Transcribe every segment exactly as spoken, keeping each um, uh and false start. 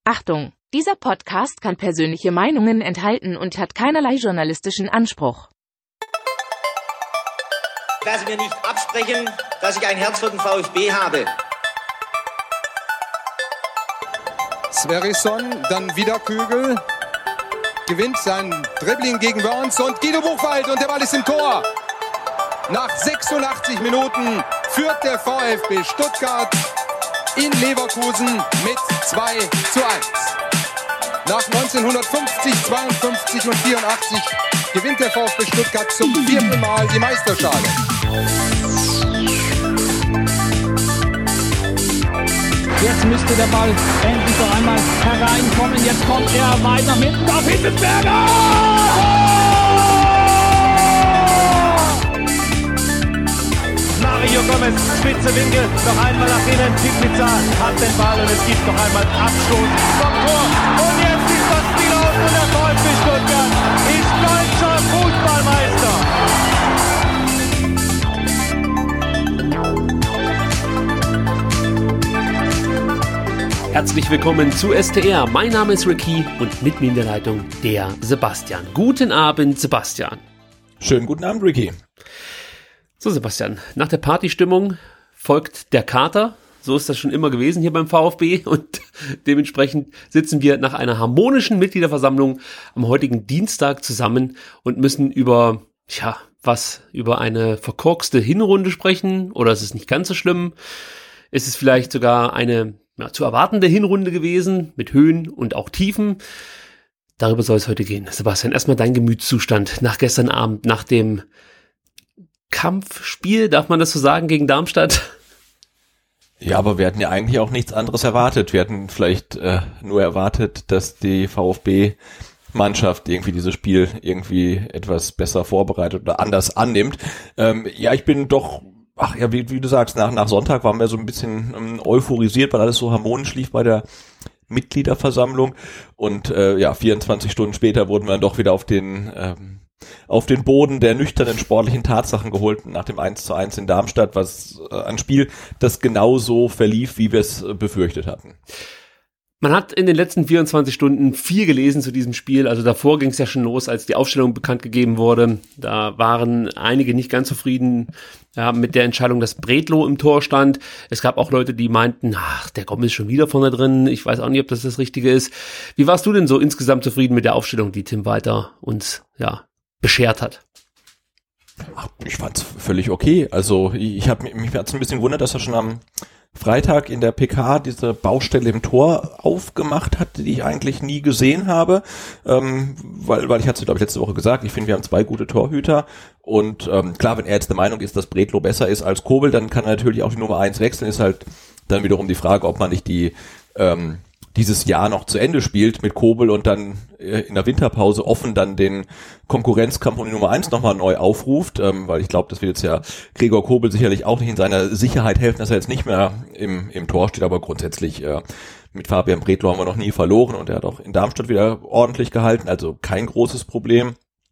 Achtung, dieser Podcast kann persönliche Meinungen enthalten und hat keinerlei journalistischen Anspruch. Ich lasse mir nicht absprechen, dass ich ein Herz für den VfB habe. Sverrisson, dann wieder Kügel, gewinnt sein Dribbling gegen Wörns und Guido Buchwald und der Ball ist im Tor. Nach sechsundachtzig Minuten führt der VfB Stuttgart in Leverkusen mit zwei zu eins. Nach neunzehnhundertfünfzig, zweiundfünfzig und vierundachtzig gewinnt der VfB Stuttgart zum vierten Mal die Meisterschale. Jetzt müsste der Ball endlich noch einmal hereinkommen. Jetzt kommt er weit nach hinten auf Hitzelsberger! Mario Gomez, spitze Winkel, noch einmal nach innen. Pizza hat den Ball und es gibt noch einmal Abstoß vom Tor. Und jetzt ist das Spiel aus und der VfB Stuttgart ist deutscher Fußballmeister. Herzlich willkommen zu S T R. Mein Name ist Ricky und mit mir in der Leitung der Sebastian. Guten Abend, Sebastian. Schönen guten Abend, Ricky. So, Sebastian, nach der Partystimmung folgt der Kater. So ist das schon immer gewesen hier beim VfB und dementsprechend sitzen wir nach einer harmonischen Mitgliederversammlung am heutigen Dienstag zusammen und müssen über, ja, was, über eine verkorkste Hinrunde sprechen, oder ist es nicht ganz so schlimm? Ist es vielleicht sogar eine ja, zu erwartende Hinrunde gewesen mit Höhen und auch Tiefen? Darüber soll es heute gehen. Sebastian, erstmal dein Gemütszustand nach gestern Abend, nach dem Kampfspiel, darf man das so sagen, gegen Darmstadt? Ja, aber wir hatten ja eigentlich auch nichts anderes erwartet. Wir hatten vielleicht äh, nur erwartet, dass die VfB-Mannschaft irgendwie dieses Spiel irgendwie etwas besser vorbereitet oder anders annimmt. Ähm, ja, ich bin doch, ach ja, wie, wie du sagst, nach, nach Sonntag waren wir so ein bisschen ähm, euphorisiert, weil alles so harmonisch lief bei der Mitgliederversammlung. Und äh, ja, vierundzwanzig Stunden später wurden wir dann doch wieder auf den ähm, auf den Boden der nüchternen sportlichen Tatsachen geholt nach dem eins zu eins in Darmstadt, was äh, ein Spiel, das genauso verlief, wie wir es äh, befürchtet hatten. Man hat in den letzten vierundzwanzig Stunden viel gelesen zu diesem Spiel. Also davor ging es ja schon los, als die Aufstellung bekannt gegeben wurde. Da waren einige nicht ganz zufrieden ja, mit der Entscheidung, dass Bredlow im Tor stand. Es gab auch Leute, die meinten, ach, der Gomez ist schon wieder vorne drin. Ich weiß auch nicht, ob das das Richtige ist. Wie warst du denn so insgesamt zufrieden mit der Aufstellung, die Tim Walter uns ja beschert hat? Ach, ich fand's völlig okay. Also ich habe mich hat's ein bisschen gewundert, dass er schon am Freitag in der P K diese Baustelle im Tor aufgemacht hat, die ich eigentlich nie gesehen habe, ähm, weil weil ich hatte es, glaube ich, letzte Woche gesagt, ich finde, wir haben zwei gute Torhüter und ähm, klar, wenn er jetzt der Meinung ist, dass Bredlow besser ist als Kobel, dann kann er natürlich auch die Nummer eins wechseln, ist halt dann wiederum die Frage, ob man nicht die ähm, dieses Jahr noch zu Ende spielt mit Kobel und dann äh, in der Winterpause offen dann den Konkurrenzkampf um die Nummer eins nochmal neu aufruft, ähm, weil ich glaube, das wird jetzt ja Gregor Kobel sicherlich auch nicht in seiner Sicherheit helfen, dass er jetzt nicht mehr im im Tor steht, aber grundsätzlich äh, mit Fabian Bredlow haben wir noch nie verloren und er hat auch in Darmstadt wieder ordentlich gehalten, also kein großes Problem.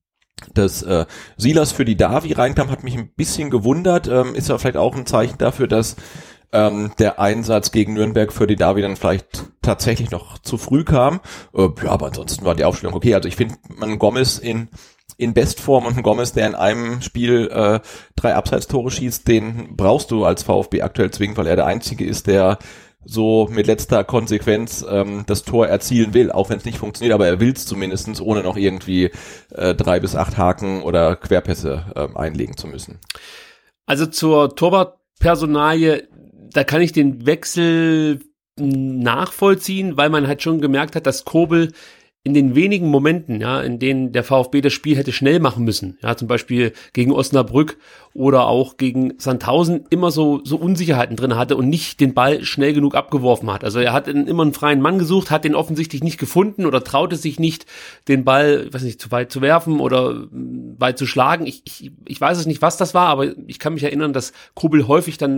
Dass äh, Silas für die Davi reinkam, hat mich ein bisschen gewundert, ähm, ist ja vielleicht auch ein Zeichen dafür, dass Ähm, der Einsatz gegen Nürnberg für die Davi dann vielleicht tatsächlich noch zu früh kam. Äh, ja, aber ansonsten war die Aufstellung okay. Also ich finde, man Gomez in in Bestform und ein Gomez, der in einem Spiel äh, drei Abseitstore schießt, den brauchst du als VfB aktuell zwingend, weil er der Einzige ist, der so mit letzter Konsequenz ähm, das Tor erzielen will, auch wenn es nicht funktioniert, aber er will es zumindest, ohne noch irgendwie äh, drei bis acht Haken oder Querpässe äh, einlegen zu müssen. Also zur Torwartpersonalie, da kann ich den Wechsel nachvollziehen, weil man halt schon gemerkt hat, dass Kobel in den wenigen Momenten, ja, in denen der VfB das Spiel hätte schnell machen müssen, ja, zum Beispiel gegen Osnabrück oder auch gegen Sandhausen, immer so so Unsicherheiten drin hatte und nicht den Ball schnell genug abgeworfen hat. Also er hat immer einen freien Mann gesucht, hat den offensichtlich nicht gefunden oder traute sich nicht, den Ball, ich weiß nicht, zu weit zu werfen oder weit zu schlagen. Ich, ich, ich weiß es nicht, was das war, aber ich kann mich erinnern, dass Kobel häufig dann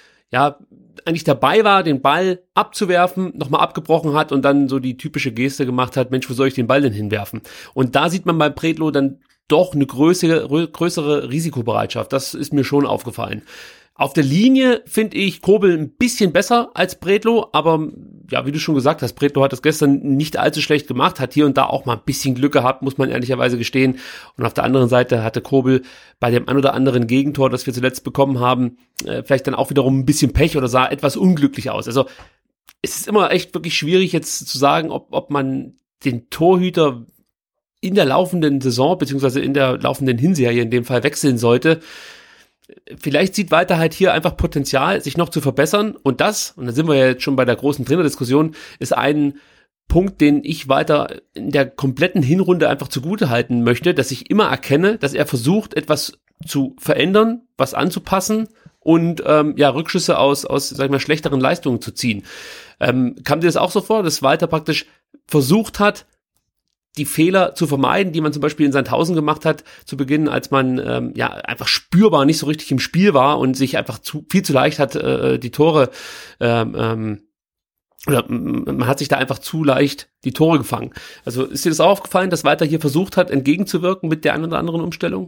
ja eigentlich dabei war, den Ball abzuwerfen, nochmal abgebrochen hat und dann so die typische Geste gemacht hat, Mensch, wo soll ich den Ball denn hinwerfen? Und da sieht man bei Bredlow dann doch eine größere, größere Risikobereitschaft. Das ist mir schon aufgefallen. Auf der Linie finde ich Kobel ein bisschen besser als Bredlow, aber ja, wie du schon gesagt hast, Bredlow hat das gestern nicht allzu schlecht gemacht, hat hier und da auch mal ein bisschen Glück gehabt, muss man ehrlicherweise gestehen. Und auf der anderen Seite hatte Kobel bei dem ein oder anderen Gegentor, das wir zuletzt bekommen haben, äh, vielleicht dann auch wiederum ein bisschen Pech oder sah etwas unglücklich aus. Also es ist immer echt wirklich schwierig jetzt zu sagen, ob, ob man den Torhüter in der laufenden Saison, beziehungsweise in der laufenden Hinserie in dem Fall wechseln sollte. Vielleicht sieht Walter halt hier einfach Potenzial, sich noch zu verbessern. Und das, und da sind wir ja jetzt schon bei der großen Trainerdiskussion, ist ein Punkt, den ich Walter in der kompletten Hinrunde einfach zugute halten möchte, dass ich immer erkenne, dass er versucht, etwas zu verändern, was anzupassen und ähm, ja Rückschlüsse aus, aus sag ich mal, schlechteren Leistungen zu ziehen. Ähm, kam dir das auch so vor, dass Walter praktisch versucht hat, die Fehler zu vermeiden, die man zum Beispiel in Sandhausen gemacht hat, zu Beginn, als man ähm, ja einfach spürbar nicht so richtig im Spiel war und sich einfach zu viel zu leicht hat, äh, die Tore, ähm, ähm, oder man hat sich da einfach zu leicht die Tore gefangen. Also ist dir das auch aufgefallen, dass Walter hier versucht hat, entgegenzuwirken mit der einen oder anderen Umstellung?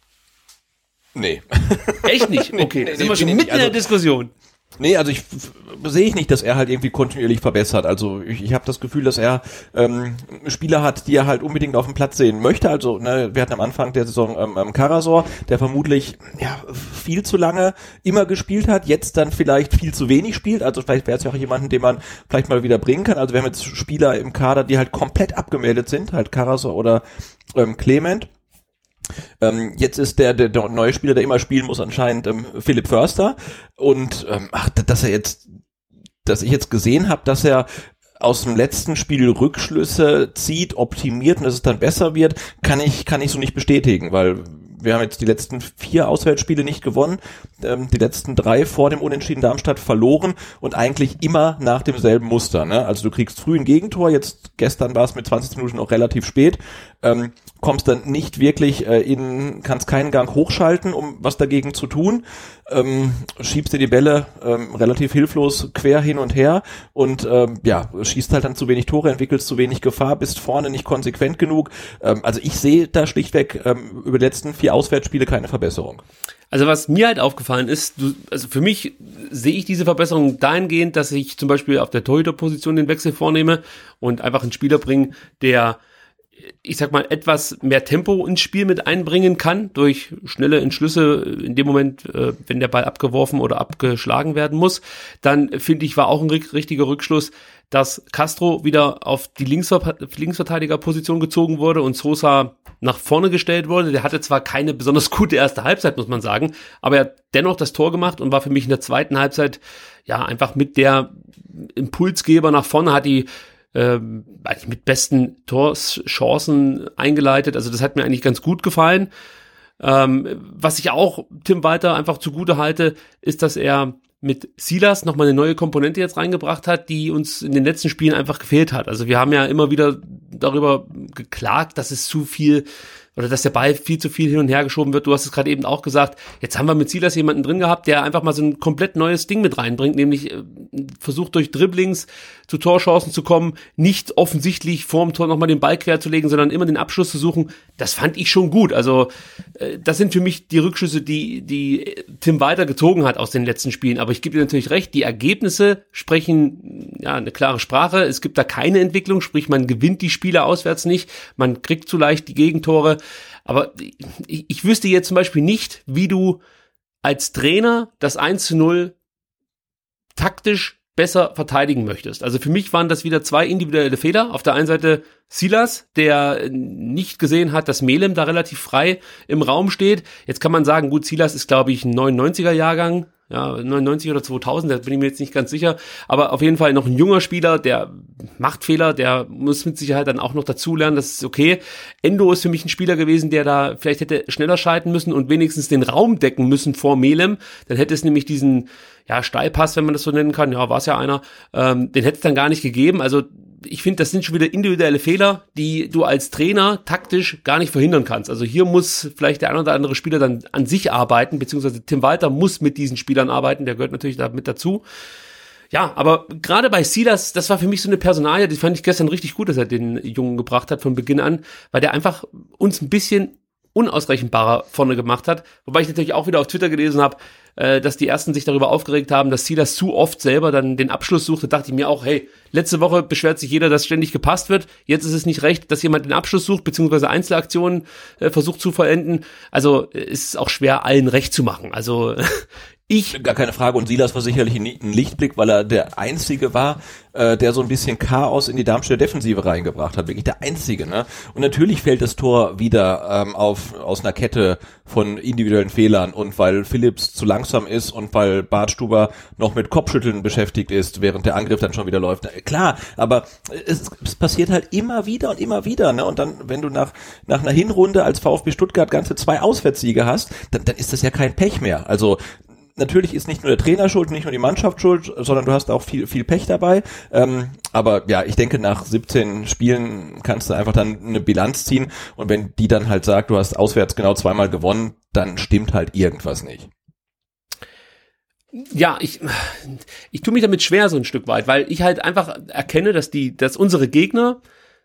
Nee. Echt nicht? Okay, nee, sind nee, wir schon nee, mitten also, in der Diskussion. Nee, also ich f- sehe ich nicht, dass er halt irgendwie kontinuierlich verbessert. Also ich, ich habe das Gefühl, dass er ähm, Spieler hat, die er halt unbedingt auf dem Platz sehen möchte. Also ne, wir hatten am Anfang der Saison ähm, ähm, Karasor, der vermutlich ja viel zu lange immer gespielt hat, jetzt dann vielleicht viel zu wenig spielt. Also vielleicht wäre es ja auch jemanden, den man vielleicht mal wieder bringen kann. Also wir haben jetzt Spieler im Kader, die halt komplett abgemeldet sind, halt Karasor oder ähm, Clement. Ähm, jetzt ist der, der, der neue Spieler, der immer spielen muss, anscheinend ähm, Philipp Förster. Und ähm, ach, dass er jetzt, dass ich jetzt gesehen habe, dass er aus dem letzten Spiel Rückschlüsse zieht, optimiert und dass es dann besser wird, kann ich kann ich so nicht bestätigen, weil wir haben jetzt die letzten vier Auswärtsspiele nicht gewonnen, ähm, die letzten drei vor dem Unentschieden Darmstadt verloren und eigentlich immer nach demselben Muster. Ne? Also du kriegst früh ein Gegentor, jetzt gestern war es mit zwanzig Minuten auch relativ spät, ähm, kommst dann nicht wirklich äh, in, kannst keinen Gang hochschalten, um was dagegen zu tun, ähm, schiebst dir die Bälle ähm, relativ hilflos quer hin und her und ähm, ja, schießt halt dann zu wenig Tore, entwickelst zu wenig Gefahr, bist vorne nicht konsequent genug. Ähm, also ich sehe da schlichtweg ähm, über die letzten vier Auswärtsspiele keine Verbesserung. Also was mir halt aufgefallen ist, du, also für mich sehe ich diese Verbesserung dahingehend, dass ich zum Beispiel auf der Torhüterposition den Wechsel vornehme und einfach einen Spieler bringe, der, ich sag mal, etwas mehr Tempo ins Spiel mit einbringen kann, durch schnelle Entschlüsse in dem Moment, äh, wenn der Ball abgeworfen oder abgeschlagen werden muss. Dann, finde ich, war auch ein richtiger Rückschluss, dass Castro wieder auf die Linksver- Linksverteidigerposition gezogen wurde und Sosa nach vorne gestellt wurde. Der hatte zwar keine besonders gute erste Halbzeit, muss man sagen, aber er hat dennoch das Tor gemacht und war für mich in der zweiten Halbzeit ja einfach mit der Impulsgeber nach vorne, hat die ähm, eigentlich mit besten Torchancen eingeleitet. Also das hat mir eigentlich ganz gut gefallen. Ähm, was ich auch Tim Walter einfach zugute halte, ist, dass er mit Silas nochmal eine neue Komponente jetzt reingebracht hat, die uns in den letzten Spielen einfach gefehlt hat. Also wir haben ja immer wieder darüber geklagt, dass es zu viel oder dass der Ball viel zu viel hin und her geschoben wird. Du hast es gerade eben auch gesagt, jetzt haben wir mit Silas jemanden drin gehabt, der einfach mal so ein komplett neues Ding mit reinbringt, nämlich äh, versucht durch Dribblings zu Torchancen zu kommen, nicht offensichtlich vorm Tor nochmal den Ball quer zu legen, sondern immer den Abschluss zu suchen. Das fand ich schon gut. Also äh, das sind für mich die Rückschlüsse, die die Tim Walter gezogen hat aus den letzten Spielen. Aber ich gebe dir natürlich recht, die Ergebnisse sprechen ja eine klare Sprache. Es gibt da keine Entwicklung, sprich man gewinnt die Spiele auswärts nicht, man kriegt zu leicht die Gegentore. Aber ich, ich wüsste jetzt zum Beispiel nicht, wie du als Trainer das eins zu null taktisch besser verteidigen möchtest. Also für mich waren das wieder zwei individuelle Fehler. Auf der einen Seite Silas, der nicht gesehen hat, dass Melem da relativ frei im Raum steht. Jetzt kann man sagen, gut, Silas ist, glaube ich, ein neunundneunziger Jahrgang. Ja, neunundneunzig oder zweitausend, da bin ich mir jetzt nicht ganz sicher, aber auf jeden Fall noch ein junger Spieler, der macht Fehler, der muss mit Sicherheit dann auch noch dazulernen, das ist okay. Endo ist für mich ein Spieler gewesen, der da vielleicht hätte schneller schalten müssen und wenigstens den Raum decken müssen vor Melem, dann hätte es nämlich diesen, ja, Steilpass, wenn man das so nennen kann, ja, war es ja einer, ähm, den hätte es dann gar nicht gegeben, also ich finde, das sind schon wieder individuelle Fehler, die du als Trainer taktisch gar nicht verhindern kannst. Also hier muss vielleicht der ein oder andere Spieler dann an sich arbeiten, beziehungsweise Tim Walter muss mit diesen Spielern arbeiten, der gehört natürlich da mit dazu. Ja, aber gerade bei Silas, das war für mich so eine Personalie, die fand ich gestern richtig gut, dass er den Jungen gebracht hat von Beginn an, weil der einfach uns ein bisschen unausrechenbarer vorne gemacht hat. Wobei ich natürlich auch wieder auf Twitter gelesen habe, äh, dass die Ersten sich darüber aufgeregt haben, dass Silas zu oft selber dann den Abschluss suchte. Da dachte ich mir auch, hey, letzte Woche beschwert sich jeder, dass ständig gepasst wird. Jetzt ist es nicht recht, dass jemand den Abschluss sucht, beziehungsweise Einzelaktionen äh, versucht zu vollenden. Also äh, ist es auch schwer, allen recht zu machen. Also ich... Gar keine Frage. Und Silas war sicherlich ein Lichtblick, weil er der Einzige war, äh, der so ein bisschen Chaos in die Darmstädter Defensive reingebracht hat. Wirklich der Einzige, ne? Und natürlich fällt das Tor wieder ähm, auf aus einer Kette von individuellen Fehlern und weil Phillips zu langsam ist und weil Bartstuber noch mit Kopfschütteln beschäftigt ist, während der Angriff dann schon wieder läuft. Klar, aber es, es passiert halt immer wieder und immer wieder, ne? Und dann, wenn du nach nach einer Hinrunde als VfB Stuttgart ganze zwei Auswärtssiege hast, dann, dann ist das ja kein Pech mehr. Also natürlich ist nicht nur der Trainer schuld, nicht nur die Mannschaft schuld, sondern du hast auch viel viel Pech dabei. Ähm, aber ja, ich denke, nach siebzehn Spielen kannst du einfach dann eine Bilanz ziehen. Und wenn die dann halt sagt, du hast auswärts genau zweimal gewonnen, dann stimmt halt irgendwas nicht. Ja, ich ich tue mich damit schwer so ein Stück weit, weil ich halt einfach erkenne, dass die, dass unsere Gegner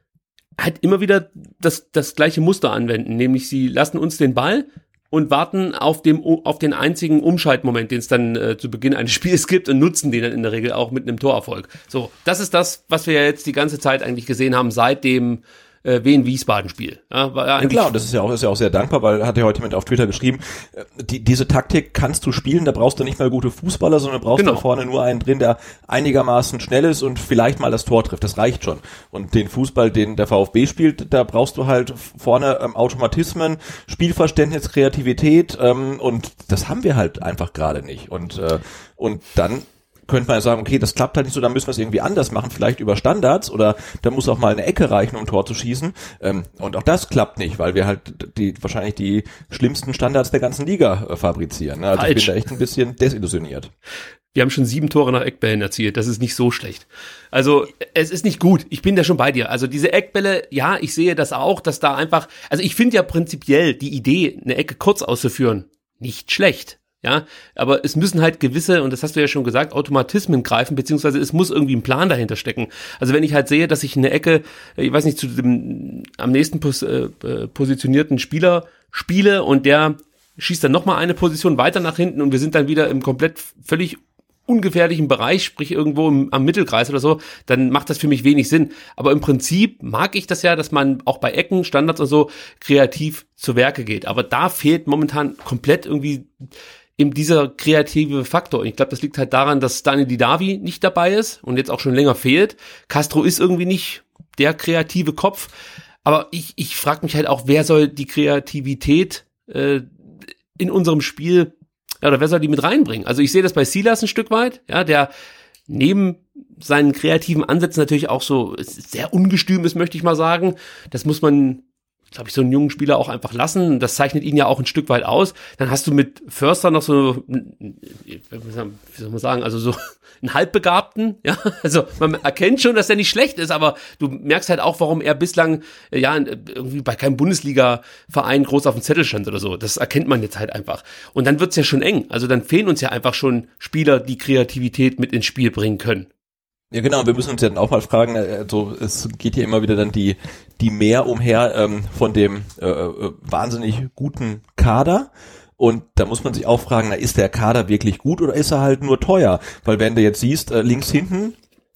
halt immer wieder das das gleiche Muster anwenden, nämlich sie lassen uns den Ball und warten auf dem auf den einzigen Umschaltmoment, den es dann äh, zu Beginn eines Spiels gibt und nutzen den dann in der Regel auch mit einem Torerfolg. So, das ist das, was wir ja jetzt die ganze Zeit eigentlich gesehen haben seit dem äh, Wien-Wiesbaden-Spiel. Ja, war ja, ja klar, und das ist ja auch ist ja auch sehr dankbar, weil hat er heute mit auf Twitter geschrieben, die, diese Taktik kannst du spielen, da brauchst du nicht mal gute Fußballer, sondern brauchst genau. da vorne nur einen drin, der einigermaßen schnell ist und vielleicht mal das Tor trifft. Das reicht schon. Und den Fußball, den der VfB spielt, da brauchst du halt vorne ähm, Automatismen, Spielverständnis, Kreativität ähm, und das haben wir halt einfach gerade nicht. Und äh, und dann könnte man ja sagen, okay, das klappt halt nicht so, dann müssen wir es irgendwie anders machen, vielleicht über Standards oder da muss auch mal eine Ecke reichen, um ein Tor zu schießen. Ähm, und auch das klappt nicht, weil wir halt die wahrscheinlich die schlimmsten Standards der ganzen Liga äh, fabrizieren. Also Falsch. Ich bin da echt ein bisschen desillusioniert. Wir haben schon sieben Tore nach Eckbällen erzielt, das ist nicht so schlecht. Also es ist nicht gut, ich bin da schon bei dir. Also diese Eckbälle, ja, ich sehe das auch, dass da einfach, also ich finde ja prinzipiell die Idee, eine Ecke kurz auszuführen, nicht schlecht. Ja, aber es müssen halt gewisse, und das hast du ja schon gesagt, Automatismen greifen, beziehungsweise es muss irgendwie ein Plan dahinter stecken. Also wenn ich halt sehe, dass ich eine Ecke, ich weiß nicht, zu dem am nächsten pos, äh, positionierten Spieler spiele und der schießt dann nochmal eine Position weiter nach hinten und wir sind dann wieder im komplett völlig ungefährlichen Bereich, sprich irgendwo im, am Mittelkreis oder so, dann macht das für mich wenig Sinn. Aber im Prinzip mag ich das ja, dass man auch bei Ecken, Standards und so kreativ zu Werke geht. Aber da fehlt momentan komplett irgendwie eben dieser kreative Faktor. Ich glaube, das liegt halt daran, dass Dani Didavi nicht dabei ist und jetzt auch schon länger fehlt. Castro ist irgendwie nicht der kreative Kopf. Aber ich, ich frage mich halt auch, wer soll die Kreativität äh, in unserem Spiel, ja, oder wer soll die mit reinbringen? Also ich sehe das bei Silas ein Stück weit, ja, der neben seinen kreativen Ansätzen natürlich auch so sehr ungestüm ist, möchte ich mal sagen. Das muss man, glaube ich, so einen jungen Spieler auch einfach lassen. Das zeichnet ihn ja auch ein Stück weit aus. Dann hast du mit Förster noch so, wie soll man sagen, also so einen Halbbegabten, ja. Also man erkennt schon, dass er nicht schlecht ist, aber du merkst halt auch, warum er bislang, ja, irgendwie bei keinem Bundesliga-Verein groß auf dem Zettel stand oder so. Das erkennt man jetzt halt einfach. Und dann wird's ja schon eng. Also dann fehlen uns ja einfach schon Spieler, die Kreativität mit ins Spiel bringen können. Ja genau, wir müssen uns ja dann auch mal fragen, also es geht ja immer wieder dann die die Mehr umher ähm, von dem äh, wahnsinnig guten Kader und da muss man sich auch fragen, na, ist der Kader wirklich gut oder ist er halt nur teuer? Weil wenn du jetzt siehst, äh, links hinten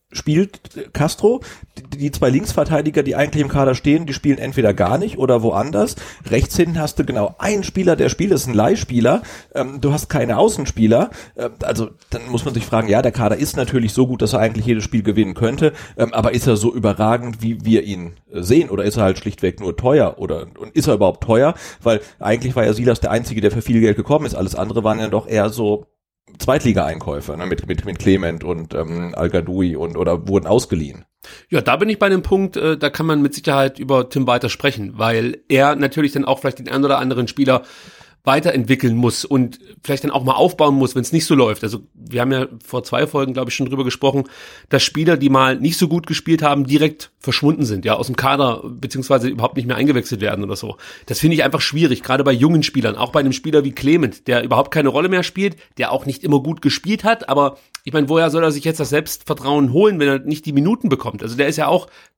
spielt Castro, die, die zwei Linksverteidiger, die eigentlich im Kader stehen, die spielen entweder gar nicht oder woanders. Rechts hinten hast du genau einen Spieler, der spielt, das ist ein Leihspieler. Ähm, du hast keine Außenspieler. Ähm, also dann muss man sich fragen, ja, der Kader ist natürlich so gut, dass er eigentlich jedes Spiel gewinnen könnte, ähm, aber ist er so überragend, wie wir ihn äh, sehen? Oder ist er halt schlichtweg nur teuer? Oder und ist er überhaupt teuer? Weil eigentlich war ja Silas der Einzige, der für viel Geld gekommen ist. Alles andere waren ja doch eher so Zweitliga-Einkäufe, ne, mit, mit, mit Clement und ähm, Al-Gadoui und oder wurden ausgeliehen. Ja, da bin ich bei dem Punkt, äh, da kann man mit Sicherheit über Tim Walter sprechen, weil er natürlich dann auch vielleicht den einen oder anderen Spieler weiterentwickeln muss und vielleicht dann auch mal aufbauen muss, wenn es nicht so läuft. Also wir haben ja vor zwei Folgen, glaube ich, schon drüber gesprochen, dass Spieler, die mal nicht so gut gespielt haben, direkt verschwunden sind, ja, aus dem Kader, beziehungsweise überhaupt nicht mehr eingewechselt werden oder so. Das finde ich einfach schwierig, gerade bei jungen Spielern, auch bei einem Spieler wie Clement, der überhaupt keine Rolle mehr spielt, der auch nicht immer gut gespielt hat, aber ich meine, woher soll er sich jetzt das Selbstvertrauen holen, wenn er nicht die Minuten bekommt? Also der ist ja auch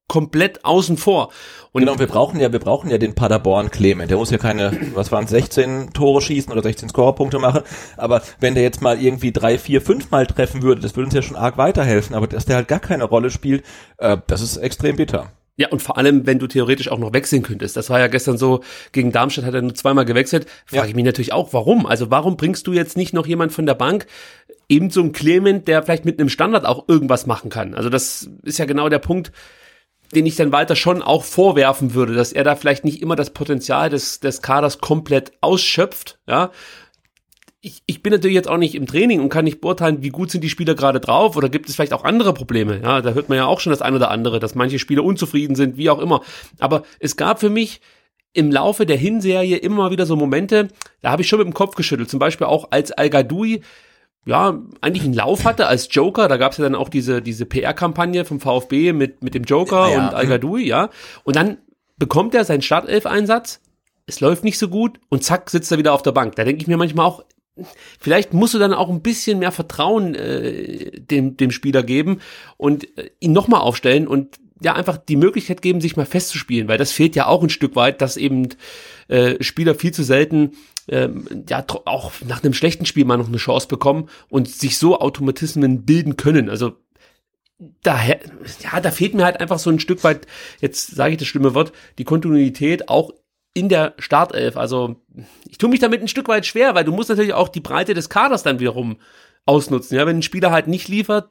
komplett außen vor. Und genau, wir brauchen ja, wir brauchen ja den Paderborn Clement. Der muss ja keine, was waren es, sechzehn Tore schießen oder sechzehn Scorerpunkte machen. Aber wenn der jetzt mal irgendwie drei, vier, fünf Mal treffen würde, das würde uns ja schon arg weiterhelfen. Aber dass der halt gar keine Rolle spielt, äh, das ist extrem bitter. Ja, und vor allem, wenn du theoretisch auch noch wechseln könntest. Das war ja gestern so, gegen Darmstadt hat er nur zweimal gewechselt. Frage ja. ich mich natürlich auch, warum? Also warum bringst du jetzt nicht noch jemand von der Bank, eben so ein Clement, der vielleicht mit einem Standard auch irgendwas machen kann? Also das ist ja genau der Punkt, den ich dann weiter schon auch vorwerfen würde, dass er da vielleicht nicht immer das Potenzial des, des Kaders komplett ausschöpft, ja. Ich, ich bin natürlich jetzt auch nicht im Training und kann nicht beurteilen, wie gut sind die Spieler gerade drauf oder gibt es vielleicht auch andere Probleme, ja. Da hört man ja auch schon das ein oder andere, dass manche Spieler unzufrieden sind, wie auch immer. Aber es gab für mich im Laufe der Hinserie immer wieder so Momente, da habe ich schon mit dem Kopf geschüttelt, zum Beispiel auch als Al-Gadoui ja, eigentlich einen Lauf hatte als Joker, da gab es ja dann auch diese diese P R-Kampagne vom VfB mit mit dem Joker ja, und Al-Gadoui, ja, und dann bekommt er seinen Startelf-Einsatz, es läuft nicht so gut und zack, sitzt er wieder auf der Bank. Da denke ich mir manchmal auch, vielleicht musst du dann auch ein bisschen mehr Vertrauen äh, dem dem Spieler geben und äh, ihn nochmal aufstellen und ja einfach die Möglichkeit geben, sich mal festzuspielen, weil das fehlt ja auch ein Stück weit, dass eben äh, Spieler viel zu selten ähm, ja auch nach einem schlechten Spiel mal noch eine Chance bekommen und sich so Automatismen bilden können. Also daher, ja, da fehlt mir halt einfach so ein Stück weit, jetzt sage ich das schlimme Wort, die Kontinuität auch in der Startelf. Also ich tue mich damit ein Stück weit schwer, weil du musst natürlich auch die Breite des Kaders dann wiederum ausnutzen. Ja, wenn ein Spieler halt nicht liefert,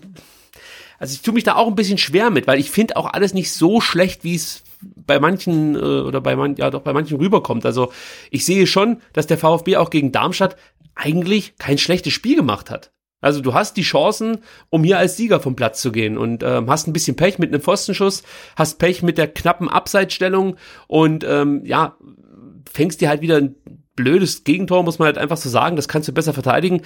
also ich tue mich da auch ein bisschen schwer mit, weil ich finde auch alles nicht so schlecht, wie es bei manchen äh, oder bei man, ja doch bei manchen rüberkommt. Also ich sehe schon, dass der VfB auch gegen Darmstadt eigentlich kein schlechtes Spiel gemacht hat. Also du hast die Chancen, um hier als Sieger vom Platz zu gehen und ähm, hast ein bisschen Pech mit einem Pfostenschuss, hast Pech mit der knappen Abseitsstellung und ähm, ja, fängst dir halt wieder ein blödes Gegentor, muss man halt einfach so sagen, das kannst du besser verteidigen.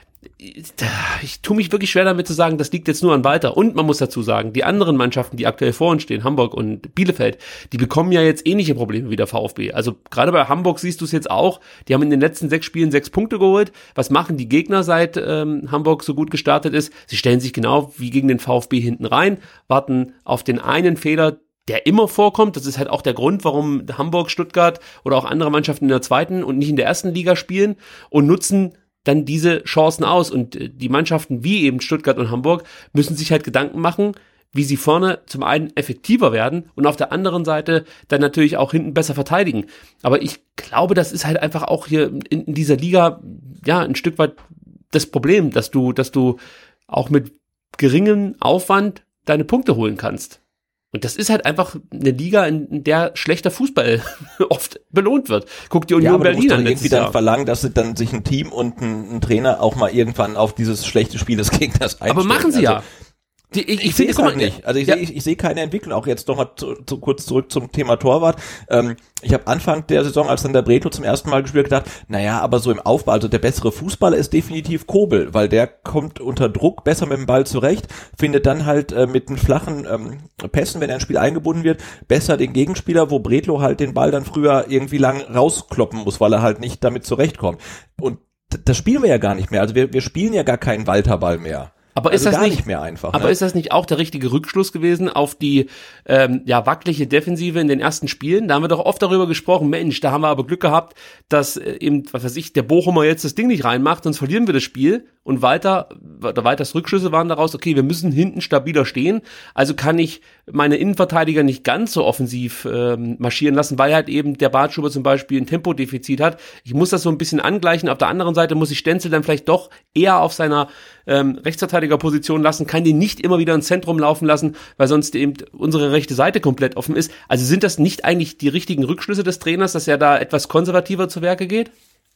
Ich tue mich wirklich schwer damit zu sagen, das liegt jetzt nur an Walter. Und man muss dazu sagen, die anderen Mannschaften, die aktuell vor uns stehen, Hamburg und Bielefeld, die bekommen ja jetzt ähnliche Probleme wie der VfB. Also gerade bei Hamburg siehst du es jetzt auch, die haben in den letzten sechs Spielen sechs Punkte geholt. Was machen die Gegner, seit ähm, Hamburg so gut gestartet ist? Sie stellen sich genau wie gegen den VfB hinten rein, warten auf den einen Fehler, der immer vorkommt. Das ist halt auch der Grund, warum Hamburg, Stuttgart oder auch andere Mannschaften in der zweiten und nicht in der ersten Liga spielen und nutzen dann diese Chancen aus. Und die Mannschaften wie eben Stuttgart und Hamburg müssen sich halt Gedanken machen, wie sie vorne zum einen effektiver werden und auf der anderen Seite dann natürlich auch hinten besser verteidigen. Aber ich glaube, das ist halt einfach auch hier in, in dieser Liga ja ein Stück weit das Problem, dass du, dass du auch mit geringem Aufwand deine Punkte holen kannst. Und das ist halt einfach eine Liga, in der schlechter Fußball oft belohnt wird. Guck die Union ja, aber Berlin du musst an. Dann irgendwie dann verlangen, dass sie dann sich ein Team und ein, ein Trainer auch mal irgendwann auf dieses schlechte Spiel des Gegners einstellen. Aber machen sie also, ja. Die, ich ich, ich sehe es halt nicht. Also ich ja. sehe ich, ich sehe keine Entwicklung. Auch jetzt noch mal zu, zu, kurz zurück zum Thema Torwart. Ähm, ich habe Anfang der Saison, als dann der Bretlo zum ersten Mal gespielt, gedacht, naja, aber so im Aufbau, also der bessere Fußballer ist definitiv Kobel, weil der kommt unter Druck besser mit dem Ball zurecht, findet dann halt äh, mit den flachen ähm, Pässen, wenn er ins Spiel eingebunden wird, besser den Gegenspieler, wo Bretlo halt den Ball dann früher irgendwie lang rauskloppen muss, weil er halt nicht damit zurechtkommt. Und das spielen wir ja gar nicht mehr. Also wir, wir spielen ja gar keinen Walterball mehr. Aber also ist das gar nicht, nicht mehr einfach? Aber ne? ist das nicht auch der richtige Rückschluss gewesen auf die ähm, ja wackelige Defensive in den ersten Spielen? Da haben wir doch oft darüber gesprochen, Mensch, da haben wir aber Glück gehabt, dass äh, eben, was weiß ich, der Bochumer jetzt das Ding nicht reinmacht, sonst verlieren wir das Spiel. Und weiter, weiters Rückschlüsse waren daraus, okay, wir müssen hinten stabiler stehen, also kann ich meine Innenverteidiger nicht ganz so offensiv ähm, marschieren lassen, weil halt eben der Bartschuber zum Beispiel ein Tempodefizit hat. Ich muss das so ein bisschen angleichen. Auf der anderen Seite muss ich Stenzel dann vielleicht doch eher auf seiner ähm, Rechtsverteidigerposition lassen, kann den nicht immer wieder ins Zentrum laufen lassen, weil sonst eben unsere rechte Seite komplett offen ist. Also sind das nicht eigentlich die richtigen Rückschlüsse des Trainers, dass er da etwas konservativer zu Werke geht?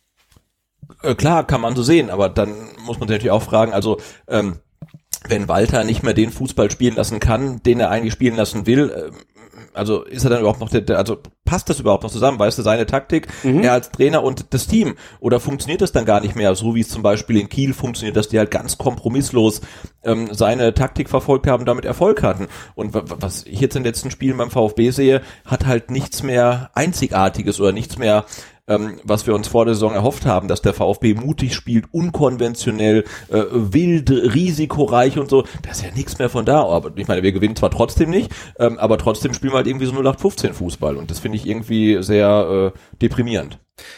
Klar, kann man so sehen, aber dann muss man sich natürlich auch fragen, also ähm, wenn Walter nicht mehr den Fußball spielen lassen kann, den er eigentlich spielen lassen will, äh, also ist er dann überhaupt noch, der, der, also passt das überhaupt noch zusammen, weißt du, seine Taktik, mhm. er als Trainer und das Team, oder funktioniert das dann gar nicht mehr, so wie es zum Beispiel in Kiel funktioniert, dass die halt ganz kompromisslos ähm, seine Taktik verfolgt haben, damit Erfolg hatten. Und w- was ich jetzt in den letzten Spielen beim VfB sehe, hat halt nichts mehr Einzigartiges oder nichts mehr ähm, was wir uns vor der Saison erhofft haben, dass der VfB mutig spielt, unkonventionell, äh, wild, risikoreich und so, da ist ja nichts mehr von da. Aber ich meine, wir gewinnen zwar trotzdem nicht, ähm, aber trotzdem spielen wir halt irgendwie so null acht fünfzehn Fußball und das finde ich irgendwie sehr äh, deprimierend.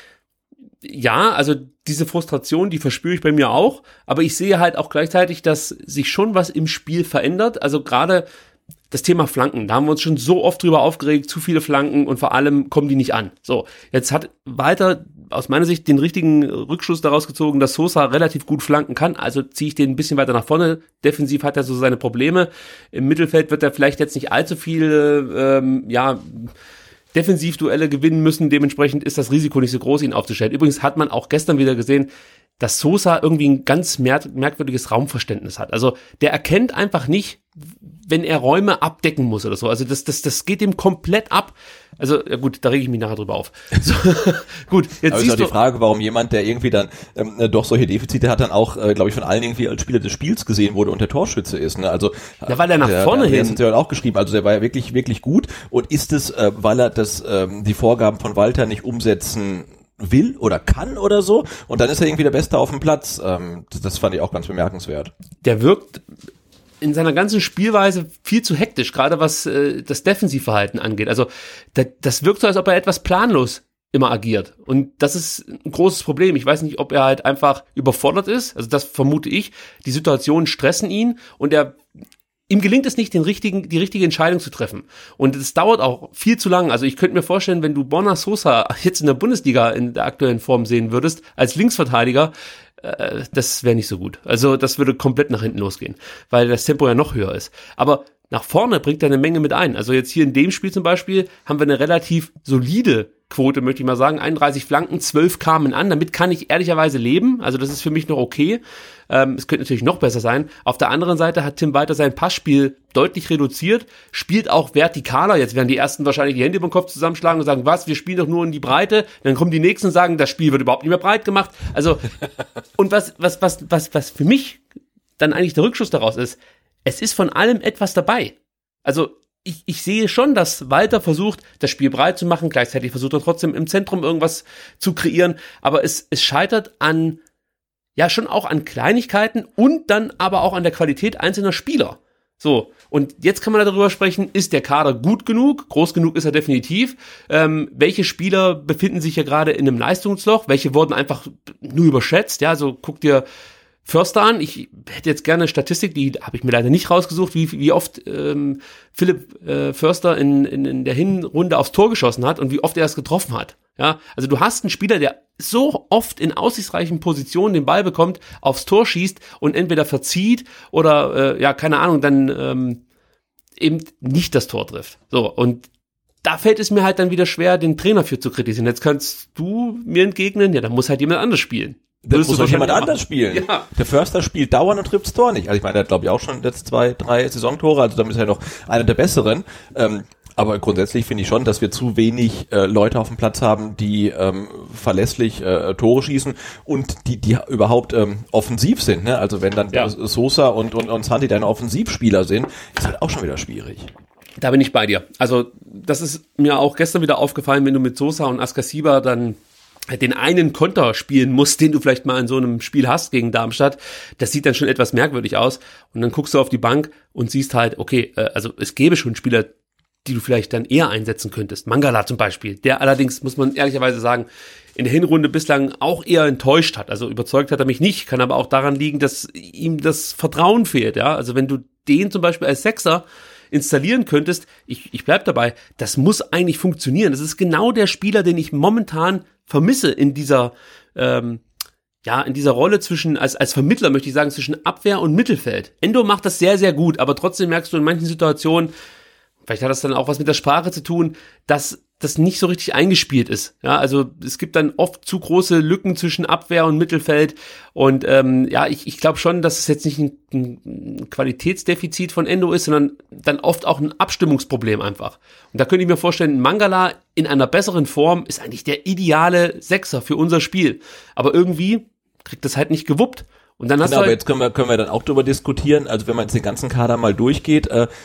Ja, also diese Frustration, die verspüre ich bei mir auch, aber ich sehe halt auch gleichzeitig, dass sich schon was im Spiel verändert, also gerade das Thema Flanken, da haben wir uns schon so oft drüber aufgeregt, zu viele Flanken und vor allem kommen die nicht an. So, jetzt hat Walter aus meiner Sicht den richtigen Rückschluss daraus gezogen, dass Sosa relativ gut flanken kann, also ziehe ich den ein bisschen weiter nach vorne. Defensiv hat er so seine Probleme, im Mittelfeld wird er vielleicht jetzt nicht allzu viel, ähm, ja, Defensivduelle gewinnen müssen, dementsprechend ist das Risiko nicht so groß, ihn aufzustellen. Übrigens hat man auch gestern wieder gesehen, dass Sosa irgendwie ein ganz merk- merkwürdiges Raumverständnis hat. Also der erkennt einfach nicht, wenn er Räume abdecken muss oder so. Also das, das, das geht ihm komplett ab. Also ja gut, da rege ich mich nachher drüber auf. So, gut, jetzt aber siehst ist du auch die Frage, warum jemand, der irgendwie dann ähm, doch solche Defizite hat, dann auch, äh, glaube ich, von allen irgendwie als Spieler des Spiels gesehen wurde und der Torschütze ist. Ne? Also ja, weil er nach der, vorne der, hin. Der hat auch geschrieben. Also der war ja wirklich, wirklich gut. Und ist es, äh, weil er das, ähm, die Vorgaben von Walter nicht umsetzen will oder kann oder so? Und dann ist er irgendwie der Beste auf dem Platz. Ähm, das, das fand ich auch ganz bemerkenswert. Der wirkt in seiner ganzen Spielweise viel zu hektisch, gerade was äh, das Defensivverhalten angeht. Also da, das wirkt so, als ob er etwas planlos immer agiert. Und das ist ein großes Problem. Ich weiß nicht, ob er halt einfach überfordert ist. Also das vermute ich. Die Situationen stressen ihn und er ihm gelingt es nicht, den richtigen, die richtige Entscheidung zu treffen. Und es dauert auch viel zu lang. Also ich könnte mir vorstellen, wenn du Borna Sosa jetzt in der Bundesliga in der aktuellen Form sehen würdest, als Linksverteidiger, äh, das wäre nicht so gut. Also das würde komplett nach hinten losgehen, weil das Tempo ja noch höher ist. Aber nach vorne bringt er eine Menge mit ein. Also jetzt hier in dem Spiel zum Beispiel haben wir eine relativ solide Quote, möchte ich mal sagen. einunddreißig Flanken, zwölf kamen an. Damit kann ich ehrlicherweise leben. Also das ist für mich noch okay. Ähm, es könnte natürlich noch besser sein. Auf der anderen Seite hat Tim Walter sein Passspiel deutlich reduziert, spielt auch vertikaler. Jetzt werden die Ersten wahrscheinlich die Hände über den Kopf zusammenschlagen und sagen, was, wir spielen doch nur in die Breite. Dann kommen die Nächsten und sagen, das Spiel wird überhaupt nicht mehr breit gemacht. Also, und was, was, was, was, was für mich dann eigentlich der Rückschluss daraus ist, es ist von allem etwas dabei. Also ich, ich sehe schon, dass Walter versucht, das Spiel breit zu machen, gleichzeitig versucht er trotzdem im Zentrum irgendwas zu kreieren, aber es, es scheitert an, ja schon auch an Kleinigkeiten und dann aber auch an der Qualität einzelner Spieler. So, und jetzt kann man darüber sprechen, ist der Kader gut genug? Groß genug ist er definitiv. Ähm, welche Spieler befinden sich hier gerade in einem Leistungsloch? Welche wurden einfach nur überschätzt? Ja, so guck dir Förster an. Ich hätte jetzt gerne eine Statistik, die habe ich mir leider nicht rausgesucht, wie, wie oft ähm, Philipp äh, Förster in, in, in der Hinrunde aufs Tor geschossen hat und wie oft er es getroffen hat. Ja, also du hast einen Spieler, der so oft in aussichtsreichen Positionen den Ball bekommt, aufs Tor schießt und entweder verzieht oder, äh, ja, keine Ahnung, dann ähm, eben nicht das Tor trifft. So, und da fällt es mir halt dann wieder schwer, den Trainer für zu kritisieren. Jetzt kannst du mir entgegnen, ja, da muss halt jemand anders spielen. Da muss doch jemand anders spielen. Ja. Der Förster spielt dauernd und trifft das Tor nicht. Also ich meine, der hat glaube ich auch schon jetzt zwei, drei Saisontore, also damit ist er noch einer der besseren. Ähm, aber grundsätzlich finde ich schon, dass wir zu wenig äh, Leute auf dem Platz haben, die ähm, verlässlich äh, Tore schießen und die die überhaupt ähm, offensiv sind. Ne? Also wenn dann ja. Sosa und, und, und Santi deine Offensivspieler sind, ist halt auch schon wieder schwierig. Da bin ich bei dir. Also das ist mir auch gestern wieder aufgefallen, wenn du mit Sosa und Askasiba dann den einen Konter spielen musst, den du vielleicht mal in so einem Spiel hast gegen Darmstadt, das sieht dann schon etwas merkwürdig aus. Und dann guckst du auf die Bank und siehst halt, okay, äh, also es gäbe schon Spieler, die du vielleicht dann eher einsetzen könntest. Mangala zum Beispiel, der allerdings, muss man ehrlicherweise sagen, in der Hinrunde bislang auch eher enttäuscht hat. Also überzeugt hat er mich nicht, kann aber auch daran liegen, dass ihm das Vertrauen fehlt. Ja, also wenn du den zum Beispiel als Sechser installieren könntest, ich, ich bleib dabei, das muss eigentlich funktionieren. Das ist genau der Spieler, den ich momentan vermisse in dieser, ähm, ja, in dieser Rolle zwischen, als, als Vermittler möchte ich sagen, zwischen Abwehr und Mittelfeld. Endo macht das sehr, sehr gut, aber trotzdem merkst du in manchen Situationen, vielleicht hat das dann auch was mit der Sprache zu tun, dass das nicht so richtig eingespielt ist. Ja, also es gibt dann oft zu große Lücken zwischen Abwehr und Mittelfeld und ähm, ja, ich, ich glaube schon, dass es jetzt nicht ein, ein Qualitätsdefizit von Endo ist, sondern dann oft auch ein Abstimmungsproblem einfach. Und da könnte ich mir vorstellen, Mangala in einer besseren Form ist eigentlich der ideale Sechser für unser Spiel. Aber irgendwie kriegt das halt nicht gewuppt. Und dann hast genau, du halt aber jetzt können wir, können wir dann auch darüber diskutieren, also wenn man jetzt den ganzen Kader mal durchgeht, äh,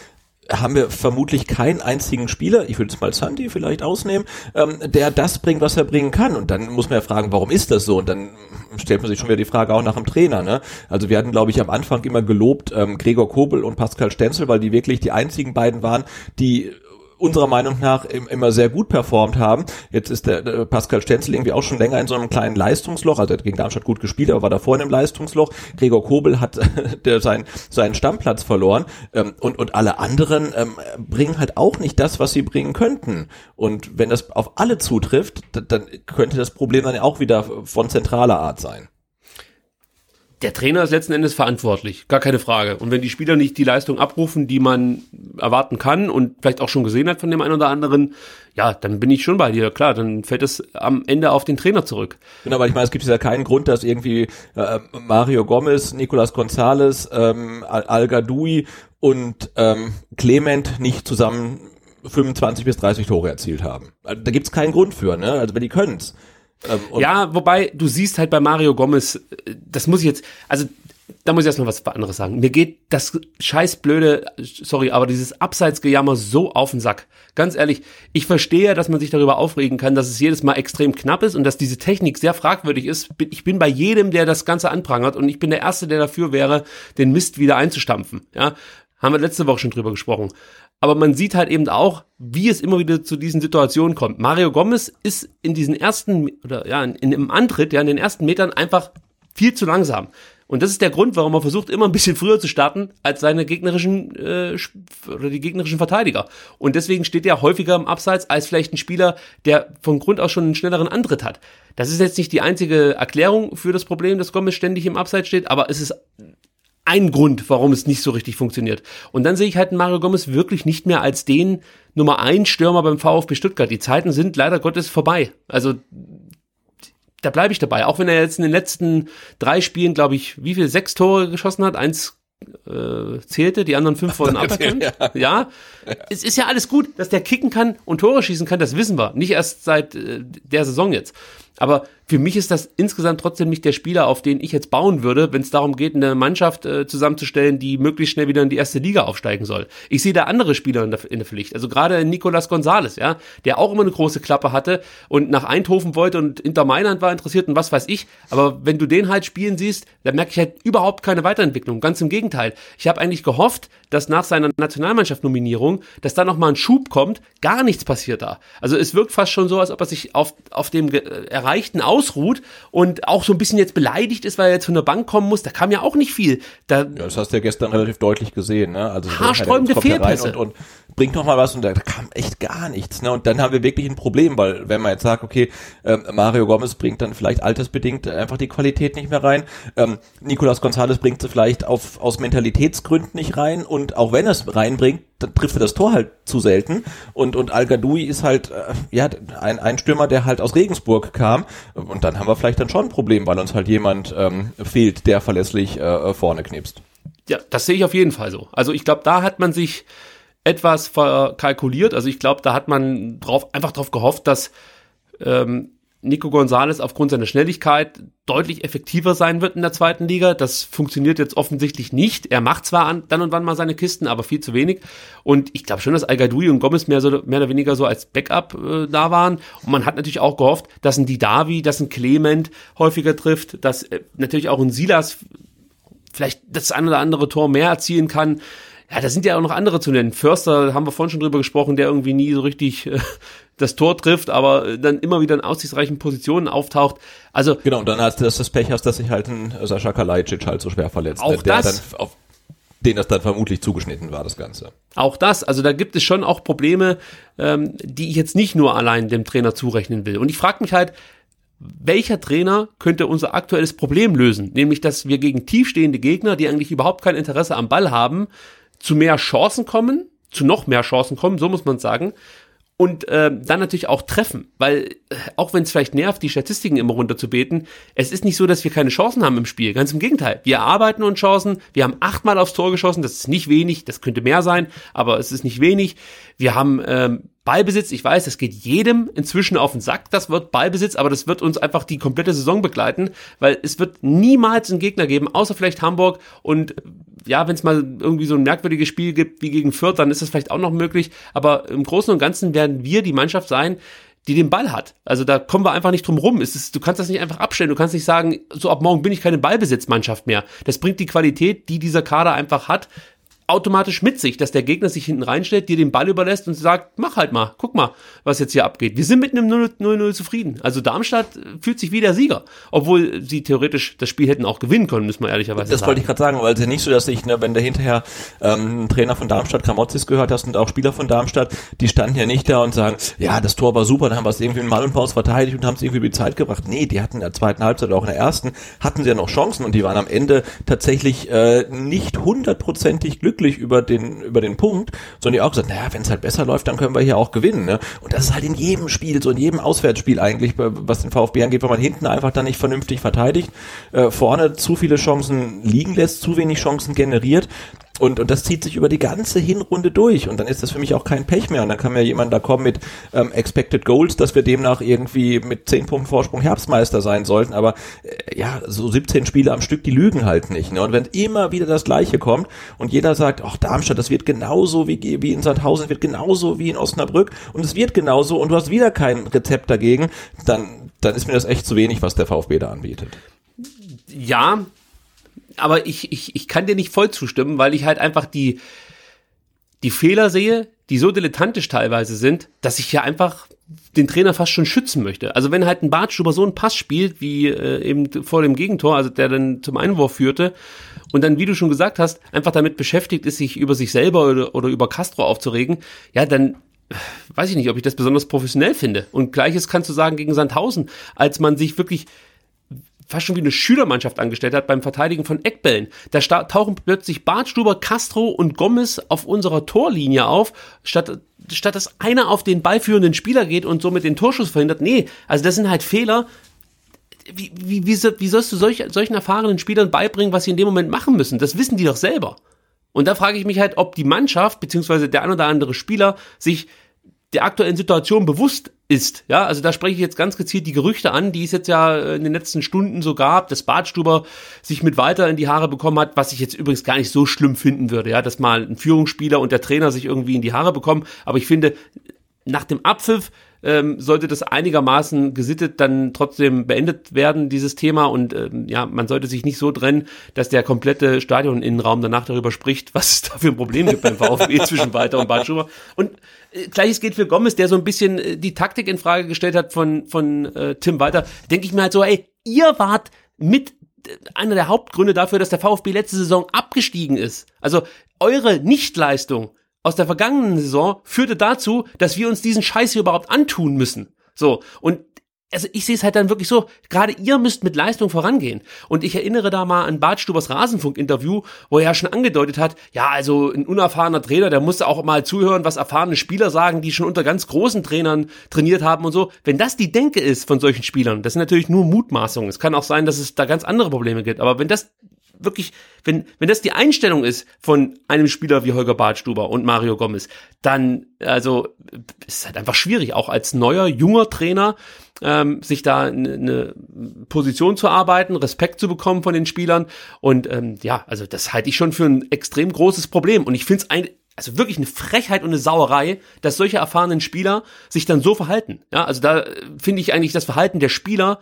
haben wir vermutlich keinen einzigen Spieler, ich würde jetzt mal Santi vielleicht ausnehmen, ähm, der das bringt, was er bringen kann. Und dann muss man ja fragen, warum ist das so? Und dann stellt man sich schon wieder die Frage auch nach dem Trainer. Ne? Also wir hatten, glaube ich, am Anfang immer gelobt ähm, Gregor Kobel und Pascal Stenzel, weil die wirklich die einzigen beiden waren, die unserer Meinung nach immer sehr gut performt haben. Jetzt ist der, der Pascal Stenzel irgendwie auch schon länger in so einem kleinen Leistungsloch, also er hat gegen Darmstadt gut gespielt, aber war davor in einem Leistungsloch. Gregor Kobel hat der sein, seinen Stammplatz verloren ähm, und, und alle anderen ähm, bringen halt auch nicht das, was sie bringen könnten. Und wenn das auf alle zutrifft, dann könnte das Problem dann auch wieder von zentraler Art sein. Der Trainer ist letzten Endes verantwortlich, gar keine Frage. Und wenn die Spieler nicht die Leistung abrufen, die man erwarten kann und vielleicht auch schon gesehen hat von dem einen oder anderen, ja, dann bin ich schon bei dir. Klar, dann fällt es am Ende auf den Trainer zurück. Genau, weil ich meine, es gibt ja keinen Grund, dass irgendwie äh, Mario Gomez, Nicolas Gonzalez, ähm, Al-Gadoui und ähm, Clement nicht zusammen fünfundzwanzig bis dreißig Tore erzielt haben. Also, da gibt's keinen Grund für, ne? Also, wenn die können's. Ja, wobei, du siehst halt bei Mario Gomez, das muss ich jetzt, also da muss ich erstmal was anderes sagen. Mir geht das scheißblöde, sorry, aber dieses Abseitsgejammer so auf den Sack. Ganz ehrlich, ich verstehe, dass man sich darüber aufregen kann, dass es jedes Mal extrem knapp ist und dass diese Technik sehr fragwürdig ist. Ich bin bei jedem, der das Ganze anprangert und ich bin der Erste, der dafür wäre, den Mist wieder einzustampfen. Ja, haben wir letzte Woche schon drüber gesprochen. Aber man sieht halt eben auch, wie es immer wieder zu diesen Situationen kommt. Mario Gomez ist in diesen ersten, oder ja, in, in dem Antritt, ja, in den ersten Metern einfach viel zu langsam. Und das ist der Grund, warum er versucht, immer ein bisschen früher zu starten, als seine gegnerischen, äh, oder die gegnerischen Verteidiger. Und deswegen steht er häufiger im Abseits als vielleicht ein Spieler, der von Grund aus schon einen schnelleren Antritt hat. Das ist jetzt nicht die einzige Erklärung für das Problem, dass Gomez ständig im Abseits steht, aber es ist ein Grund, warum es nicht so richtig funktioniert. Und dann sehe ich halt einen Mario Gomez wirklich nicht mehr als den Nummer eins Stürmer beim VfB Stuttgart. Die Zeiten sind leider Gottes vorbei. Also da bleibe ich dabei. Auch wenn er jetzt in den letzten drei Spielen, glaube ich, wie viel, sechs Tore geschossen hat, eins äh, zählte, die anderen fünf wurden aberkannt. Ja. ja, es ist ja alles gut, dass der kicken kann und Tore schießen kann, das wissen wir. Nicht erst seit äh, der Saison jetzt. Aber für mich ist das insgesamt trotzdem nicht der Spieler, auf den ich jetzt bauen würde, wenn es darum geht, eine Mannschaft äh, zusammenzustellen, die möglichst schnell wieder in die erste Liga aufsteigen soll. Ich sehe da andere Spieler in der, in der Pflicht. Also gerade Nicolas Gonzalez, ja, der auch immer eine große Klappe hatte und nach Eindhoven wollte und Inter Mailand war interessiert und was weiß ich. Aber wenn du den halt spielen siehst, dann merke ich halt überhaupt keine Weiterentwicklung. Ganz im Gegenteil. Ich habe eigentlich gehofft, dass nach seiner Nationalmannschaft-Nominierung, dass da nochmal ein Schub kommt. Gar nichts passiert da. Also es wirkt fast schon so, als ob er sich auf, auf dem äh, Erreichten ausruht und auch so ein bisschen jetzt beleidigt ist, weil er jetzt von der Bank kommen muss. Da kam ja auch nicht viel. Da ja, das hast du ja gestern relativ deutlich gesehen. Ne? Also haarsträubende Fehlpässe. Und, und bringt noch mal was und da kam echt gar nichts. Ne? Und dann haben wir wirklich ein Problem, weil wenn man jetzt sagt, okay, ähm, Mario Gomez bringt dann vielleicht altersbedingt einfach die Qualität nicht mehr rein. Ähm, Nicolas Gonzalez bringt sie vielleicht auf, aus Mentalitätsgründen nicht rein und auch wenn er es reinbringt, dann trifft er das Tor halt zu selten und und Al-Gadoui ist halt äh, ja ein ein Stürmer, der halt aus Regensburg kam und dann haben wir vielleicht dann schon ein Problem, weil uns halt jemand ähm, fehlt, der verlässlich äh, vorne knipst. Ja, das sehe ich auf jeden Fall so. Also ich glaube, da hat man sich etwas verkalkuliert. Also ich glaube, da hat man drauf einfach drauf gehofft, dass ähm, Nico Gonzalez aufgrund seiner Schnelligkeit deutlich effektiver sein wird in der zweiten Liga. Das funktioniert jetzt offensichtlich nicht. Er macht zwar an, dann und wann mal seine Kisten, aber viel zu wenig. Und ich glaube schon, dass Al-Gadoui und Gomez mehr, so, mehr oder weniger so als Backup äh, da waren. Und man hat natürlich auch gehofft, dass ein Didavi, dass ein Clement häufiger trifft, dass äh, natürlich auch ein Silas vielleicht das ein oder andere Tor mehr erzielen kann. Ja, da sind ja auch noch andere zu nennen. Förster, haben wir vorhin schon drüber gesprochen, der irgendwie nie so richtig äh, das Tor trifft, aber dann immer wieder in aussichtsreichen Positionen auftaucht. Also genau, und dann hast du das, das Pech hast, dass sich halt ein Sascha Kalajdzic halt so schwer verletzt. Auch der das. Dann auf den das dann vermutlich zugeschnitten war, das Ganze. Auch das, also da gibt es schon auch Probleme, ähm, die ich jetzt nicht nur allein dem Trainer zurechnen will. Und ich frage mich halt, welcher Trainer könnte unser aktuelles Problem lösen? Nämlich, dass wir gegen tiefstehende Gegner, die eigentlich überhaupt kein Interesse am Ball haben, zu mehr Chancen kommen, zu noch mehr Chancen kommen, so muss man sagen, und äh, dann natürlich auch treffen, weil äh, auch wenn es vielleicht nervt, die Statistiken immer runterzubeten, es ist nicht so, dass wir keine Chancen haben im Spiel, ganz im Gegenteil, wir erarbeiten uns Chancen, wir haben achtmal aufs Tor geschossen, das ist nicht wenig, das könnte mehr sein, aber es ist nicht wenig, Wir haben ähm, Ballbesitz, ich weiß, das geht jedem inzwischen auf den Sack, das wird Ballbesitz, aber das wird uns einfach die komplette Saison begleiten, weil es wird niemals einen Gegner geben, außer vielleicht Hamburg und ja, wenn es mal irgendwie so ein merkwürdiges Spiel gibt wie gegen Fürth, dann ist das vielleicht auch noch möglich, aber im Großen und Ganzen werden wir die Mannschaft sein, die den Ball hat. Also da kommen wir einfach nicht drum rum. Es ist, du kannst das nicht einfach abstellen. Du kannst nicht sagen, so ab morgen bin ich keine Ballbesitzmannschaft mehr. Das bringt die Qualität, die dieser Kader einfach hat, automatisch mit sich, dass der Gegner sich hinten reinstellt, dir den Ball überlässt und sagt, mach halt mal, guck mal, was jetzt hier abgeht. Wir sind mit einem null null zufrieden. Also Darmstadt fühlt sich wie der Sieger, obwohl sie theoretisch das Spiel hätten auch gewinnen können, müssen wir ehrlicherweise das sagen. Das wollte ich gerade sagen, weil es ja nicht so, dass ich, ne, wenn du hinterher ähm, einen Trainer von Darmstadt, Kramotzis, gehört hast und auch Spieler von Darmstadt, die standen ja nicht da und sagen, ja, das Tor war super, dann haben wir es irgendwie in Mal und Paus verteidigt und haben es irgendwie über die Zeit gebracht. Nee, die hatten in der zweiten Halbzeit, auch in der ersten, hatten sie ja noch Chancen und die waren am Ende tatsächlich äh, nicht hundertprozentig glücklich über den über den Punkt, sondern die auch gesagt, naja, wenn es halt besser läuft, dann können wir hier auch gewinnen. Ne? Und das ist halt in jedem Spiel, so in jedem Auswärtsspiel eigentlich, was den VfB angeht, wenn man hinten einfach dann nicht vernünftig verteidigt, äh, vorne zu viele Chancen liegen lässt, zu wenig Chancen generiert. Und, und das zieht sich über die ganze Hinrunde durch. Und dann ist das für mich auch kein Pech mehr. Und dann kann mir jemand da kommen mit ähm, Expected Goals, dass wir demnach irgendwie mit zehn Punkten Vorsprung Herbstmeister sein sollten. Aber äh, ja, so siebzehn Spiele am Stück, die lügen halt nicht. Ne? Und wenn immer wieder das Gleiche kommt und jeder sagt, ach Darmstadt, das wird genauso wie, wie in Sandhausen, wird genauso wie in Osnabrück und es wird genauso und du hast wieder kein Rezept dagegen, dann, dann ist mir das echt zu wenig, was der VfB da anbietet. Ja, aber ich, ich, ich kann dir nicht voll zustimmen, weil ich halt einfach die, die Fehler sehe, die so dilettantisch teilweise sind, dass ich ja einfach den Trainer fast schon schützen möchte. Also wenn halt ein Bartstuber so einen Pass spielt, wie äh, eben vor dem Gegentor, also der dann zum Einwurf führte und dann, wie du schon gesagt hast, einfach damit beschäftigt ist, sich über sich selber oder, oder über Castro aufzuregen, ja, dann weiß ich nicht, ob ich das besonders professionell finde. Und Gleiches kannst du sagen gegen Sandhausen, als man sich wirklich fast schon wie eine Schülermannschaft angestellt hat beim Verteidigen von Eckbällen. Da sta- tauchen plötzlich Bartstuber, Castro und Gomez auf unserer Torlinie auf, statt, statt dass einer auf den ballführenden Spieler geht und somit den Torschuss verhindert. Nee, also das sind halt Fehler. Wie, wie, wie, wie sollst du solch, solchen erfahrenen Spielern beibringen, was sie in dem Moment machen müssen? Das wissen die doch selber. Und da frage ich mich halt, ob die Mannschaft, beziehungsweise der ein oder andere Spieler, sich der aktuellen Situation bewusst ist. Ja, also da spreche ich jetzt ganz gezielt die Gerüchte an, die es jetzt ja in den letzten Stunden so gab, dass Bartstuber sich mit Walter in die Haare bekommen hat, was ich jetzt übrigens gar nicht so schlimm finden würde, ja, dass mal ein Führungsspieler und der Trainer sich irgendwie in die Haare bekommen, aber ich finde, nach dem Abpfiff ähm, sollte das einigermaßen gesittet dann trotzdem beendet werden, dieses Thema, und ähm, ja, man sollte sich nicht so trennen, dass der komplette Stadioninnenraum danach darüber spricht, was es da für ein Problem gibt beim VfB zwischen Walter und Bartstuber. Und äh, Gleiches gilt für Gomez, der so ein bisschen äh, die Taktik in Frage gestellt hat von von äh, Tim Walter. Denke ich mir halt so, ey, ihr wart mit äh, einer der Hauptgründe dafür, dass der VfB letzte Saison abgestiegen ist. Also eure Nichtleistung aus der vergangenen Saison führte dazu, dass wir uns diesen Scheiß hier überhaupt antun müssen. So, und also ich sehe es halt dann wirklich so, gerade ihr müsst mit Leistung vorangehen. Und ich erinnere da mal an Bartstubers Rasenfunk-Interview, wo er ja schon angedeutet hat, ja, also ein unerfahrener Trainer, der muss auch mal zuhören, was erfahrene Spieler sagen, die schon unter ganz großen Trainern trainiert haben und so. Wenn das die Denke ist von solchen Spielern, das sind natürlich nur Mutmaßungen. Es kann auch sein, dass es da ganz andere Probleme gibt. Aber wenn das wirklich, wenn wenn das die Einstellung ist von einem Spieler wie Holger Bartstuber und Mario Gomez, dann, also, ist halt einfach schwierig, auch als neuer, junger Trainer, ähm, sich da eine ne Position zu arbeiten, Respekt zu bekommen von den Spielern, und ähm, ja, also das halte ich schon für ein extrem großes Problem, und ich finde es ein also wirklich eine Frechheit und eine Sauerei, dass solche erfahrenen Spieler sich dann so verhalten. Ja, also da finde ich eigentlich das Verhalten der Spieler,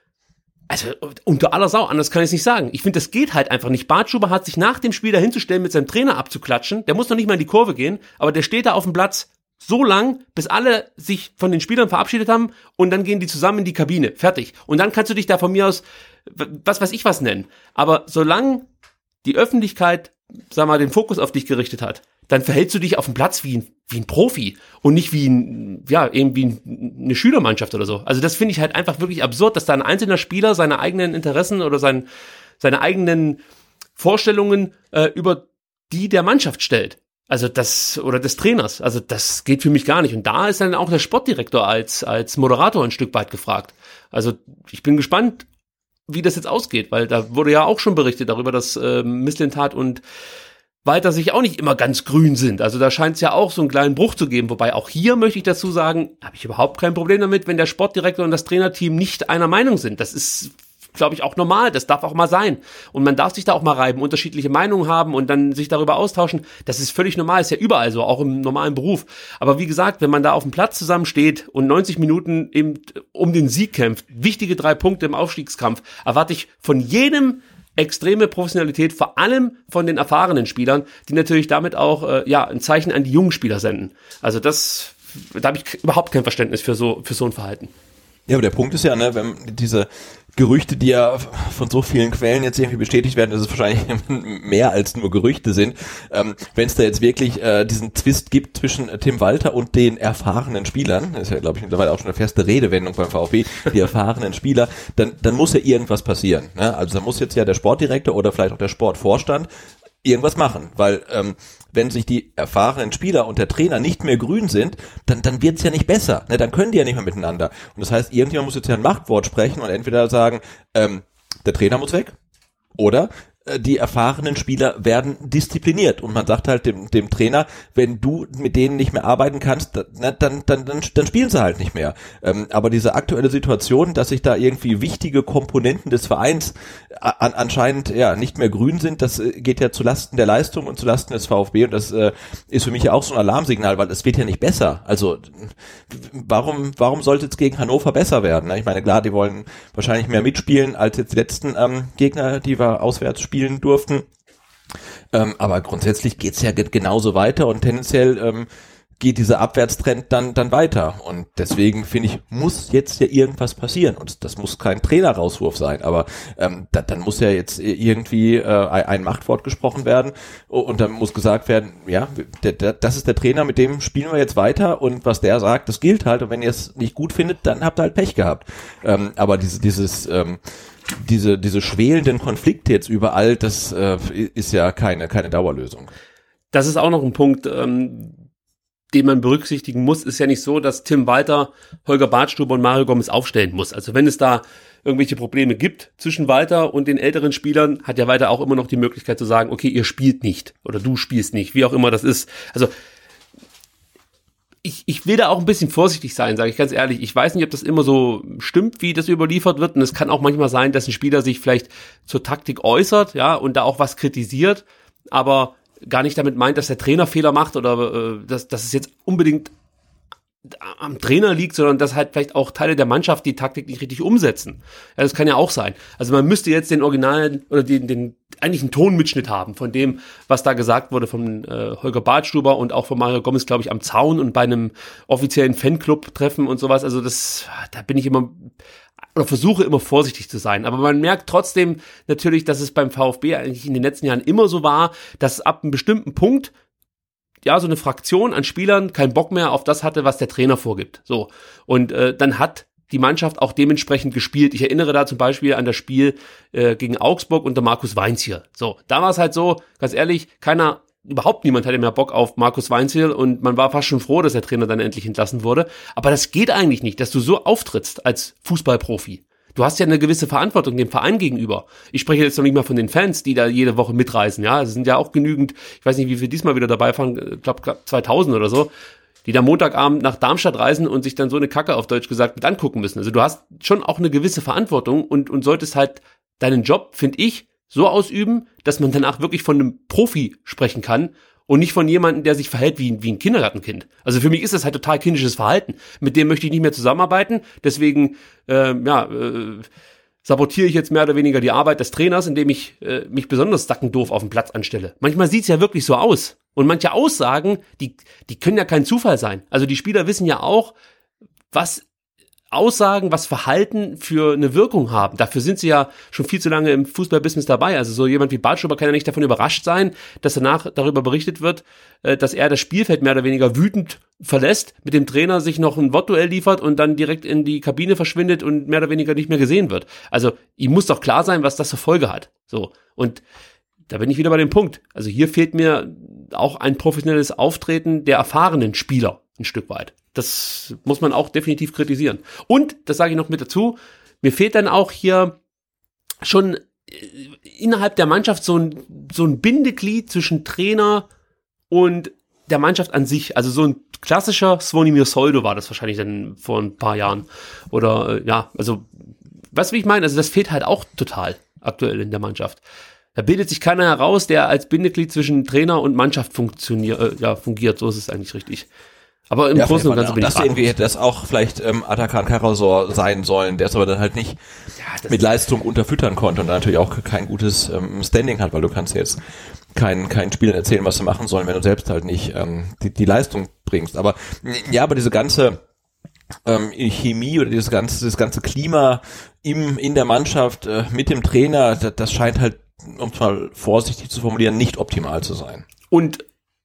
also unter aller Sau, anders kann ich es nicht sagen. Ich finde, das geht halt einfach nicht. Bartstuber hat sich nach dem Spiel da hinzustellen, mit seinem Trainer abzuklatschen. Der muss noch nicht mal in die Kurve gehen, aber der steht da auf dem Platz so lang, bis alle sich von den Spielern verabschiedet haben, und dann gehen die zusammen in die Kabine. Fertig. Und dann kannst du dich da von mir aus, was weiß ich was nennen. Aber solange die Öffentlichkeit, sag mal, den Fokus auf dich gerichtet hat, dann verhältst du dich auf dem Platz wie ein, wie ein Profi und nicht wie ein, ja, eben wie ein, eine Schülermannschaft oder so. Also das finde ich halt einfach wirklich absurd, dass da ein einzelner Spieler seine eigenen Interessen oder sein, seine eigenen Vorstellungen äh, über die der Mannschaft stellt. Also das, oder des Trainers. Also das geht für mich gar nicht. Und da ist dann auch der Sportdirektor als, als Moderator ein Stück weit gefragt. Also ich bin gespannt, wie das jetzt ausgeht, weil da wurde ja auch schon berichtet darüber, dass äh, Mislintat und Walter sich auch nicht immer ganz grün sind. Also da scheint es ja auch so einen kleinen Bruch zu geben. Wobei auch hier möchte ich dazu sagen, habe ich überhaupt kein Problem damit, wenn der Sportdirektor und das Trainerteam nicht einer Meinung sind. Das ist, glaube ich, auch normal. Das darf auch mal sein. Und man darf sich da auch mal reiben, unterschiedliche Meinungen haben und dann sich darüber austauschen. Das ist völlig normal. Ist ja überall so, auch im normalen Beruf. Aber wie gesagt, wenn man da auf dem Platz zusammen steht und neunzig Minuten eben um den Sieg kämpft, wichtige drei Punkte im Aufstiegskampf, erwarte ich von jedem extreme Professionalität, vor allem von den erfahrenen Spielern, die natürlich damit auch äh, ja ein Zeichen an die jungen Spieler senden. Also das, da habe ich überhaupt kein Verständnis für so für so ein Verhalten. Ja, aber der Punkt ist ja, ne, wenn diese Gerüchte, die ja von so vielen Quellen jetzt irgendwie bestätigt werden, dass es wahrscheinlich mehr als nur Gerüchte sind, ähm, wenn es da jetzt wirklich äh, diesen Zwist gibt zwischen äh, Tim Walter und den erfahrenen Spielern, das ist ja, glaube ich, mittlerweile auch schon eine feste Redewendung beim VfB, die erfahrenen Spieler, dann, dann muss ja irgendwas passieren. Ne? Also da muss jetzt ja der Sportdirektor oder vielleicht auch der Sportvorstand irgendwas machen, weil ähm, wenn sich die erfahrenen Spieler und der Trainer nicht mehr grün sind, dann dann wird's ja nicht besser, ne? Dann können die ja nicht mehr miteinander. Und das heißt, irgendjemand muss jetzt ja ein Machtwort sprechen und entweder sagen, ähm, der Trainer muss weg oder äh, die erfahrenen Spieler werden diszipliniert. Und man sagt halt dem, dem Trainer, wenn du mit denen nicht mehr arbeiten kannst, dann, dann, dann, dann, dann spielen sie halt nicht mehr. Ähm, aber diese aktuelle Situation, dass sich da irgendwie wichtige Komponenten des Vereins an, anscheinend ja nicht mehr grün sind, das äh, geht ja zulasten der Leistung und zulasten des VfB und das äh, ist für mich ja auch so ein Alarmsignal, weil es wird ja nicht besser. Also warum warum sollte es gegen Hannover besser werden? Ich meine, klar, die wollen wahrscheinlich mehr mitspielen als jetzt die letzten ähm, Gegner, die wir auswärts spielen durften. Ähm, aber grundsätzlich geht's ja ge- genauso weiter und tendenziell ähm, geht dieser Abwärtstrend dann dann weiter. Und deswegen finde ich, muss jetzt ja irgendwas passieren. Und das muss kein Trainer-Rauswurf sein, aber ähm, da, dann muss ja jetzt irgendwie äh, ein Machtwort gesprochen werden und dann muss gesagt werden, ja, der, der, das ist der Trainer, mit dem spielen wir jetzt weiter und was der sagt, das gilt halt. Und wenn ihr es nicht gut findet, dann habt ihr halt Pech gehabt. Ähm, aber diese, dieses ähm, diese diese schwelenden Konflikte jetzt überall, das äh, ist ja keine keine Dauerlösung. Das ist auch noch ein Punkt, ähm, den man berücksichtigen muss. Ist ja nicht so, dass Tim Walter, Holger Badstuber und Mario Gomez aufstellen muss. Also wenn es da irgendwelche Probleme gibt zwischen Walter und den älteren Spielern, hat ja Walter auch immer noch die Möglichkeit zu sagen, okay, ihr spielt nicht oder du spielst nicht, wie auch immer das ist. Also Ich, ich will da auch ein bisschen vorsichtig sein, sage ich ganz ehrlich. Ich weiß nicht, ob das immer so stimmt, wie das überliefert wird. Und es kann auch manchmal sein, dass ein Spieler sich vielleicht zur Taktik äußert, ja, und da auch was kritisiert, aber gar nicht damit meint, dass der Trainer Fehler macht oder äh, dass, dass es jetzt unbedingt am Trainer liegt, sondern dass halt vielleicht auch Teile der Mannschaft die Taktik nicht richtig umsetzen. Ja, das kann ja auch sein. Also man müsste jetzt den originalen oder den, den eigentlichen Tonmitschnitt haben von dem, was da gesagt wurde von äh, Holger Badstuber und auch von Mario Gomez, glaube ich, am Zaun und bei einem offiziellen Fanclub-Treffen und sowas. Also das, da bin ich immer oder versuche immer vorsichtig zu sein. Aber man merkt trotzdem natürlich, dass es beim VfB eigentlich in den letzten Jahren immer so war, dass ab einem bestimmten Punkt ja so eine Fraktion an Spielern keinen Bock mehr auf das hatte, was der Trainer vorgibt. So. Und äh, dann hat die Mannschaft auch dementsprechend gespielt. Ich erinnere da zum Beispiel an das Spiel äh, gegen Augsburg unter Markus Weinzierl. So, da war es halt so, ganz ehrlich, keiner Überhaupt niemand hatte mehr Bock auf Markus Weinzierl und man war fast schon froh, dass der Trainer dann endlich entlassen wurde. Aber das geht eigentlich nicht, dass du so auftrittst als Fußballprofi. Du hast ja eine gewisse Verantwortung dem Verein gegenüber. Ich spreche jetzt noch nicht mal von den Fans, die da jede Woche mitreisen. Ja, es sind ja auch genügend, ich weiß nicht, wie wir diesmal wieder dabei fahren, ich glaube zweitausend oder so, die da Montagabend nach Darmstadt reisen und sich dann so eine Kacke auf Deutsch gesagt mit angucken müssen. Also du hast schon auch eine gewisse Verantwortung und, und solltest halt deinen Job, finde ich, so ausüben, dass man danach wirklich von einem Profi sprechen kann und nicht von jemandem, der sich verhält wie, wie ein Kindergartenkind. Also für mich ist das halt total kindisches Verhalten. Mit dem möchte ich nicht mehr zusammenarbeiten. Deswegen äh, ja, äh, sabotiere ich jetzt mehr oder weniger die Arbeit des Trainers, indem ich äh, mich besonders sackendoof auf dem Platz anstelle. Manchmal sieht's ja wirklich so aus. Und manche Aussagen, die, die können ja kein Zufall sein. Also die Spieler wissen ja auch, was Aussagen, was Verhalten für eine Wirkung haben. Dafür sind sie ja schon viel zu lange im Fußballbusiness dabei. Also so jemand wie Badstuber kann ja nicht davon überrascht sein, dass danach darüber berichtet wird, dass er das Spielfeld mehr oder weniger wütend verlässt, mit dem Trainer sich noch ein Wortduell liefert und dann direkt in die Kabine verschwindet und mehr oder weniger nicht mehr gesehen wird. Also ihm muss doch klar sein, was das zur Folge hat. So. Und da bin ich wieder bei dem Punkt. Also hier fehlt mir auch ein professionelles Auftreten der erfahrenen Spieler ein Stück weit. Das muss man auch definitiv kritisieren. Und, das sage ich noch mit dazu, mir fehlt dann auch hier schon innerhalb der Mannschaft so ein, so ein Bindeglied zwischen Trainer und der Mannschaft an sich. Also so ein klassischer Zvonimir Soldo war das wahrscheinlich dann vor ein paar Jahren. Oder, ja, also, weißt du, wie ich meine? Also das fehlt halt auch total aktuell in der Mannschaft. Da bildet sich keiner heraus, der als Bindeglied zwischen Trainer und Mannschaft funktioniert, äh, ja, fungiert. So ist es eigentlich richtig. Aber im ja, Großen und Ganzen bin ich das irgendwie hätte das auch vielleicht ähm, Atakan Karasor sein sollen, der es aber dann halt nicht ja, mit Leistung unterfüttern konnte und natürlich auch kein gutes ähm, Standing hat, weil du kannst jetzt keinen keinen Spielern erzählen, was sie machen sollen, wenn du selbst halt nicht ähm, die, die Leistung bringst. Aber ja, aber diese ganze ähm, Chemie oder dieses ganze das ganze Klima im in der Mannschaft äh, mit dem Trainer, das, das scheint halt, um es mal vorsichtig zu formulieren, nicht optimal zu sein. Und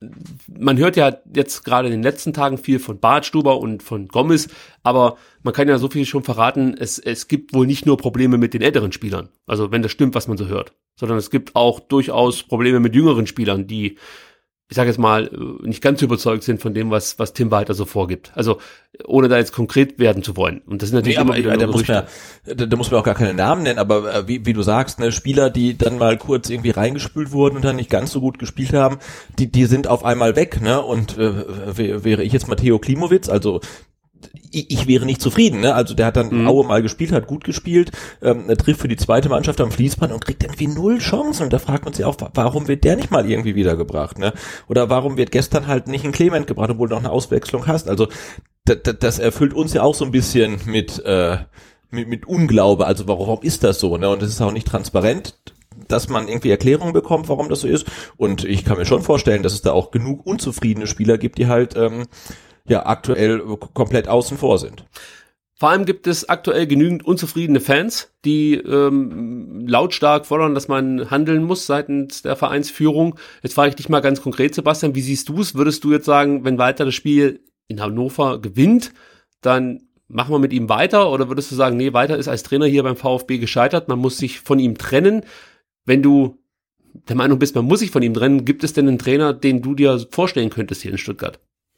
man hört ja jetzt gerade in den letzten Tagen viel von Bartstuber und von Gomez, aber man kann ja so viel schon verraten, es, es gibt wohl nicht nur Probleme mit den älteren Spielern, also wenn das stimmt, was man so hört, sondern es gibt auch durchaus Probleme mit jüngeren Spielern, die, ich sage jetzt mal, nicht ganz überzeugt sind von dem, was was Tim Walter so vorgibt. Also ohne da jetzt konkret werden zu wollen. Und das ist natürlich nee, immer aber, wieder da, muss man, da, da muss man auch gar keine Namen nennen, aber äh, wie, wie du sagst, ne, Spieler, die dann mal kurz irgendwie reingespült wurden und dann nicht ganz so gut gespielt haben, die die sind auf einmal weg, ne? Und äh, wäre ich jetzt Matteo Klimowitz, also Ich, ich wäre nicht zufrieden, ne? Also der hat dann mhm. Aue mal gespielt, hat gut gespielt, ähm, er trifft für die zweite Mannschaft am Fließband und kriegt irgendwie null Chancen. Und da fragt man sich auch, warum wird der nicht mal irgendwie wiedergebracht, ne? Oder warum wird gestern halt nicht ein Clement gebracht, obwohl du noch eine Auswechslung hast? Also d- d- das erfüllt uns ja auch so ein bisschen mit äh, mit, mit Unglaube. Also warum, warum ist das so, ne? Und es ist auch nicht transparent, dass man irgendwie Erklärungen bekommt, warum das so ist. Und ich kann mir schon vorstellen, dass es da auch genug unzufriedene Spieler gibt, die halt ähm, ja aktuell komplett außen vor sind. Vor allem gibt es aktuell genügend unzufriedene Fans, die ähm, lautstark fordern, dass man handeln muss seitens der Vereinsführung. Jetzt frage ich dich mal ganz konkret, Sebastian, wie siehst du es? Würdest du jetzt sagen, wenn Walter das Spiel in Hannover gewinnt, dann machen wir mit ihm weiter? Oder würdest du sagen, nee, Walter ist als Trainer hier beim VfB gescheitert, man muss sich von ihm trennen? Wenn du der Meinung bist, man muss sich von ihm trennen, gibt es denn einen Trainer, den du dir vorstellen könntest hier in Stuttgart?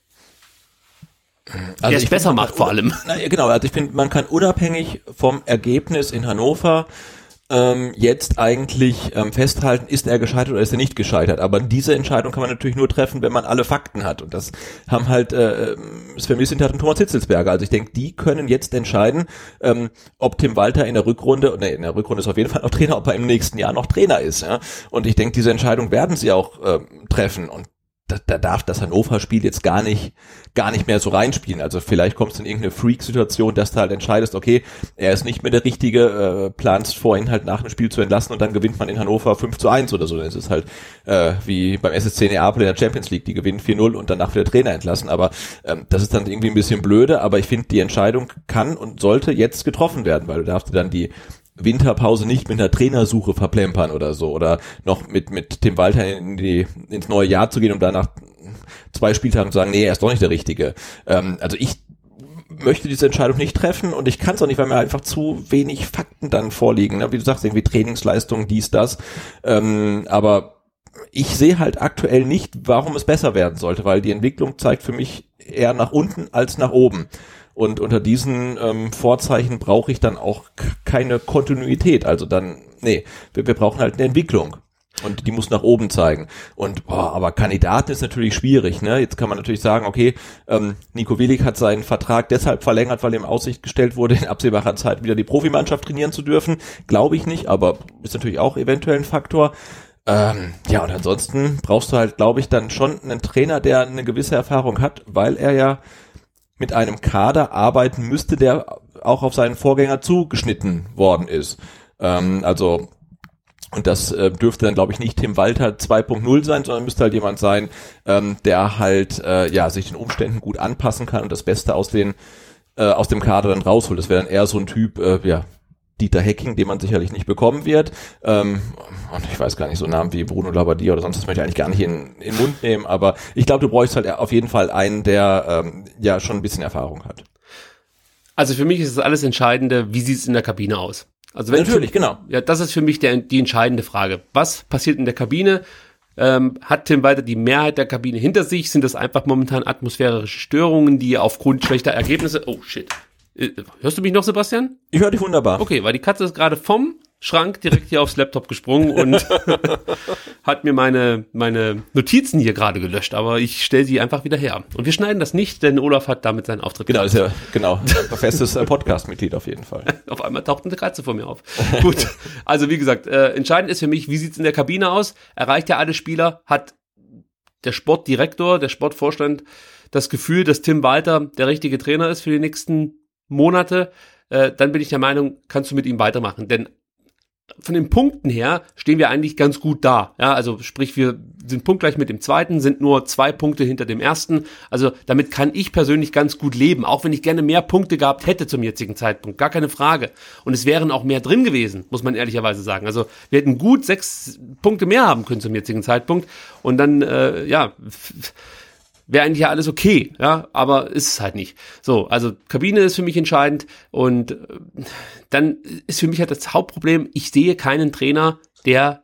Also der es besser find, macht vor allem. Na, genau, also ich finde, man kann unabhängig vom Ergebnis in Hannover ähm, jetzt eigentlich ähm, festhalten, ist er gescheitert oder ist er nicht gescheitert. Aber diese Entscheidung kann man natürlich nur treffen, wenn man alle Fakten hat. Und das haben halt äh, Sven Mislintat und Thomas Hitzelsberger. Also ich denke, die können jetzt entscheiden, ähm, ob Tim Walter in der Rückrunde, ne, in der Rückrunde ist auf jeden Fall noch Trainer, ob er im nächsten Jahr noch Trainer ist. Ja? Und ich denke, diese Entscheidung werden sie auch äh, treffen. Und Da, da darf das Hannover-Spiel jetzt gar nicht, gar nicht mehr so reinspielen. Also vielleicht kommst du in irgendeine Freak-Situation, dass du halt entscheidest, okay, er ist nicht mehr der Richtige, äh, planst vor, ihn halt nach dem Spiel zu entlassen und dann gewinnt man in Hannover fünf zu eins oder so. Das ist halt äh, wie beim S S C Neapel in der Champions League, die gewinnen vier null und danach wieder Trainer entlassen. Aber ähm, das ist dann irgendwie ein bisschen blöde, aber ich finde, die Entscheidung kann und sollte jetzt getroffen werden, weil du darfst dir dann die Winterpause nicht mit einer Trainersuche verplempern oder so oder noch mit mit Tim Walter in die ins neue Jahr zu gehen, um danach zwei Spieltagen zu sagen, nee, er ist doch nicht der Richtige. Ähm, also ich möchte diese Entscheidung nicht treffen und ich kann es auch nicht, weil mir einfach zu wenig Fakten dann vorliegen. Ne? Wie du sagst, irgendwie Trainingsleistung, dies, das. Ähm, aber ich sehe halt aktuell nicht, warum es besser werden sollte, weil die Entwicklung zeigt für mich eher nach unten als nach oben. Und unter diesen ähm, Vorzeichen brauche ich dann auch k- keine Kontinuität. Also dann, nee, wir, wir brauchen halt eine Entwicklung. Und die muss nach oben zeigen. Und boah, aber Kandidaten ist natürlich schwierig, ne? Jetzt kann man natürlich sagen, okay, ähm, Nico Willig hat seinen Vertrag deshalb verlängert, weil ihm in Aussicht gestellt wurde, in absehbarer Zeit wieder die Profimannschaft trainieren zu dürfen. Glaube ich nicht, aber ist natürlich auch eventuell ein Faktor. Ähm, ja, und ansonsten brauchst du halt, glaube ich, dann schon einen Trainer, der eine gewisse Erfahrung hat, weil er ja mit einem Kader arbeiten müsste, der auch auf seinen Vorgänger zugeschnitten worden ist. Ähm, also, und das äh, dürfte dann, glaube ich, nicht Tim Walter zwei Punkt null sein, sondern müsste halt jemand sein, ähm, der halt äh, ja sich den Umständen gut anpassen kann und das Beste aus den äh, aus dem Kader dann rausholt. Das wäre dann eher so ein Typ, äh, ja, Dieter Hecking, den man sicherlich nicht bekommen wird. Ähm, und ich weiß gar nicht, so Namen wie Bruno Labbadia oder sonst, das möchte ich eigentlich gar nicht in, in den Mund nehmen, aber ich glaube, du bräuchst halt auf jeden Fall einen, der ähm, ja schon ein bisschen Erfahrung hat. Also für mich ist das alles Entscheidende, wie sieht es in der Kabine aus? Also wenn Natürlich, für, genau. Ja, das ist für mich der, die entscheidende Frage. Was passiert in der Kabine? Ähm, hat Tim Walter die Mehrheit der Kabine hinter sich? Sind das einfach momentan atmosphärische Störungen, die aufgrund schlechter Ergebnisse... Oh, shit. Hörst du mich noch, Sebastian? Ich höre dich wunderbar. Okay, weil die Katze ist gerade vom Schrank direkt hier aufs Laptop gesprungen und hat mir meine meine Notizen hier gerade gelöscht, aber ich stelle sie einfach wieder her. Und wir schneiden das nicht, denn Olaf hat damit seinen Auftritt Genau, ist ja genau ein festes äh, Podcast-Mitglied auf jeden Fall. Auf einmal taucht eine Katze vor mir auf. Gut, also wie gesagt, äh, entscheidend ist für mich, wie sieht's in der Kabine aus? Erreicht ja alle Spieler? Hat der Sportdirektor, der Sportvorstand das Gefühl, dass Tim Walter der richtige Trainer ist für die nächsten Monate? Äh, dann bin ich der Meinung, kannst du mit ihm weitermachen, denn von den Punkten her stehen wir eigentlich ganz gut da. Ja, also sprich, wir sind punktgleich mit dem zweiten, sind nur zwei Punkte hinter dem ersten. Also damit kann ich persönlich ganz gut leben, auch wenn ich gerne mehr Punkte gehabt hätte zum jetzigen Zeitpunkt. Gar keine Frage. Und es wären auch mehr drin gewesen, muss man ehrlicherweise sagen. Also wir hätten gut sechs Punkte mehr haben können zum jetzigen Zeitpunkt. Und dann, äh, ja... wäre eigentlich ja alles okay, ja, aber ist es halt nicht. So, also Kabine ist für mich entscheidend und äh, dann ist für mich halt das Hauptproblem, ich sehe keinen Trainer, der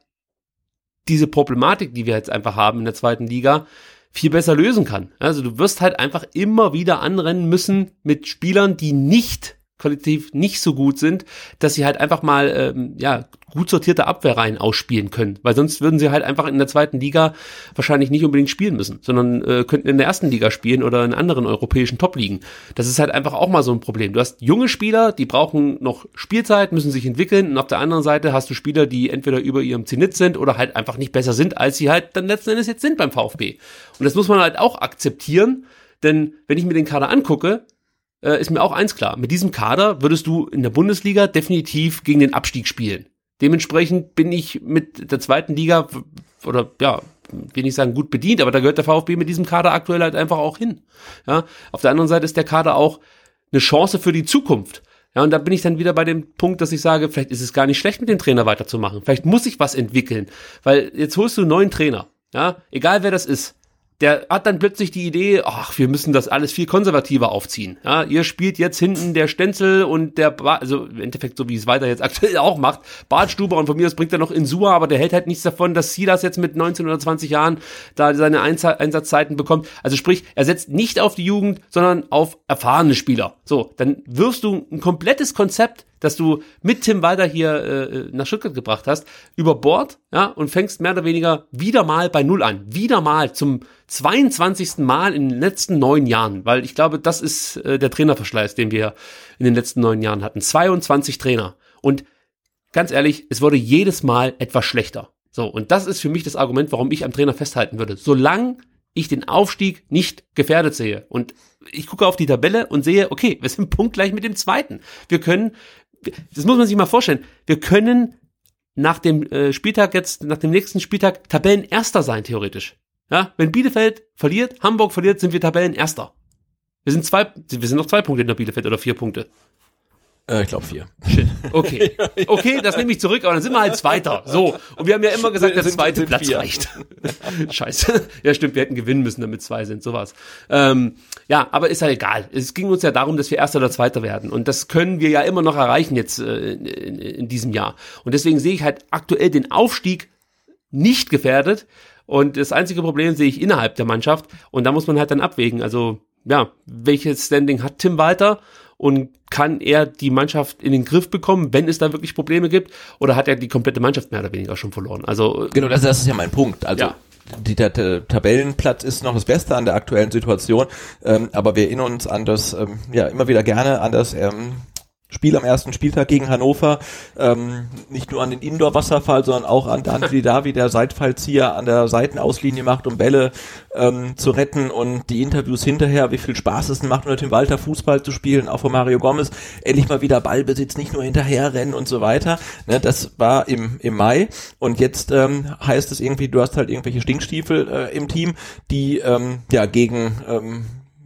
diese Problematik, die wir jetzt einfach haben in der zweiten Liga, viel besser lösen kann. Also du wirst halt einfach immer wieder anrennen müssen mit Spielern, die nicht qualitativ nicht so gut sind, dass sie halt einfach mal ähm, ja gut sortierte Abwehrreihen ausspielen können, weil sonst würden sie halt einfach in der zweiten Liga wahrscheinlich nicht unbedingt spielen müssen, sondern äh, könnten in der ersten Liga spielen oder in anderen europäischen Top-Ligen. Das ist halt einfach auch mal so ein Problem. Du hast junge Spieler, die brauchen noch Spielzeit, müssen sich entwickeln und auf der anderen Seite hast du Spieler, die entweder über ihrem Zenit sind oder halt einfach nicht besser sind, als sie halt dann letzten Endes jetzt sind beim VfB. Und das muss man halt auch akzeptieren, denn wenn ich mir den Kader angucke, ist mir auch eins klar, mit diesem Kader würdest du in der Bundesliga definitiv gegen den Abstieg spielen. Dementsprechend bin ich mit der zweiten Liga, oder ja, will nicht sagen gut bedient, aber da gehört der VfB mit diesem Kader aktuell halt einfach auch hin. Ja, auf der anderen Seite ist der Kader auch eine Chance für die Zukunft. Ja, und da bin ich dann wieder bei dem Punkt, dass ich sage, vielleicht ist es gar nicht schlecht, mit dem Trainer weiterzumachen. Vielleicht muss ich was entwickeln, weil jetzt holst du einen neuen Trainer, ja, egal wer das ist. Der hat dann plötzlich die Idee, ach, wir müssen das alles viel konservativer aufziehen. Ja, ihr spielt jetzt hinten der Stenzel und der, ba- also im Endeffekt so wie es weiter jetzt aktuell auch macht, Bartstuber und von mir aus bringt er noch Insua, aber der hält halt nichts davon, dass Silas jetzt mit neunzehn oder zwanzig Jahren da seine Einz- Einsatzzeiten bekommt. Also sprich, er setzt nicht auf die Jugend, sondern auf erfahrene Spieler. So, dann wirfst du ein komplettes Konzept, dass du mit Tim Walter hier äh, nach Stuttgart gebracht hast, über Bord, ja, und fängst mehr oder weniger wieder mal bei Null an. Wieder mal zum zweiundzwanzigsten Mal in den letzten neun Jahren, weil ich glaube, das ist äh, der Trainerverschleiß, den wir in den letzten neun Jahren hatten. zweiundzwanzig Trainer. Und ganz ehrlich, es wurde jedes Mal etwas schlechter. So, und das ist für mich das Argument, warum ich am Trainer festhalten würde. Solange ich den Aufstieg nicht gefährdet sehe und ich gucke auf die Tabelle und sehe, okay, wir sind punktgleich mit dem Zweiten. Wir können, das muss man sich mal vorstellen, wir können nach dem äh, Spieltag jetzt, nach dem nächsten Spieltag Tabellenerster sein, theoretisch. Ja, wenn Bielefeld verliert, Hamburg verliert, sind wir Tabellenerster. Wir sind zwei, wir sind noch zwei Punkte hinter Bielefeld oder vier Punkte. Äh, ich glaube vier. Shit. Okay. Okay, das nehme ich zurück, aber dann sind wir halt Zweiter. So. Und wir haben ja immer gesagt, der zweite Platz vier. Reicht. Scheiße. Ja, stimmt, wir hätten gewinnen müssen, damit zwei sind, sowas. Ähm, ja, aber ist ja egal. Es ging uns ja darum, dass wir Erster oder Zweiter werden. Und das können wir ja immer noch erreichen jetzt äh, in, in, in diesem Jahr. Und deswegen sehe ich halt aktuell den Aufstieg nicht gefährdet. Und das einzige Problem sehe ich innerhalb der Mannschaft. Und da muss man halt dann abwägen. Also, ja, welches Standing hat Tim Walter? Und kann er die Mannschaft in den Griff bekommen, wenn es da wirklich Probleme gibt? Oder hat er die komplette Mannschaft mehr oder weniger schon verloren? Also genau, das, das ist ja mein Punkt. Also ja. die, der, der Tabellenplatz ist noch das Beste an der aktuellen Situation. Ähm, aber wir erinnern uns an das, ähm, ja, immer wieder gerne an das ähm, Spiel am ersten Spieltag gegen Hannover, ähm, nicht nur an den Indoor-Wasserfall, sondern auch an Dante Davi, der Seitfallzieher an der Seitenauslinie macht, um Bälle ähm, zu retten, und die Interviews hinterher, wie viel Spaß es macht, unter Tim Walter Fußball zu spielen, auch von Mario Gomez, endlich mal wieder Ballbesitz, nicht nur hinterherrennen und so weiter. Ne, das war im im Mai, und jetzt ähm, heißt es irgendwie, du hast halt irgendwelche Stinkstiefel äh, im Team, die ähm, ja gegen ähm,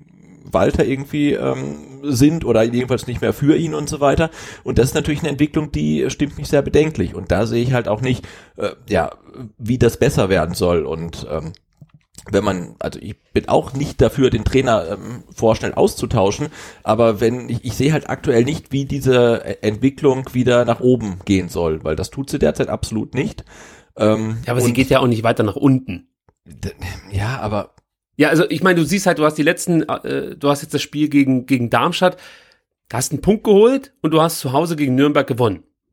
Walter irgendwie ähm, sind oder jedenfalls nicht mehr für ihn und so weiter. Und das ist natürlich eine Entwicklung, die stimmt mich sehr bedenklich. Und da sehe ich halt auch nicht, äh, ja, wie das besser werden soll. Und ähm, wenn man, also ich bin auch nicht dafür, den Trainer ähm, vorschnell auszutauschen, aber wenn ich, ich sehe halt aktuell nicht, wie diese Entwicklung wieder nach oben gehen soll, weil das tut sie derzeit absolut nicht. Ähm, ja, aber sie geht ja auch nicht weiter nach unten. D- ja, aber Ja, also ich meine, du siehst halt, du hast die letzten, äh, du hast jetzt das Spiel gegen gegen Darmstadt, da hast einen Punkt geholt und du hast zu Hause gegen Nürnberg gewonnen.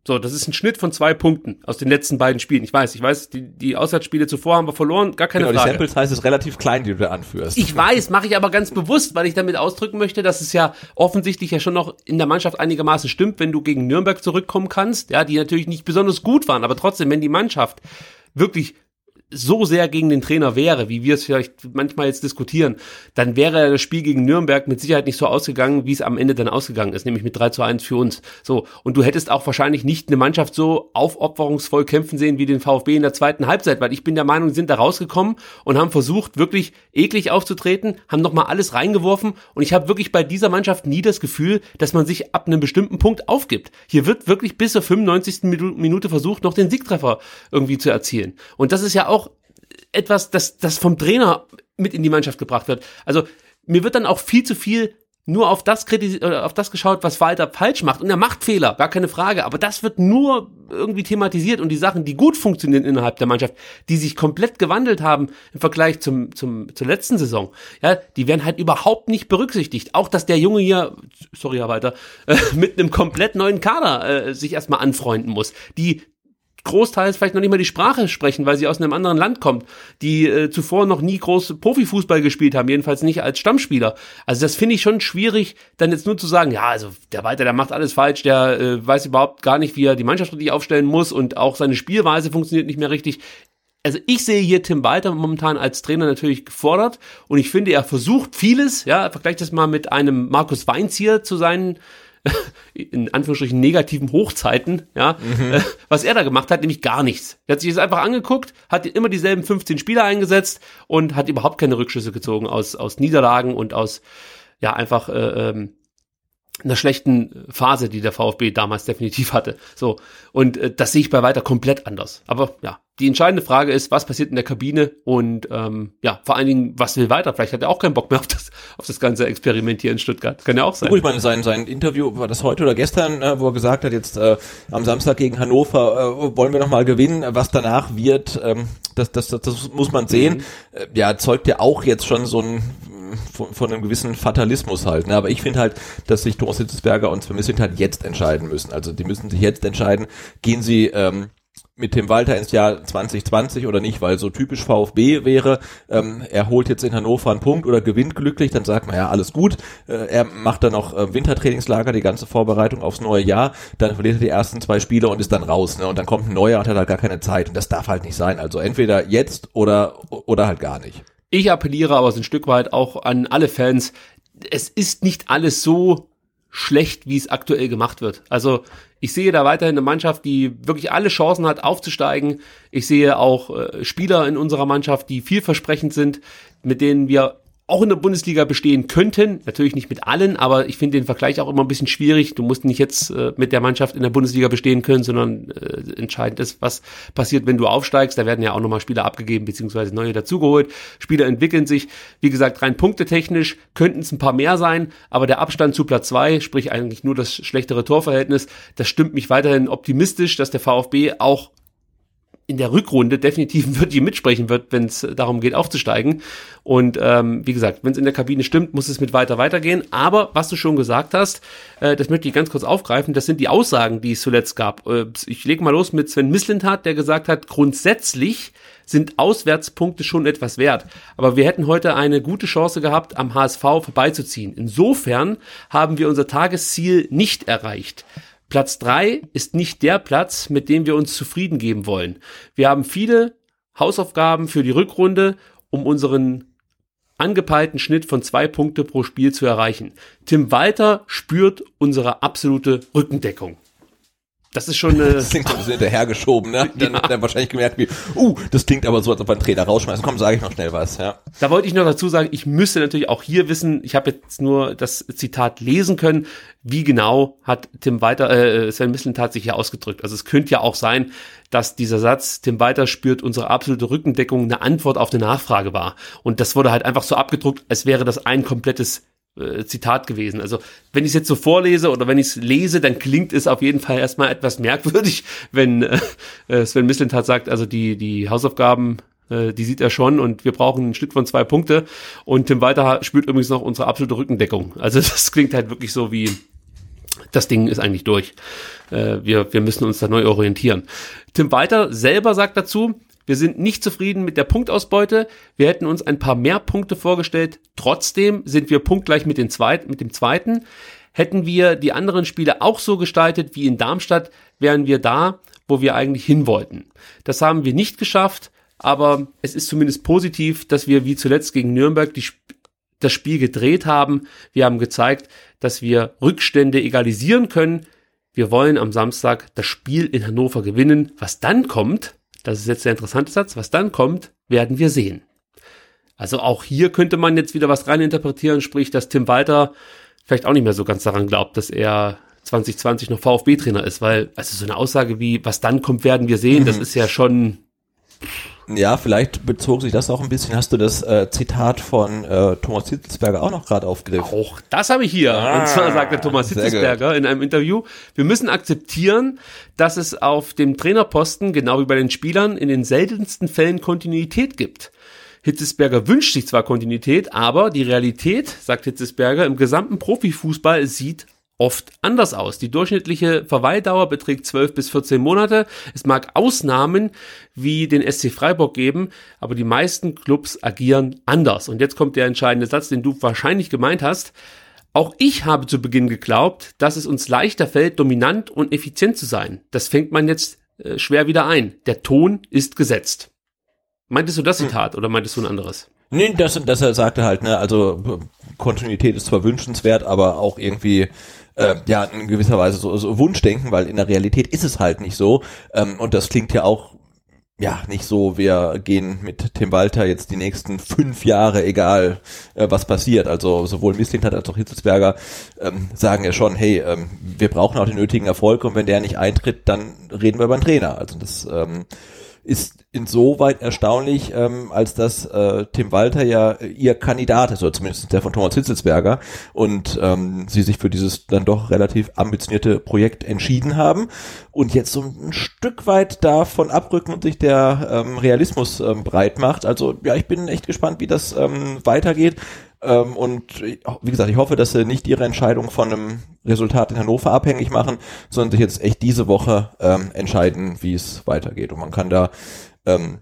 So, das ist ein Schnitt von zwei Punkten aus den letzten beiden Spielen. Ich weiß, ich weiß, die, die Auswärtsspiele zuvor haben wir verloren, gar keine genau, Frage. Die Sample Size ist relativ klein, die du da anführst. Ich weiß, mache ich aber ganz bewusst, weil ich damit ausdrücken möchte, dass es ja offensichtlich ja schon noch in der Mannschaft einigermaßen stimmt, wenn du gegen Nürnberg zurückkommen kannst, ja, die natürlich nicht besonders gut waren, aber trotzdem, wenn die Mannschaft wirklich so sehr gegen den Trainer wäre, wie wir es vielleicht manchmal jetzt diskutieren, dann wäre das Spiel gegen Nürnberg mit Sicherheit nicht so ausgegangen, wie es am Ende dann ausgegangen ist, nämlich mit drei zu eins für uns. So, und du hättest auch wahrscheinlich nicht eine Mannschaft so aufopferungsvoll kämpfen sehen wie den VfB in der zweiten Halbzeit, weil ich bin der Meinung, die sind da rausgekommen und haben versucht, wirklich eklig aufzutreten, haben nochmal alles reingeworfen und ich habe wirklich bei dieser Mannschaft nie das Gefühl, dass man sich ab einem bestimmten Punkt aufgibt. Hier wird wirklich bis zur fünfundneunzigsten Minute versucht, noch den Siegtreffer irgendwie zu erzielen. Und das ist ja auch etwas, das, das vom Trainer mit in die Mannschaft gebracht wird. Also mir wird dann auch viel zu viel nur auf das kritisiert oder auf das geschaut, was Walter falsch macht. Und er macht Fehler, gar keine Frage. Aber das wird nur irgendwie thematisiert und die Sachen, die gut funktionieren innerhalb der Mannschaft, die sich komplett gewandelt haben im Vergleich zum, zum, zur letzten Saison, ja, die werden halt überhaupt nicht berücksichtigt. Auch, dass der Junge hier, sorry, Herr Walter, äh, mit einem komplett neuen Kader äh, sich erstmal anfreunden muss. Die großteils vielleicht noch nicht mal die Sprache sprechen, weil sie aus einem anderen Land kommt, die äh, zuvor noch nie groß Profifußball gespielt haben, jedenfalls nicht als Stammspieler. Also das finde ich schon schwierig, dann jetzt nur zu sagen, ja, also der Walter, der macht alles falsch, der äh, weiß überhaupt gar nicht, wie er die Mannschaft richtig aufstellen muss und auch seine Spielweise funktioniert nicht mehr richtig. Also ich sehe hier Tim Walter momentan als Trainer natürlich gefordert und ich finde, er versucht vieles, ja, vergleich das mal mit einem Markus Weinzierl zu seinen in Anführungsstrichen negativen Hochzeiten, ja, mhm. äh, was er da gemacht hat, nämlich gar nichts. Er hat sich das einfach angeguckt, hat immer dieselben fünfzehn Spieler eingesetzt und hat überhaupt keine Rückschlüsse gezogen aus aus Niederlagen und aus, ja, einfach äh, ähm, einer schlechten Phase, die der VfB damals definitiv hatte. So, und äh, das sehe ich bei Walter komplett anders. Aber ja, die entscheidende Frage ist, was passiert in der Kabine und ähm, ja, vor allen Dingen, was will Walter? Vielleicht hat er auch keinen Bock mehr auf das auf das ganze Experiment hier in Stuttgart. Kann ja auch sein. Gut, ich meine, sein, sein Interview, war das heute oder gestern, äh, wo er gesagt hat, jetzt äh, am Samstag gegen Hannover äh, wollen wir nochmal gewinnen. Was danach wird, ähm, das, das, das, das muss man sehen. Mhm. Äh, ja, zeugt ja auch jetzt schon so ein Von, von einem gewissen Fatalismus halt. Ne? Aber ich finde halt, dass sich Thomas Hitzelsberger und Sven Mislintat halt jetzt entscheiden müssen. Also die müssen sich jetzt entscheiden, gehen sie ähm, mit Tim Walter ins Jahr zwanzig zwanzig oder nicht, weil so typisch VfB wäre, ähm, er holt jetzt in Hannover einen Punkt oder gewinnt glücklich, dann sagt man ja, alles gut. Äh, er macht dann noch äh, Wintertrainingslager, die ganze Vorbereitung aufs neue Jahr, dann verliert er die ersten zwei Spiele und ist dann raus. Ne? Und dann kommt ein neuer und hat halt gar keine Zeit. Und das darf halt nicht sein. Also entweder jetzt oder oder halt gar nicht. Ich appelliere aber so ein Stück weit auch an alle Fans, es ist nicht alles so schlecht, wie es aktuell gemacht wird. Also ich sehe da weiterhin eine Mannschaft, die wirklich alle Chancen hat, aufzusteigen. Ich sehe auch äh, Spieler in unserer Mannschaft, die vielversprechend sind, mit denen wir auch in der Bundesliga bestehen könnten, natürlich nicht mit allen, aber ich finde den Vergleich auch immer ein bisschen schwierig. Du musst nicht jetzt äh, mit der Mannschaft in der Bundesliga bestehen können, sondern äh, entscheidend ist, was passiert, wenn du aufsteigst. Da werden ja auch nochmal Spieler abgegeben, beziehungsweise neue dazugeholt. Spieler entwickeln sich. Wie gesagt, rein punktetechnisch könnten es ein paar mehr sein, aber der Abstand zu Platz zwei, sprich eigentlich nur das schlechtere Torverhältnis, das stimmt mich weiterhin optimistisch, dass der VfB auch in der Rückrunde definitiv wird die mitsprechen wird, wenn es darum geht, aufzusteigen. Und ähm, wie gesagt, wenn es in der Kabine stimmt, muss es mit weiter weitergehen. Aber was du schon gesagt hast, äh, das möchte ich ganz kurz aufgreifen, das sind die Aussagen, die es zuletzt gab. Äh, ich lege mal los mit Sven Mislintat, der gesagt hat, grundsätzlich sind Auswärtspunkte schon etwas wert. Aber wir hätten heute eine gute Chance gehabt, am H S V vorbeizuziehen. Insofern haben wir unser Tagesziel nicht erreicht. Platz drei ist nicht der Platz, mit dem wir uns zufrieden geben wollen. Wir haben viele Hausaufgaben für die Rückrunde, um unseren angepeilten Schnitt von zwei Punkte pro Spiel zu erreichen. Tim Walter spürt unsere absolute Rückendeckung. Das ist schon eine... Das klingt so ein bisschen hinterhergeschoben, ne? Dann ja. Hat er wahrscheinlich gemerkt, wie, uh, das klingt aber so, als ob wir einen Trainer rausschmeißen. Komm, sage ich noch schnell was, ja. Da wollte ich noch dazu sagen, ich müsste natürlich auch hier wissen, ich habe jetzt nur das Zitat lesen können, wie genau hat Tim Walter, äh, Sven Mislintat sich hier ausgedrückt. Also es könnte ja auch sein, dass dieser Satz, Tim Walter spürt unsere absolute Rückendeckung, eine Antwort auf eine Nachfrage war. Und das wurde halt einfach so abgedruckt, als wäre das ein komplettes Zitat gewesen. Also wenn ich es jetzt so vorlese oder wenn ich es lese, dann klingt es auf jeden Fall erstmal etwas merkwürdig, wenn äh, Sven Mislintat sagt, also die die Hausaufgaben, äh, die sieht er schon und wir brauchen einen Schnitt von zwei Punkte und Tim Walter spürt übrigens noch unsere absolute Rückendeckung. Also das klingt halt wirklich so wie, das Ding ist eigentlich durch. Äh, wir, wir müssen uns da neu orientieren. Tim Walter selber sagt dazu, wir sind nicht zufrieden mit der Punktausbeute. Wir hätten uns ein paar mehr Punkte vorgestellt. Trotzdem sind wir punktgleich mit, den Zweit, mit dem zweiten. Hätten wir die anderen Spiele auch so gestaltet wie in Darmstadt, wären wir da, wo wir eigentlich hin wollten. Das haben wir nicht geschafft, aber es ist zumindest positiv, dass wir wie zuletzt gegen Nürnberg die, das Spiel gedreht haben. Wir haben gezeigt, dass wir Rückstände egalisieren können. Wir wollen am Samstag das Spiel in Hannover gewinnen. Was dann kommt, das ist jetzt der interessante Satz, was dann kommt, werden wir sehen. Also auch hier könnte man jetzt wieder was reininterpretieren, sprich, dass Tim Walter vielleicht auch nicht mehr so ganz daran glaubt, dass er zwanzig zwanzig noch VfB-Trainer ist, weil also so eine Aussage wie, was dann kommt, werden wir sehen, mhm. das ist ja schon... Ja, vielleicht bezog sich das auch ein bisschen, hast du das äh, Zitat von äh, Thomas Hitzelsberger auch noch gerade aufgegriffen? Auch das habe ich hier. Ah, und zwar sagte Thomas Hitzelsberger in einem Interview, wir müssen akzeptieren, dass es auf dem Trainerposten, genau wie bei den Spielern, in den seltensten Fällen Kontinuität gibt. Hitzelsberger wünscht sich zwar Kontinuität, aber die Realität, sagt Hitzelsberger, im gesamten Profifußball sieht oft anders aus. Die durchschnittliche Verweildauer beträgt zwölf bis vierzehn Monate. Es mag Ausnahmen wie den S C Freiburg geben, aber die meisten Clubs agieren anders. Und jetzt kommt der entscheidende Satz, den du wahrscheinlich gemeint hast. Auch ich habe zu Beginn geglaubt, dass es uns leichter fällt, dominant und effizient zu sein. Das fängt man jetzt äh, schwer wieder ein. Der Ton ist gesetzt. Meintest du das Zitat hm. oder meintest du ein anderes? Nee, das, das er sagte halt, ne, also Kontinuität ist zwar wünschenswert, aber auch irgendwie äh, ja in gewisser Weise so, so Wunschdenken, weil in der Realität ist es halt nicht so. Ähm, und das klingt ja auch ja nicht so, wir gehen mit Tim Walter jetzt die nächsten fünf Jahre, egal äh, was passiert. Also sowohl Mislintat als auch Hitzelsberger ähm, sagen ja schon, hey, ähm, wir brauchen auch den nötigen Erfolg und wenn der nicht eintritt, dann reden wir über einen Trainer. Also das ähm, ist insoweit erstaunlich, ähm, als dass äh, Tim Walter ja ihr Kandidat ist, oder zumindest der von Thomas Hitzelsberger, und ähm, sie sich für dieses dann doch relativ ambitionierte Projekt entschieden haben und jetzt so ein Stück weit davon abrücken und sich der ähm, Realismus ähm, breit macht. Also ja, ich bin echt gespannt, wie das ähm, weitergeht. Ähm, und wie gesagt, ich hoffe, dass sie nicht ihre Entscheidung von einem Resultat in Hannover abhängig machen, sondern sich jetzt echt diese Woche ähm, entscheiden, wie es weitergeht. Und man kann da ähm,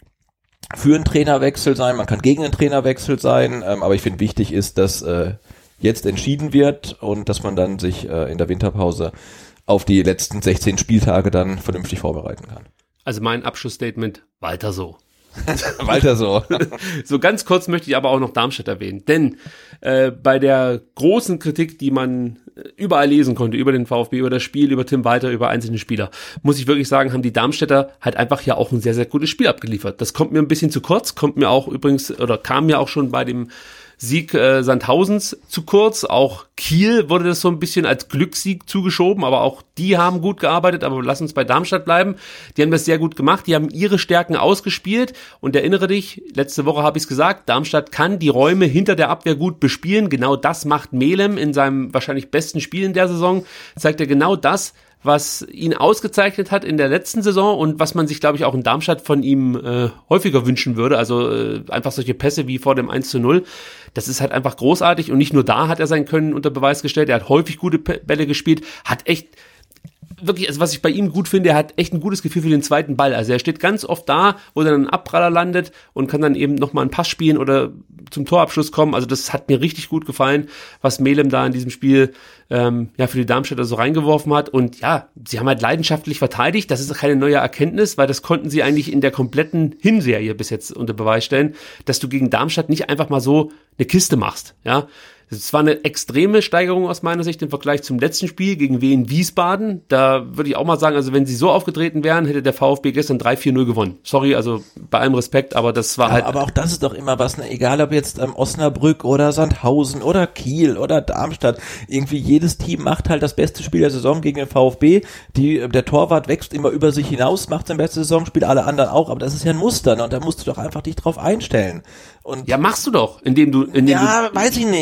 für einen Trainerwechsel sein, man kann gegen einen Trainerwechsel sein, ähm, aber ich finde, wichtig ist, dass äh, jetzt entschieden wird und dass man dann sich äh, in der Winterpause auf die letzten sechzehn Spieltage dann vernünftig vorbereiten kann. Also mein Abschlussstatement, weiter so. Walter so. So ganz kurz möchte ich aber auch noch Darmstadt erwähnen, denn äh, bei der großen Kritik, die man überall lesen konnte, über den VfB, über das Spiel, über Tim Walter, über einzelne Spieler, muss ich wirklich sagen, haben die Darmstädter halt einfach ja auch ein sehr, sehr gutes Spiel abgeliefert. Das kommt mir ein bisschen zu kurz, kommt mir auch übrigens, oder kam mir auch schon bei dem Sieg äh, Sandhausens zu kurz. Auch Kiel wurde das so ein bisschen als Glückssieg zugeschoben, aber auch die haben gut gearbeitet, aber lass uns bei Darmstadt bleiben. Die haben das sehr gut gemacht, die haben ihre Stärken ausgespielt und erinnere dich, letzte Woche habe ich es gesagt, Darmstadt kann die Räume hinter der Abwehr gut bespielen. Genau das macht Melem in seinem wahrscheinlich besten Spiel in der Saison, zeigt er genau das, was ihn ausgezeichnet hat in der letzten Saison und was man sich, glaube ich, auch in Darmstadt von ihm äh, häufiger wünschen würde. Also äh, einfach solche Pässe wie vor dem eins zu null. Das ist halt einfach großartig und nicht nur da hat er sein Können unter Beweis gestellt. Er hat häufig gute Bälle gespielt, hat echt wirklich, also was ich bei ihm gut finde, er hat echt ein gutes Gefühl für den zweiten Ball. Also er steht ganz oft da, wo dann ein Abpraller landet und kann dann eben nochmal einen Pass spielen oder zum Torabschluss kommen. Also das hat mir richtig gut gefallen, was Melem da in diesem Spiel ähm, ja für die Darmstädter so reingeworfen hat. Und ja, sie haben halt leidenschaftlich verteidigt. Das ist keine neue Erkenntnis, weil das konnten sie eigentlich in der kompletten Hinserie bis jetzt unter Beweis stellen, dass du gegen Darmstadt nicht einfach mal so eine Kiste machst, ja. Es war eine extreme Steigerung aus meiner Sicht im Vergleich zum letzten Spiel gegen Wien Wiesbaden. Da würde ich auch mal sagen, also wenn sie so aufgetreten wären, hätte der VfB gestern drei vier null gewonnen. Sorry, also bei allem Respekt, aber das war ja, halt... Aber auch das ist doch immer was, ne? Egal ob jetzt ähm, Osnabrück oder Sandhausen oder Kiel oder Darmstadt, irgendwie jedes Team macht halt das beste Spiel der Saison gegen den VfB. Die, der Torwart wächst immer über sich hinaus, macht sein bestes Saisonspiel, alle anderen auch, aber das ist ja ein Muster, ne? Und da musst du doch einfach dich drauf einstellen. Und ja, machst du doch, indem du... Indem ja, du, weiß ich nicht.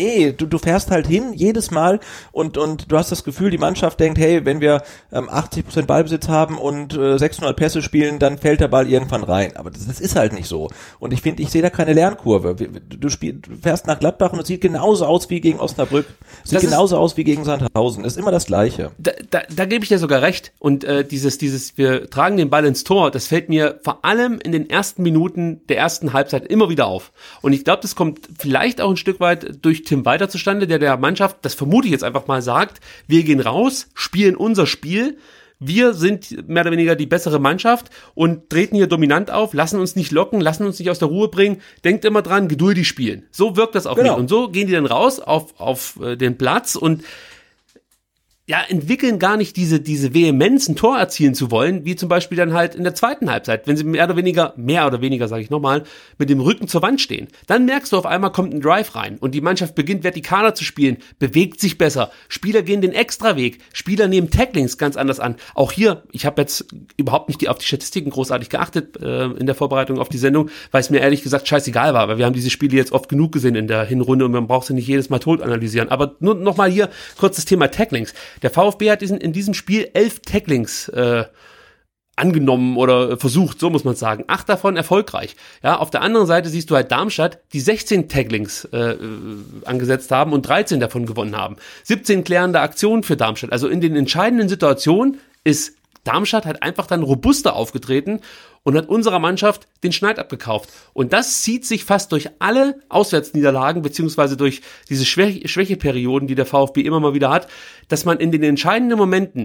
Nee, du, du fährst halt hin, jedes Mal und, und du hast das Gefühl, die Mannschaft denkt, hey, wenn wir ähm, achtzig Prozent Ballbesitz haben und äh, sechshundert Pässe spielen, dann fällt der Ball irgendwann rein. Aber das, das ist halt nicht so. Und ich finde, ich sehe da keine Lernkurve. Du, spiel, du fährst nach Gladbach und es sieht genauso aus wie gegen Osnabrück. Es sieht das genauso aus wie gegen Sandhausen. Es ist immer das Gleiche. Da, da, da gebe ich dir sogar recht. Und äh, dieses, dieses, wir tragen den Ball ins Tor, das fällt mir vor allem in den ersten Minuten der ersten Halbzeit immer wieder auf. Und ich glaube, das kommt vielleicht auch ein Stück weit durch Tim Walter zustande, der der Mannschaft, das vermute ich jetzt einfach mal, sagt, wir gehen raus, spielen unser Spiel, wir sind mehr oder weniger die bessere Mannschaft und treten hier dominant auf, lassen uns nicht locken, lassen uns nicht aus der Ruhe bringen, denkt immer dran, geduldig spielen. So wirkt das auf genau. mich. Und so gehen die dann raus auf, auf äh, den Platz und ja, entwickeln gar nicht diese, diese Vehemenz, ein Tor erzielen zu wollen, wie zum Beispiel dann halt in der zweiten Halbzeit, wenn sie mehr oder weniger, mehr oder weniger, sage ich nochmal, mit dem Rücken zur Wand stehen. Dann merkst du auf einmal, kommt ein Drive rein und die Mannschaft beginnt vertikaler zu spielen, bewegt sich besser, Spieler gehen den Extraweg, Spieler nehmen Tacklings ganz anders an. Auch hier, ich habe jetzt überhaupt nicht die, auf die Statistiken großartig geachtet äh, in der Vorbereitung auf die Sendung, weil es mir ehrlich gesagt scheißegal war, weil wir haben diese Spiele jetzt oft genug gesehen in der Hinrunde und man braucht sie nicht jedes Mal tot analysieren. Aber nur nochmal hier kurz das Thema Tacklings. Der VfB hat diesen, in diesem Spiel elf Tacklings äh, angenommen oder versucht, so muss man sagen. Acht davon erfolgreich. Ja, auf der anderen Seite siehst du halt Darmstadt, die sechzehn Tacklings äh, angesetzt haben und dreizehn davon gewonnen haben. siebzehn klärende Aktionen für Darmstadt. Also in den entscheidenden Situationen ist Darmstadt halt einfach dann robuster aufgetreten und hat unserer Mannschaft den Schneid abgekauft. Und das zieht sich fast durch alle Auswärtsniederlagen, beziehungsweise durch diese Schwäche, Schwächeperioden, die der VfB immer mal wieder hat, dass man in den entscheidenden Momenten,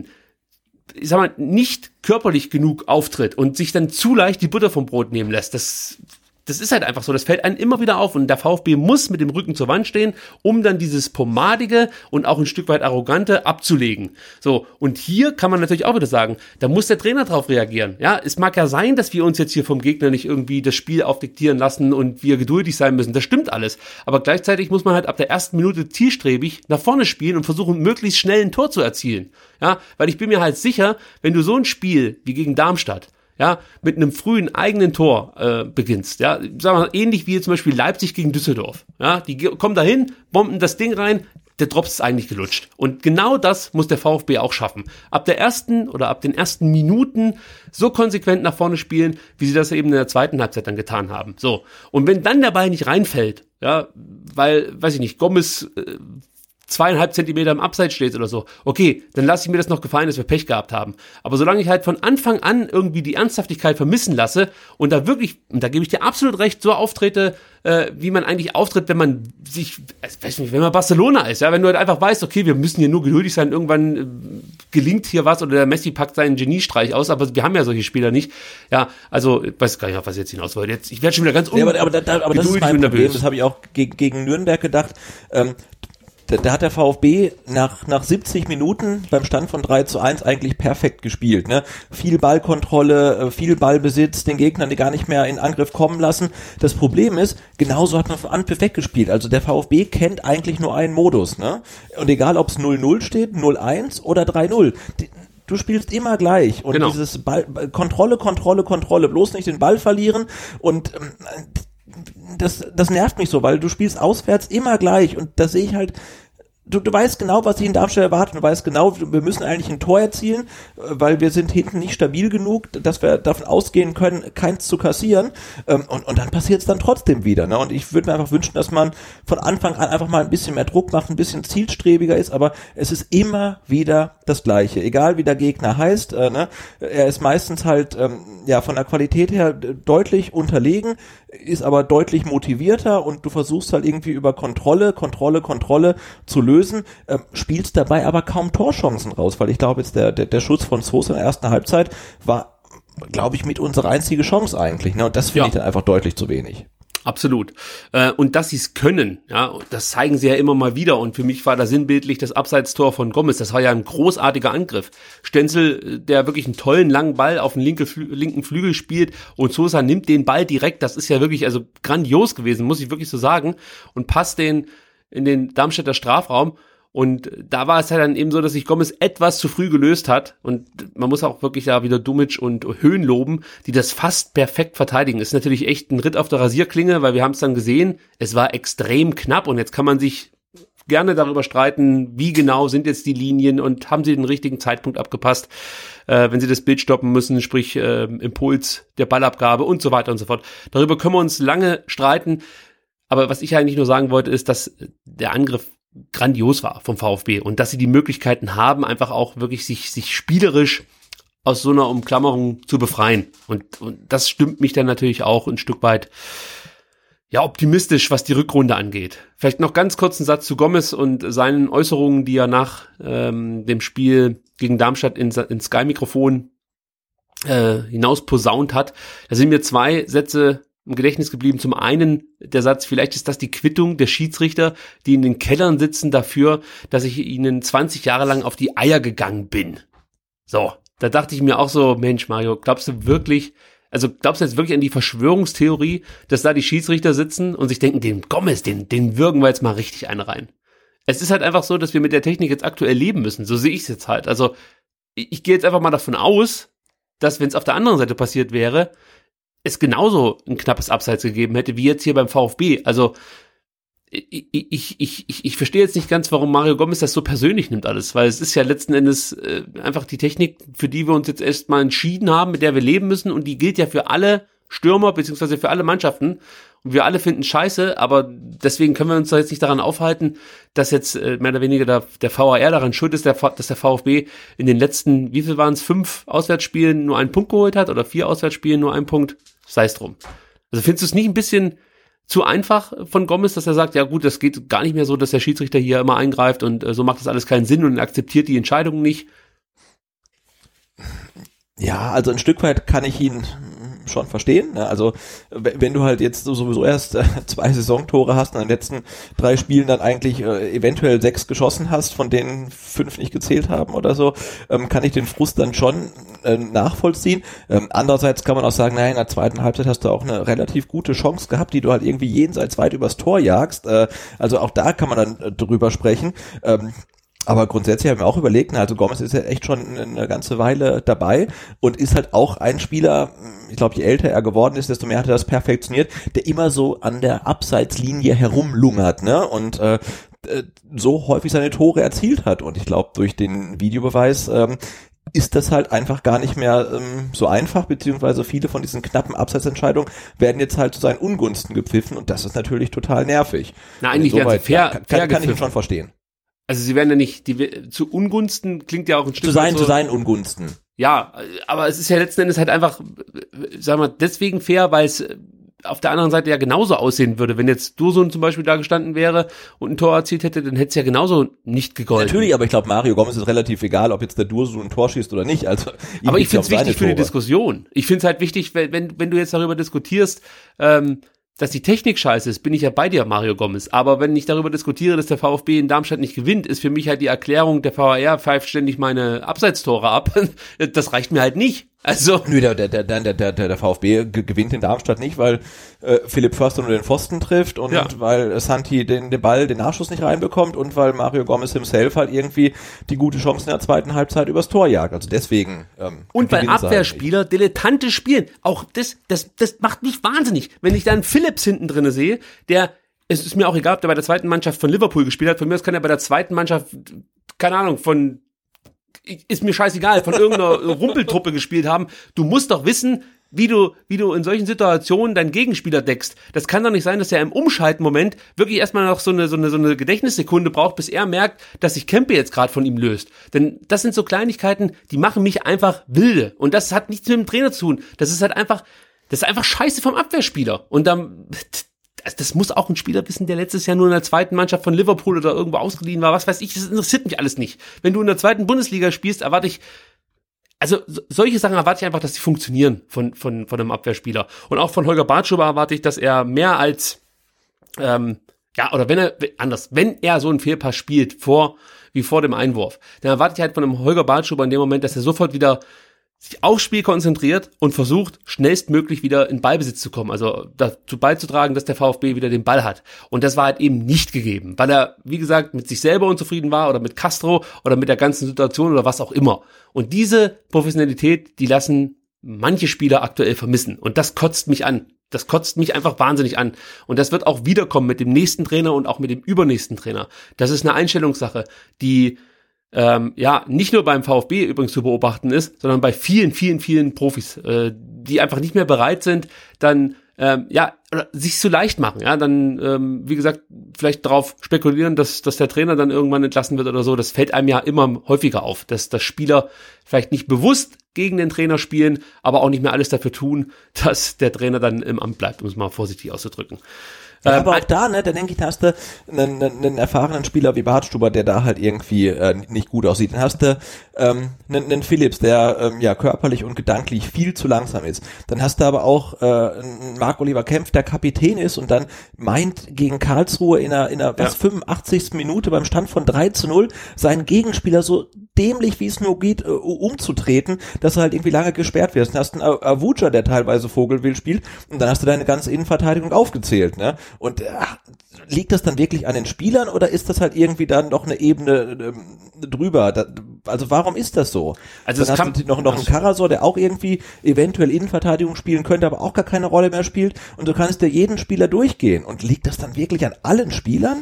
ich sag mal, nicht körperlich genug auftritt und sich dann zu leicht die Butter vom Brot nehmen lässt. Das Das ist halt einfach so, das fällt einem immer wieder auf und der VfB muss mit dem Rücken zur Wand stehen, um dann dieses Pomadige und auch ein Stück weit Arrogante abzulegen. So, und hier kann man natürlich auch wieder sagen, da muss der Trainer drauf reagieren. Ja, es mag ja sein, dass wir uns jetzt hier vom Gegner nicht irgendwie das Spiel aufdiktieren lassen und wir geduldig sein müssen, das stimmt alles. Aber gleichzeitig muss man halt ab der ersten Minute zielstrebig nach vorne spielen und versuchen, möglichst schnell ein Tor zu erzielen. Ja, weil ich bin mir halt sicher, wenn du so ein Spiel wie gegen Darmstadt, ja, mit einem frühen eigenen Tor äh, beginnst, ja, sagen wir mal, ähnlich wie zum Beispiel Leipzig gegen Düsseldorf, ja, die kommen dahin, bomben das Ding rein, der Drops ist eigentlich gelutscht. Und genau das muss der VfB auch schaffen. Ab der ersten oder ab den ersten Minuten so konsequent nach vorne spielen, wie sie das eben in der zweiten Halbzeit dann getan haben. So. Und wenn dann der Ball nicht reinfällt, ja, weil, weiß ich nicht, Gomez äh, zweieinhalb Zentimeter im Abseits steht oder so, okay, dann lasse ich mir das noch gefallen, dass wir Pech gehabt haben. Aber solange ich halt von Anfang an irgendwie die Ernsthaftigkeit vermissen lasse und da wirklich, und da gebe ich dir absolut recht, so auftrete, äh, wie man eigentlich auftritt, wenn man sich, also, weiß nicht, wenn man Barcelona ist, ja, wenn du halt einfach weißt, okay, wir müssen hier nur geduldig sein, irgendwann äh, gelingt hier was oder der Messi packt seinen Geniestreich aus, aber wir haben ja solche Spieler nicht. Ja, also, ich weiß gar nicht, auf was ich jetzt hinaus wollte. Jetzt, ich werde schon wieder ganz un- ja, aber, aber, da, aber das ist mein Problem, das habe ich auch gegen, gegen Nürnberg gedacht. Ähm, Da, da hat der VfB nach, nach siebzig Minuten beim Stand von drei zu eins eigentlich perfekt gespielt, ne? Viel Ballkontrolle, viel Ballbesitz, den Gegnern die gar nicht mehr in Angriff kommen lassen. Das Problem ist, genauso hat man von Anpfiff weggespielt. Also der VfB kennt eigentlich nur einen Modus, ne? Und egal, ob es null null steht, null eins oder drei null. Die, Du spielst immer gleich und genau. dieses Ball, Kontrolle, Kontrolle, Kontrolle, bloß nicht den Ball verlieren und ähm, das, das nervt mich so, weil du spielst auswärts immer gleich und da sehe ich halt, du, du weißt genau, was dich in Darmstadt erwartet, du weißt genau, wir müssen eigentlich ein Tor erzielen, weil wir sind hinten nicht stabil genug, dass wir davon ausgehen können, keins zu kassieren und, und dann passiert es dann trotzdem wieder, ne? Und ich würde mir einfach wünschen, dass man von Anfang an einfach mal ein bisschen mehr Druck macht, ein bisschen zielstrebiger ist, aber es ist immer wieder das Gleiche, egal wie der Gegner heißt, äh, ne? Er ist meistens halt ähm, ja von der Qualität her deutlich unterlegen, ist aber deutlich motivierter und du versuchst halt irgendwie über Kontrolle, Kontrolle, Kontrolle zu lösen, äh, spielst dabei aber kaum Torchancen raus, weil ich glaube jetzt der, der, der Schuss von Sosa in der ersten Halbzeit war, glaube ich, mit unsere einzige Chance eigentlich, ne? Und das finde ja. ich dann einfach deutlich zu wenig. Absolut. Äh, und dass sie es können, ja, das zeigen sie ja immer mal wieder. Und für mich war da sinnbildlich das Abseitstor von Gomez. Das war ja ein großartiger Angriff. Stenzel, der wirklich einen tollen langen Ball auf den linke, linken Flügel spielt und Sosa nimmt den Ball direkt. Das ist ja wirklich also grandios gewesen, muss ich wirklich so sagen. Und passt den in den Darmstädter Strafraum. Und da war es halt dann eben so, dass sich Gomez etwas zu früh gelöst hat. Und man muss auch wirklich da wieder Dumic und Höhn loben, die das fast perfekt verteidigen. Ist natürlich echt ein Ritt auf der Rasierklinge, weil wir haben es dann gesehen, es war extrem knapp. Und jetzt kann man sich gerne darüber streiten, wie genau sind jetzt die Linien und haben sie den richtigen Zeitpunkt abgepasst, äh, wenn sie das Bild stoppen müssen, sprich äh, Impuls der Ballabgabe und so weiter und so fort. Darüber können wir uns lange streiten. Aber was ich eigentlich nur sagen wollte, ist, dass der Angriff grandios war vom VfB und dass sie die Möglichkeiten haben, einfach auch wirklich sich, sich spielerisch aus so einer Umklammerung zu befreien. Und, und das stimmt mich dann natürlich auch ein Stück weit, ja, optimistisch, was die Rückrunde angeht. Vielleicht noch ganz kurz einen Satz zu Gomez und seinen Äußerungen, die er nach ähm, dem Spiel gegen Darmstadt ins in Sky-Mikrofon äh, hinaus posaunt hat. Da sind mir zwei Sätze im Gedächtnis geblieben. Zum einen der Satz, vielleicht ist das die Quittung der Schiedsrichter, die in den Kellern sitzen dafür, dass ich ihnen zwanzig Jahre lang auf die Eier gegangen bin. So, da dachte ich mir auch so, Mensch Mario, glaubst du wirklich, also glaubst du jetzt wirklich an die Verschwörungstheorie, dass da die Schiedsrichter sitzen und sich denken, den Gomez, den, den würgen wir jetzt mal richtig einen rein. Es ist halt einfach so, dass wir mit der Technik jetzt aktuell leben müssen. So sehe ich es jetzt halt. Also ich, ich gehe jetzt einfach mal davon aus, dass wenn es auf der anderen Seite passiert wäre, es genauso ein knappes Abseits gegeben hätte, wie jetzt hier beim VfB. Also ich, ich, ich, ich, ich verstehe jetzt nicht ganz, warum Mario Gomez das so persönlich nimmt alles, weil es ist ja letzten Endes äh, einfach die Technik, für die wir uns jetzt erstmal entschieden haben, mit der wir leben müssen, und die gilt ja für alle Stürmer beziehungsweise für alle Mannschaften, und wir alle finden scheiße, aber deswegen können wir uns da jetzt nicht daran aufhalten, dass jetzt äh, mehr oder weniger der, der V A R daran schuld ist, der, dass der VfB in den letzten, wie viel waren es, fünf Auswärtsspielen nur einen Punkt geholt hat oder vier Auswärtsspielen nur einen Punkt, sei es drum. Also findest du es nicht ein bisschen zu einfach von Gomez, dass er sagt, ja gut, das geht gar nicht mehr so, dass der Schiedsrichter hier immer eingreift und äh, so macht das alles keinen Sinn und akzeptiert die Entscheidung nicht? Ja, also ein Stück weit kann ich ihn schon verstehen. Ne? Also wenn du halt jetzt sowieso erst äh, zwei Saisontore hast und in den letzten drei Spielen dann eigentlich äh, eventuell sechs geschossen hast, von denen fünf nicht gezählt haben oder so, ähm, kann ich den Frust dann schon äh, nachvollziehen. Ähm, andererseits kann man auch sagen, naja, in der zweiten Halbzeit hast du auch eine relativ gute Chance gehabt, die du halt irgendwie jenseits weit übers Tor jagst. Äh, also auch da kann man dann äh, drüber sprechen. Ähm, Aber grundsätzlich haben wir auch überlegt, also Gomez ist ja echt schon eine ganze Weile dabei und ist halt auch ein Spieler, ich glaube, je älter er geworden ist, desto mehr hat er das perfektioniert, der immer so an der Abseitslinie herumlungert, ne, und äh, so häufig seine Tore erzielt hat. Und ich glaube, durch den Videobeweis ähm, ist das halt einfach gar nicht mehr ähm, so einfach, beziehungsweise viele von diesen knappen Abseitsentscheidungen werden jetzt halt zu seinen Ungunsten gepfiffen und das ist natürlich total nervig. Na, eigentlich werden sie fair, ja, kann, fair kann ich ihn schon verstehen. Also sie werden ja nicht, die, zu Ungunsten klingt ja auch ein Stück zu sein, so, zu seinen Ungunsten. Ja, aber es ist ja letzten Endes halt einfach, sagen wir, deswegen fair, weil es auf der anderen Seite ja genauso aussehen würde. Wenn jetzt Dursun zum Beispiel da gestanden wäre und ein Tor erzielt hätte, dann hätte es ja genauso nicht gegolten. Natürlich, aber ich glaube, Mario Gomez ist relativ egal, ob jetzt der Dursun ein Tor schießt oder nicht. Also, aber ich finde es wichtig für die Diskussion. Ich finde es halt wichtig, wenn, wenn, wenn du jetzt darüber diskutierst, ähm, dass die Technik scheiße ist, bin ich ja bei dir, Mario Gomez. Aber wenn ich darüber diskutiere, dass der VfB in Darmstadt nicht gewinnt, ist für mich halt die Erklärung, der V A R pfeift ständig meine Abseitstore ab. Das reicht mir halt nicht. Also nö, der, der, der, der, der, der VfB gewinnt in Darmstadt nicht, weil äh, Philipp Förster nur den Pfosten trifft und ja. weil Santi den, den Ball, den Nachschuss nicht reinbekommt und weil Mario Gomez himself halt irgendwie die gute Chance in der zweiten Halbzeit übers Tor jagt. Also deswegen. Ähm, und weil Abwehrspieler halt dilettantisch spielen. Auch das, das, das macht mich wahnsinnig. Wenn ich dann Phillips hinten drinne sehe, der, es ist mir auch egal, ob der bei der zweiten Mannschaft von Liverpool gespielt hat. Von mir aus kann er bei der zweiten Mannschaft, keine Ahnung, von ist mir scheißegal, von irgendeiner Rumpeltruppe gespielt haben. Du musst doch wissen, wie du, wie du in solchen Situationen deinen Gegenspieler deckst. Das kann doch nicht sein, dass er im Umschaltmoment wirklich erstmal noch so eine, so eine, so eine Gedächtnissekunde braucht, bis er merkt, dass sich Kempe jetzt gerade von ihm löst. Denn das sind so Kleinigkeiten, die machen mich einfach wilde. Und das hat nichts mit dem Trainer zu tun. Das ist halt einfach, das ist einfach Scheiße vom Abwehrspieler. Und dann, das muss auch ein Spieler wissen, der letztes Jahr nur in der zweiten Mannschaft von Liverpool oder irgendwo ausgeliehen war. Was weiß ich, das interessiert mich alles nicht. Wenn du in der zweiten Bundesliga spielst, erwarte ich, also so, solche Sachen erwarte ich einfach, dass die funktionieren von von von einem Abwehrspieler. Und auch von Holger Bartschuber erwarte ich, dass er mehr als, ähm, ja, oder wenn er, anders, wenn er so einen Fehlpass spielt, vor wie vor dem Einwurf, dann erwarte ich halt von einem Holger Bartschuber in dem Moment, dass er sofort wieder sich aufs Spiel konzentriert und versucht, schnellstmöglich wieder in Ballbesitz zu kommen, also dazu beizutragen, dass der VfB wieder den Ball hat. Und das war halt eben nicht gegeben, weil er, wie gesagt, mit sich selber unzufrieden war oder mit Castro oder mit der ganzen Situation oder was auch immer. Und diese Professionalität, die lassen manche Spieler aktuell vermissen. Und das kotzt mich an. das kotzt mich einfach wahnsinnig an. Und das wird auch wiederkommen mit dem nächsten Trainer und auch mit dem übernächsten Trainer. Das ist eine Einstellungssache, die ähm, ja nicht nur beim VfB übrigens zu beobachten ist, sondern bei vielen, vielen, vielen Profis, äh, die einfach nicht mehr bereit sind, dann ähm, ja sich so leicht machen. Ja, dann ähm, wie gesagt vielleicht darauf spekulieren, dass dass der Trainer dann irgendwann entlassen wird oder so. Das fällt einem ja immer häufiger auf, dass dass Spieler vielleicht nicht bewusst gegen den Trainer spielen, aber auch nicht mehr alles dafür tun, dass der Trainer dann im Amt bleibt, um es mal vorsichtig auszudrücken. Ja, ähm, aber auch da, ne, da denke ich, da hast du einen, einen erfahrenen Spieler wie Bartstuber, der da halt irgendwie äh, nicht gut aussieht. Dann hast du ähm, einen, einen Phillips, der ähm, ja körperlich und gedanklich viel zu langsam ist. Dann hast du aber auch äh, einen Marc-Oliver Kempf, der Kapitän ist und dann meint gegen Karlsruhe in einer, in einer was, ja. fünfundachtzigsten Minute beim Stand von drei zu null seinen Gegenspieler so dämlich, wie es nur geht, uh, umzutreten, dass er halt irgendwie lange gesperrt wird. Dann hast du einen Avuja, der teilweise Vogelwild spielt und dann hast du deine ganze Innenverteidigung aufgezählt, ne? Und ach, liegt das dann wirklich an den Spielern oder ist das halt irgendwie dann noch eine Ebene äh, drüber? Da, also warum ist das so? Also dann hast du noch, noch einen Karasor, der auch irgendwie eventuell Innenverteidigung spielen könnte, aber auch gar keine Rolle mehr spielt und du kannst ja jeden Spieler durchgehen. Und liegt das dann wirklich an allen Spielern?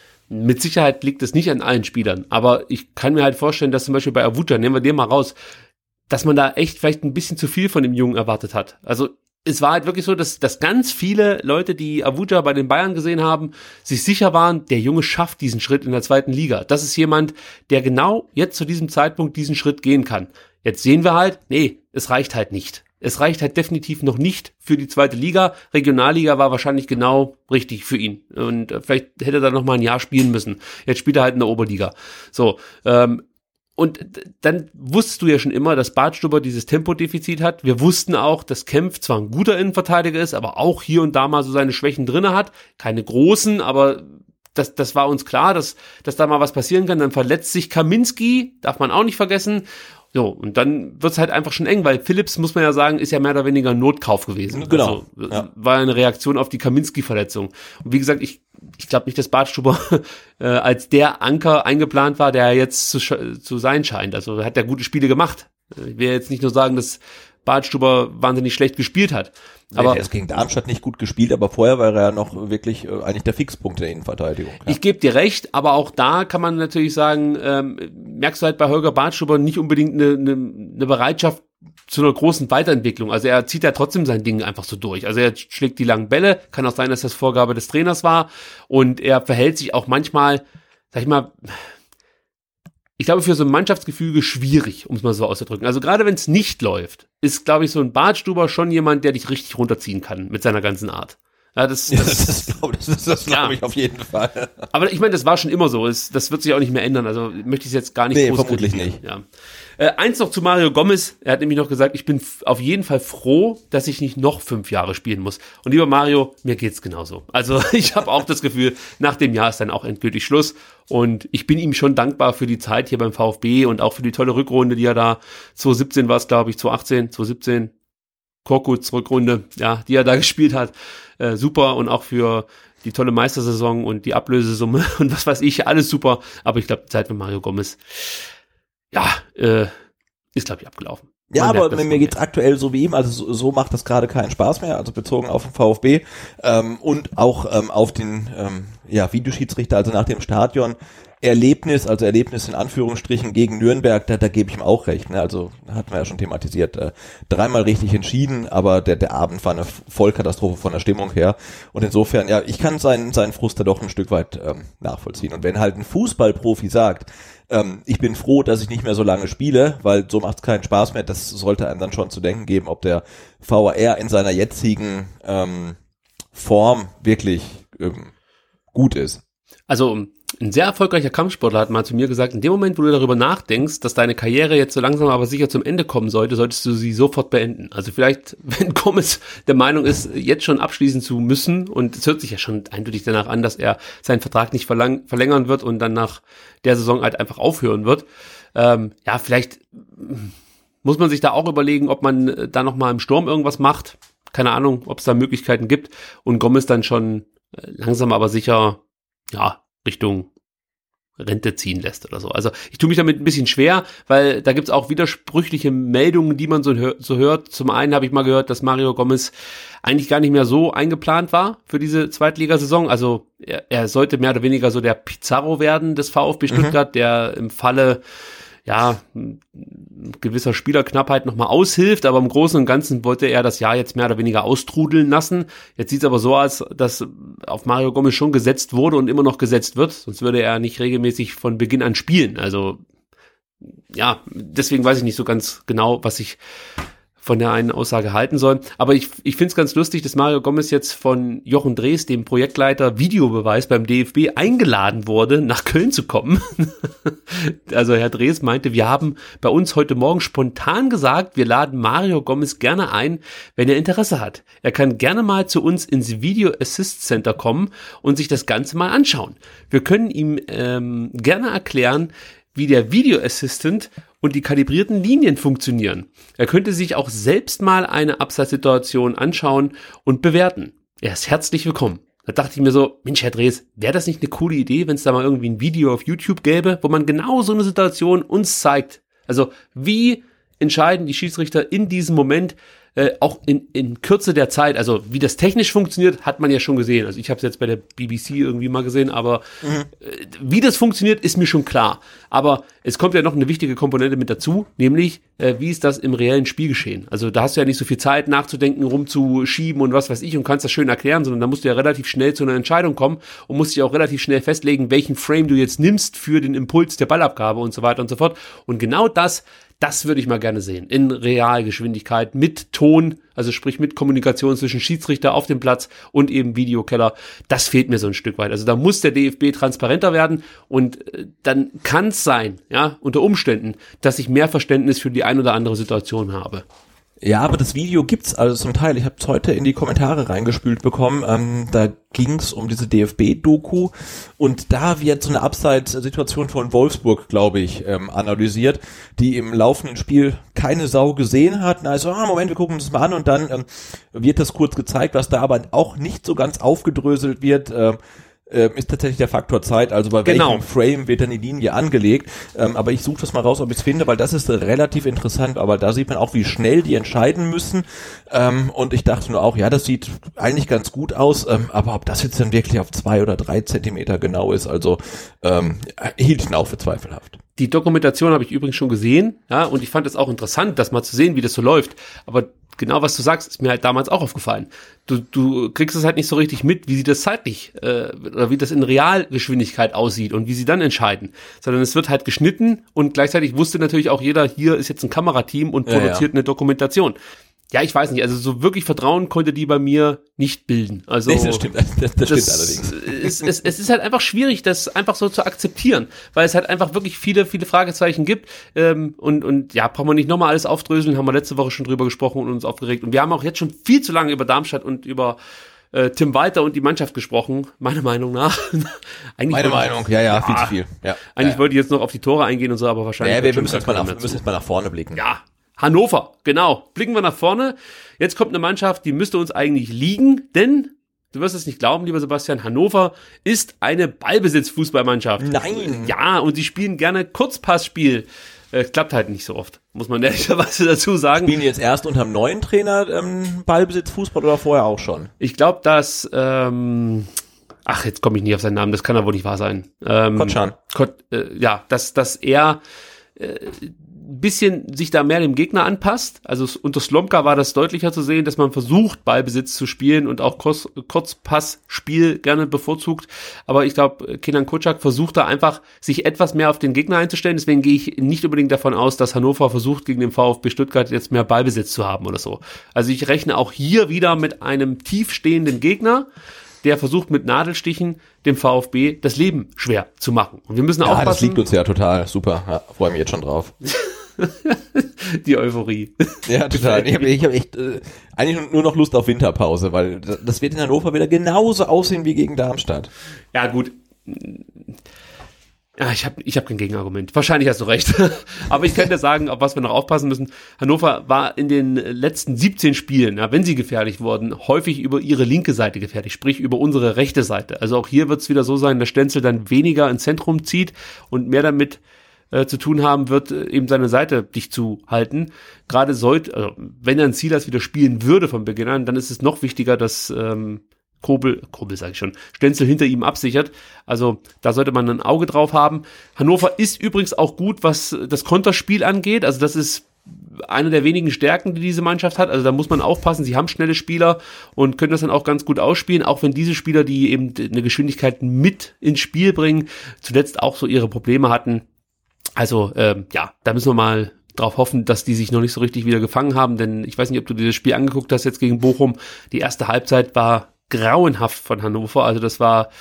Mit Sicherheit liegt es nicht an allen Spielern, aber ich kann mir halt vorstellen, dass zum Beispiel bei Avuja, nehmen wir den mal raus, dass man da echt vielleicht ein bisschen zu viel von dem Jungen erwartet hat. Also es war halt wirklich so, dass, dass ganz viele Leute, die Avuja bei den Bayern gesehen haben, sich sicher waren, der Junge schafft diesen Schritt in der zweiten Liga. Das ist jemand, der genau jetzt zu diesem Zeitpunkt diesen Schritt gehen kann. Jetzt sehen wir halt, nee, es reicht halt nicht. Es reicht halt definitiv noch nicht für die zweite Liga. Regionalliga war wahrscheinlich genau richtig für ihn. Und vielleicht hätte er da noch mal ein Jahr spielen müssen. Jetzt spielt er halt in der Oberliga. So, ähm, und dann wusstest du ja schon immer, dass Bartstuber dieses Tempodefizit hat. Wir wussten auch, dass Kempf zwar ein guter Innenverteidiger ist, aber auch hier und da mal so seine Schwächen drinne hat. Keine großen, aber das, das war uns klar, dass, dass da mal was passieren kann. Dann verletzt sich Kaminski, darf man auch nicht vergessen. So, und dann wird's halt einfach schon eng, weil Phillips, muss man ja sagen, ist ja mehr oder weniger ein Notkauf gewesen. Genau. Also, ja. War eine Reaktion auf die Kaminski-Verletzung. Und wie gesagt, ich ich glaube nicht, dass Bartstuber äh, als der Anker eingeplant war, der jetzt zu, zu sein scheint. Also hat er gute Spiele gemacht. Ich will jetzt nicht nur sagen, dass Bartstuber wahnsinnig schlecht gespielt hat. Aber er ist gegen Darmstadt nicht gut gespielt, aber vorher war er ja noch wirklich äh, eigentlich der Fixpunkt der Innenverteidigung. Ja. Ich gebe dir recht, aber auch da kann man natürlich sagen, ähm, merkst du halt bei Holger Bartstuber nicht unbedingt eine, eine, eine Bereitschaft zu einer großen Weiterentwicklung. Also er zieht ja trotzdem sein Ding einfach so durch. Also er schlägt die langen Bälle, kann auch sein, dass das Vorgabe des Trainers war und er verhält sich auch manchmal, sag ich mal, ich glaube, für so ein Mannschaftsgefüge schwierig, um es mal so auszudrücken. Also gerade wenn es nicht läuft, ist, glaube ich, so ein Bartstuber schon jemand, der dich richtig runterziehen kann mit seiner ganzen Art. Ja, das, das, ja, das, das glaube das, das glaub ja. ich auf jeden Fall. Aber ich meine, das war schon immer so. Es, das wird sich auch nicht mehr ändern. Also möchte ich es jetzt gar nicht nee, groß vermutlich nicht. Ja. Äh, eins noch zu Mario Gomez. Er hat nämlich noch gesagt, ich bin f- auf jeden Fall froh, dass ich nicht noch fünf Jahre spielen muss. Und lieber Mario, mir geht's genauso. Also ich habe auch das Gefühl, nach dem Jahr ist dann auch endgültig Schluss. Und ich bin ihm schon dankbar für die Zeit hier beim VfB und auch für die tolle Rückrunde, die er da zwanzig siebzehn war es, glaube ich, zwanzig achtzehn, zwanzig siebzehn Korkuts Rückrunde, ja, die er da gespielt hat. Äh, super und auch für die tolle Meistersaison und die Ablösesumme und was weiß ich, alles super. Aber ich glaube, die Zeit mit Mario Gomez, ja, äh, ist, glaube ich, abgelaufen. Ja, Man aber merkt, mir geht's aktuell so wie ihm, also so, so macht das gerade keinen Spaß mehr, also bezogen auf den VfB ähm, und auch ähm, auf den ähm, ja, Videoschiedsrichter, also nach dem Stadion. Erlebnis, also Erlebnis in Anführungsstrichen gegen Nürnberg, da, da gebe ich ihm auch recht. Ne? Also hatten wir ja schon thematisiert, äh, dreimal richtig entschieden, aber der, der Abend war eine Vollkatastrophe von der Stimmung her. Und insofern, ja, ich kann seinen, seinen Frust da doch ein Stück weit ähm, nachvollziehen. Und wenn halt ein Fußballprofi sagt, ähm, ich bin froh, dass ich nicht mehr so lange spiele, weil so macht es keinen Spaß mehr, das sollte einem dann schon zu denken geben, ob der V A R in seiner jetzigen ähm, Form wirklich ähm, gut ist. Also ein sehr erfolgreicher Kampfsportler hat mal zu mir gesagt, in dem Moment, wo du darüber nachdenkst, dass deine Karriere jetzt so langsam aber sicher zum Ende kommen sollte, solltest du sie sofort beenden. Also vielleicht, wenn Gomez der Meinung ist, jetzt schon abschließen zu müssen, und es hört sich ja schon eindeutig danach an, dass er seinen Vertrag nicht verlang- verlängern wird und dann nach der Saison halt einfach aufhören wird. Ähm, ja, vielleicht muss man sich da auch überlegen, ob man da nochmal im Sturm irgendwas macht. Keine Ahnung, ob es da Möglichkeiten gibt und Gomez dann schon langsam aber sicher, ja, Richtung Rente ziehen lässt oder so. Also ich tue mich damit ein bisschen schwer, weil da gibt's auch widersprüchliche Meldungen, die man so, hör, so hört. Zum einen habe ich mal gehört, dass Mario Gomez eigentlich gar nicht mehr so eingeplant war für diese Zweitligasaison. Also er, er sollte mehr oder weniger so der Pizarro werden des VfB Stuttgart, mhm. der im Falle ja, gewisser Spielerknappheit nochmal aushilft, aber im Großen und Ganzen wollte er das Jahr jetzt mehr oder weniger austrudeln lassen. Jetzt sieht es aber so aus, dass auf Mario Gomez schon gesetzt wurde und immer noch gesetzt wird, sonst würde er nicht regelmäßig von Beginn an spielen. Also ja, deswegen weiß ich nicht so ganz genau, was ich von der einen Aussage halten soll. Aber ich, ich finde es ganz lustig, dass Mario Gomez jetzt von Jochen Drees, dem Projektleiter Videobeweis beim D F B, eingeladen wurde, nach Köln zu kommen. Also Herr Drees meinte, wir haben bei uns heute Morgen spontan gesagt, wir laden Mario Gomez gerne ein, wenn er Interesse hat. Er kann gerne mal zu uns ins Video Assist Center kommen und sich das Ganze mal anschauen. Wir können ihm ähm, gerne erklären, wie der Video Assistant und die kalibrierten Linien funktionieren. Er könnte sich auch selbst mal eine Abseitssituation anschauen und bewerten. Er ist herzlich willkommen. Da dachte ich mir so, Mensch, Herr Drees, wäre das nicht eine coole Idee, wenn es da mal irgendwie ein Video auf YouTube gäbe, wo man genau so eine Situation uns zeigt? Also wie entscheiden die Schiedsrichter in diesem Moment, äh, auch in, in Kürze der Zeit, also wie das technisch funktioniert, hat man ja schon gesehen. Also ich habe es jetzt bei der B B C irgendwie mal gesehen, aber mhm. äh, wie das funktioniert, ist mir schon klar. Aber es kommt ja noch eine wichtige Komponente mit dazu, nämlich äh, wie ist das im reellen Spielgeschehen? Also da hast du ja nicht so viel Zeit nachzudenken, rumzuschieben und was weiß ich und kannst das schön erklären, sondern da musst du ja relativ schnell zu einer Entscheidung kommen und musst dich auch relativ schnell festlegen, welchen Frame du jetzt nimmst für den Impuls der Ballabgabe und so weiter und so fort. Und genau das Das würde ich mal gerne sehen, in Realgeschwindigkeit, mit Ton, also sprich mit Kommunikation zwischen Schiedsrichter auf dem Platz und eben Videokeller. Das fehlt mir so ein Stück weit. Also da muss der D F B transparenter werden und dann kann es sein, ja, unter Umständen, dass ich mehr Verständnis für die ein oder andere Situation habe. Ja, aber das Video gibt's also zum Teil. Ich habe es heute in die Kommentare reingespült bekommen. Ähm, da ging's um diese D F B-Doku und da wird so eine Abseits-Situation von Wolfsburg, glaube ich, ähm, analysiert, die im laufenden Spiel keine Sau gesehen hat. Also, ah, Moment, wir gucken uns das mal an und dann ähm, wird das kurz gezeigt, was da aber auch nicht so ganz aufgedröselt wird. Äh, ist tatsächlich der Faktor Zeit, also bei genau. welchem Frame wird dann die Linie angelegt, ähm, aber ich suche das mal raus, ob ich es finde, weil das ist relativ interessant, aber da sieht man auch, wie schnell die entscheiden müssen ähm, und ich dachte nur auch, ja, das sieht eigentlich ganz gut aus, ähm, aber ob das jetzt dann wirklich auf zwei oder drei Zentimeter genau ist, also ähm, hielt ich ihn auch für zweifelhaft. Die Dokumentation habe ich übrigens schon gesehen, ja, und ich fand es auch interessant, das mal zu sehen, wie das so läuft, aber genau, was du sagst, ist mir halt damals auch aufgefallen. Du, du kriegst es halt nicht so richtig mit, wie sie das zeitlich, äh, oder wie das in Realgeschwindigkeit aussieht und wie sie dann entscheiden. Sondern es wird halt geschnitten und gleichzeitig wusste natürlich auch jeder, hier ist jetzt ein Kamerateam und produziert ja, ja. eine Dokumentation. Ja, ich weiß nicht, also so wirklich Vertrauen konnte die bei mir nicht bilden. Also nee, das stimmt, das, das, das stimmt allerdings. Es, es, es ist halt einfach schwierig, das einfach so zu akzeptieren, weil es halt einfach wirklich viele, viele Fragezeichen gibt. Ähm, und, und ja, brauchen wir nicht nochmal alles aufdröseln, haben wir letzte Woche schon drüber gesprochen und uns aufgeregt. Und wir haben auch jetzt schon viel zu lange über Darmstadt und über äh, Tim Walter und die Mannschaft gesprochen, meiner Meinung nach. Eigentlich Meine Meinung, ja, ja, viel zu viel. Ja, eigentlich ja. wollte ich jetzt noch auf die Tore eingehen und so, aber wahrscheinlich... Ja, wir, wir müssen jetzt mal nach, müssen jetzt mal nach vorne blicken. Ja, Hannover, genau. Blicken wir nach vorne. Jetzt kommt eine Mannschaft, die müsste uns eigentlich liegen, denn, du wirst es nicht glauben, lieber Sebastian, Hannover ist eine Ballbesitz-Fußballmannschaft. Nein! Ja, und sie spielen gerne Kurzpassspiel. Äh, klappt halt nicht so oft, muss man ehrlicherweise dazu sagen. Spielen die jetzt erst unter dem neuen Trainer ähm, Ballbesitz-Fußball oder vorher auch schon? Ich glaube, dass... Ähm, ach, jetzt komme ich nicht auf seinen Namen, das kann ja wohl nicht wahr sein. Ähm, Kotschan. Kot, äh, ja, dass, dass er... Äh, bisschen sich da mehr dem Gegner anpasst. Also unter Slomka war das deutlicher zu sehen, dass man versucht, Ballbesitz zu spielen und auch Kurz, Kurzpassspiel gerne bevorzugt. Aber ich glaube, Kenan Kocak versucht da einfach, sich etwas mehr auf den Gegner einzustellen. Deswegen gehe ich nicht unbedingt davon aus, dass Hannover versucht, gegen den VfB Stuttgart jetzt mehr Ballbesitz zu haben oder so. Also ich rechne auch hier wieder mit einem tiefstehenden Gegner, der versucht mit Nadelstichen dem VfB das Leben schwer zu machen. Und wir müssen ja, aufpassen. Das liegt uns ja total. Super. Ja, freue mich jetzt schon drauf. Die Euphorie. Ja, total. Ich habe ich hab echt äh, eigentlich nur noch Lust auf Winterpause, weil das wird in Hannover wieder genauso aussehen wie gegen Darmstadt. Ja, gut. Ja, ich habe ich hab kein Gegenargument. Wahrscheinlich hast du recht. Aber ich kann dir sagen, auf was wir noch aufpassen müssen. Hannover war in den letzten siebzehn Spielen, ja, wenn sie gefährlich wurden, häufig über ihre linke Seite gefährlich, sprich über unsere rechte Seite. Also auch hier wird es wieder so sein, dass Stenzel dann weniger ins Zentrum zieht und mehr damit äh, zu tun haben wird, eben seine Seite dicht zu halten. Gerade sollte, also wenn er ein Silas wieder spielen würde von Beginn an, dann ist es noch wichtiger, dass ähm, Kobel, Kobel sage ich schon, Stenzel hinter ihm absichert. Also da sollte man ein Auge drauf haben. Hannover ist übrigens auch gut, was das Konterspiel angeht. Also das ist eine der wenigen Stärken, die diese Mannschaft hat. Also da muss man aufpassen. Sie haben schnelle Spieler und können das dann auch ganz gut ausspielen. Auch wenn diese Spieler, die eben eine Geschwindigkeit mit ins Spiel bringen, zuletzt auch so ihre Probleme hatten. Also ähm, ja, da müssen wir mal drauf hoffen, dass die sich noch nicht so richtig wieder gefangen haben. Denn ich weiß nicht, ob du dir das Spiel angeguckt hast jetzt gegen Bochum. Die erste Halbzeit war grauenhaft von Hannover, also das war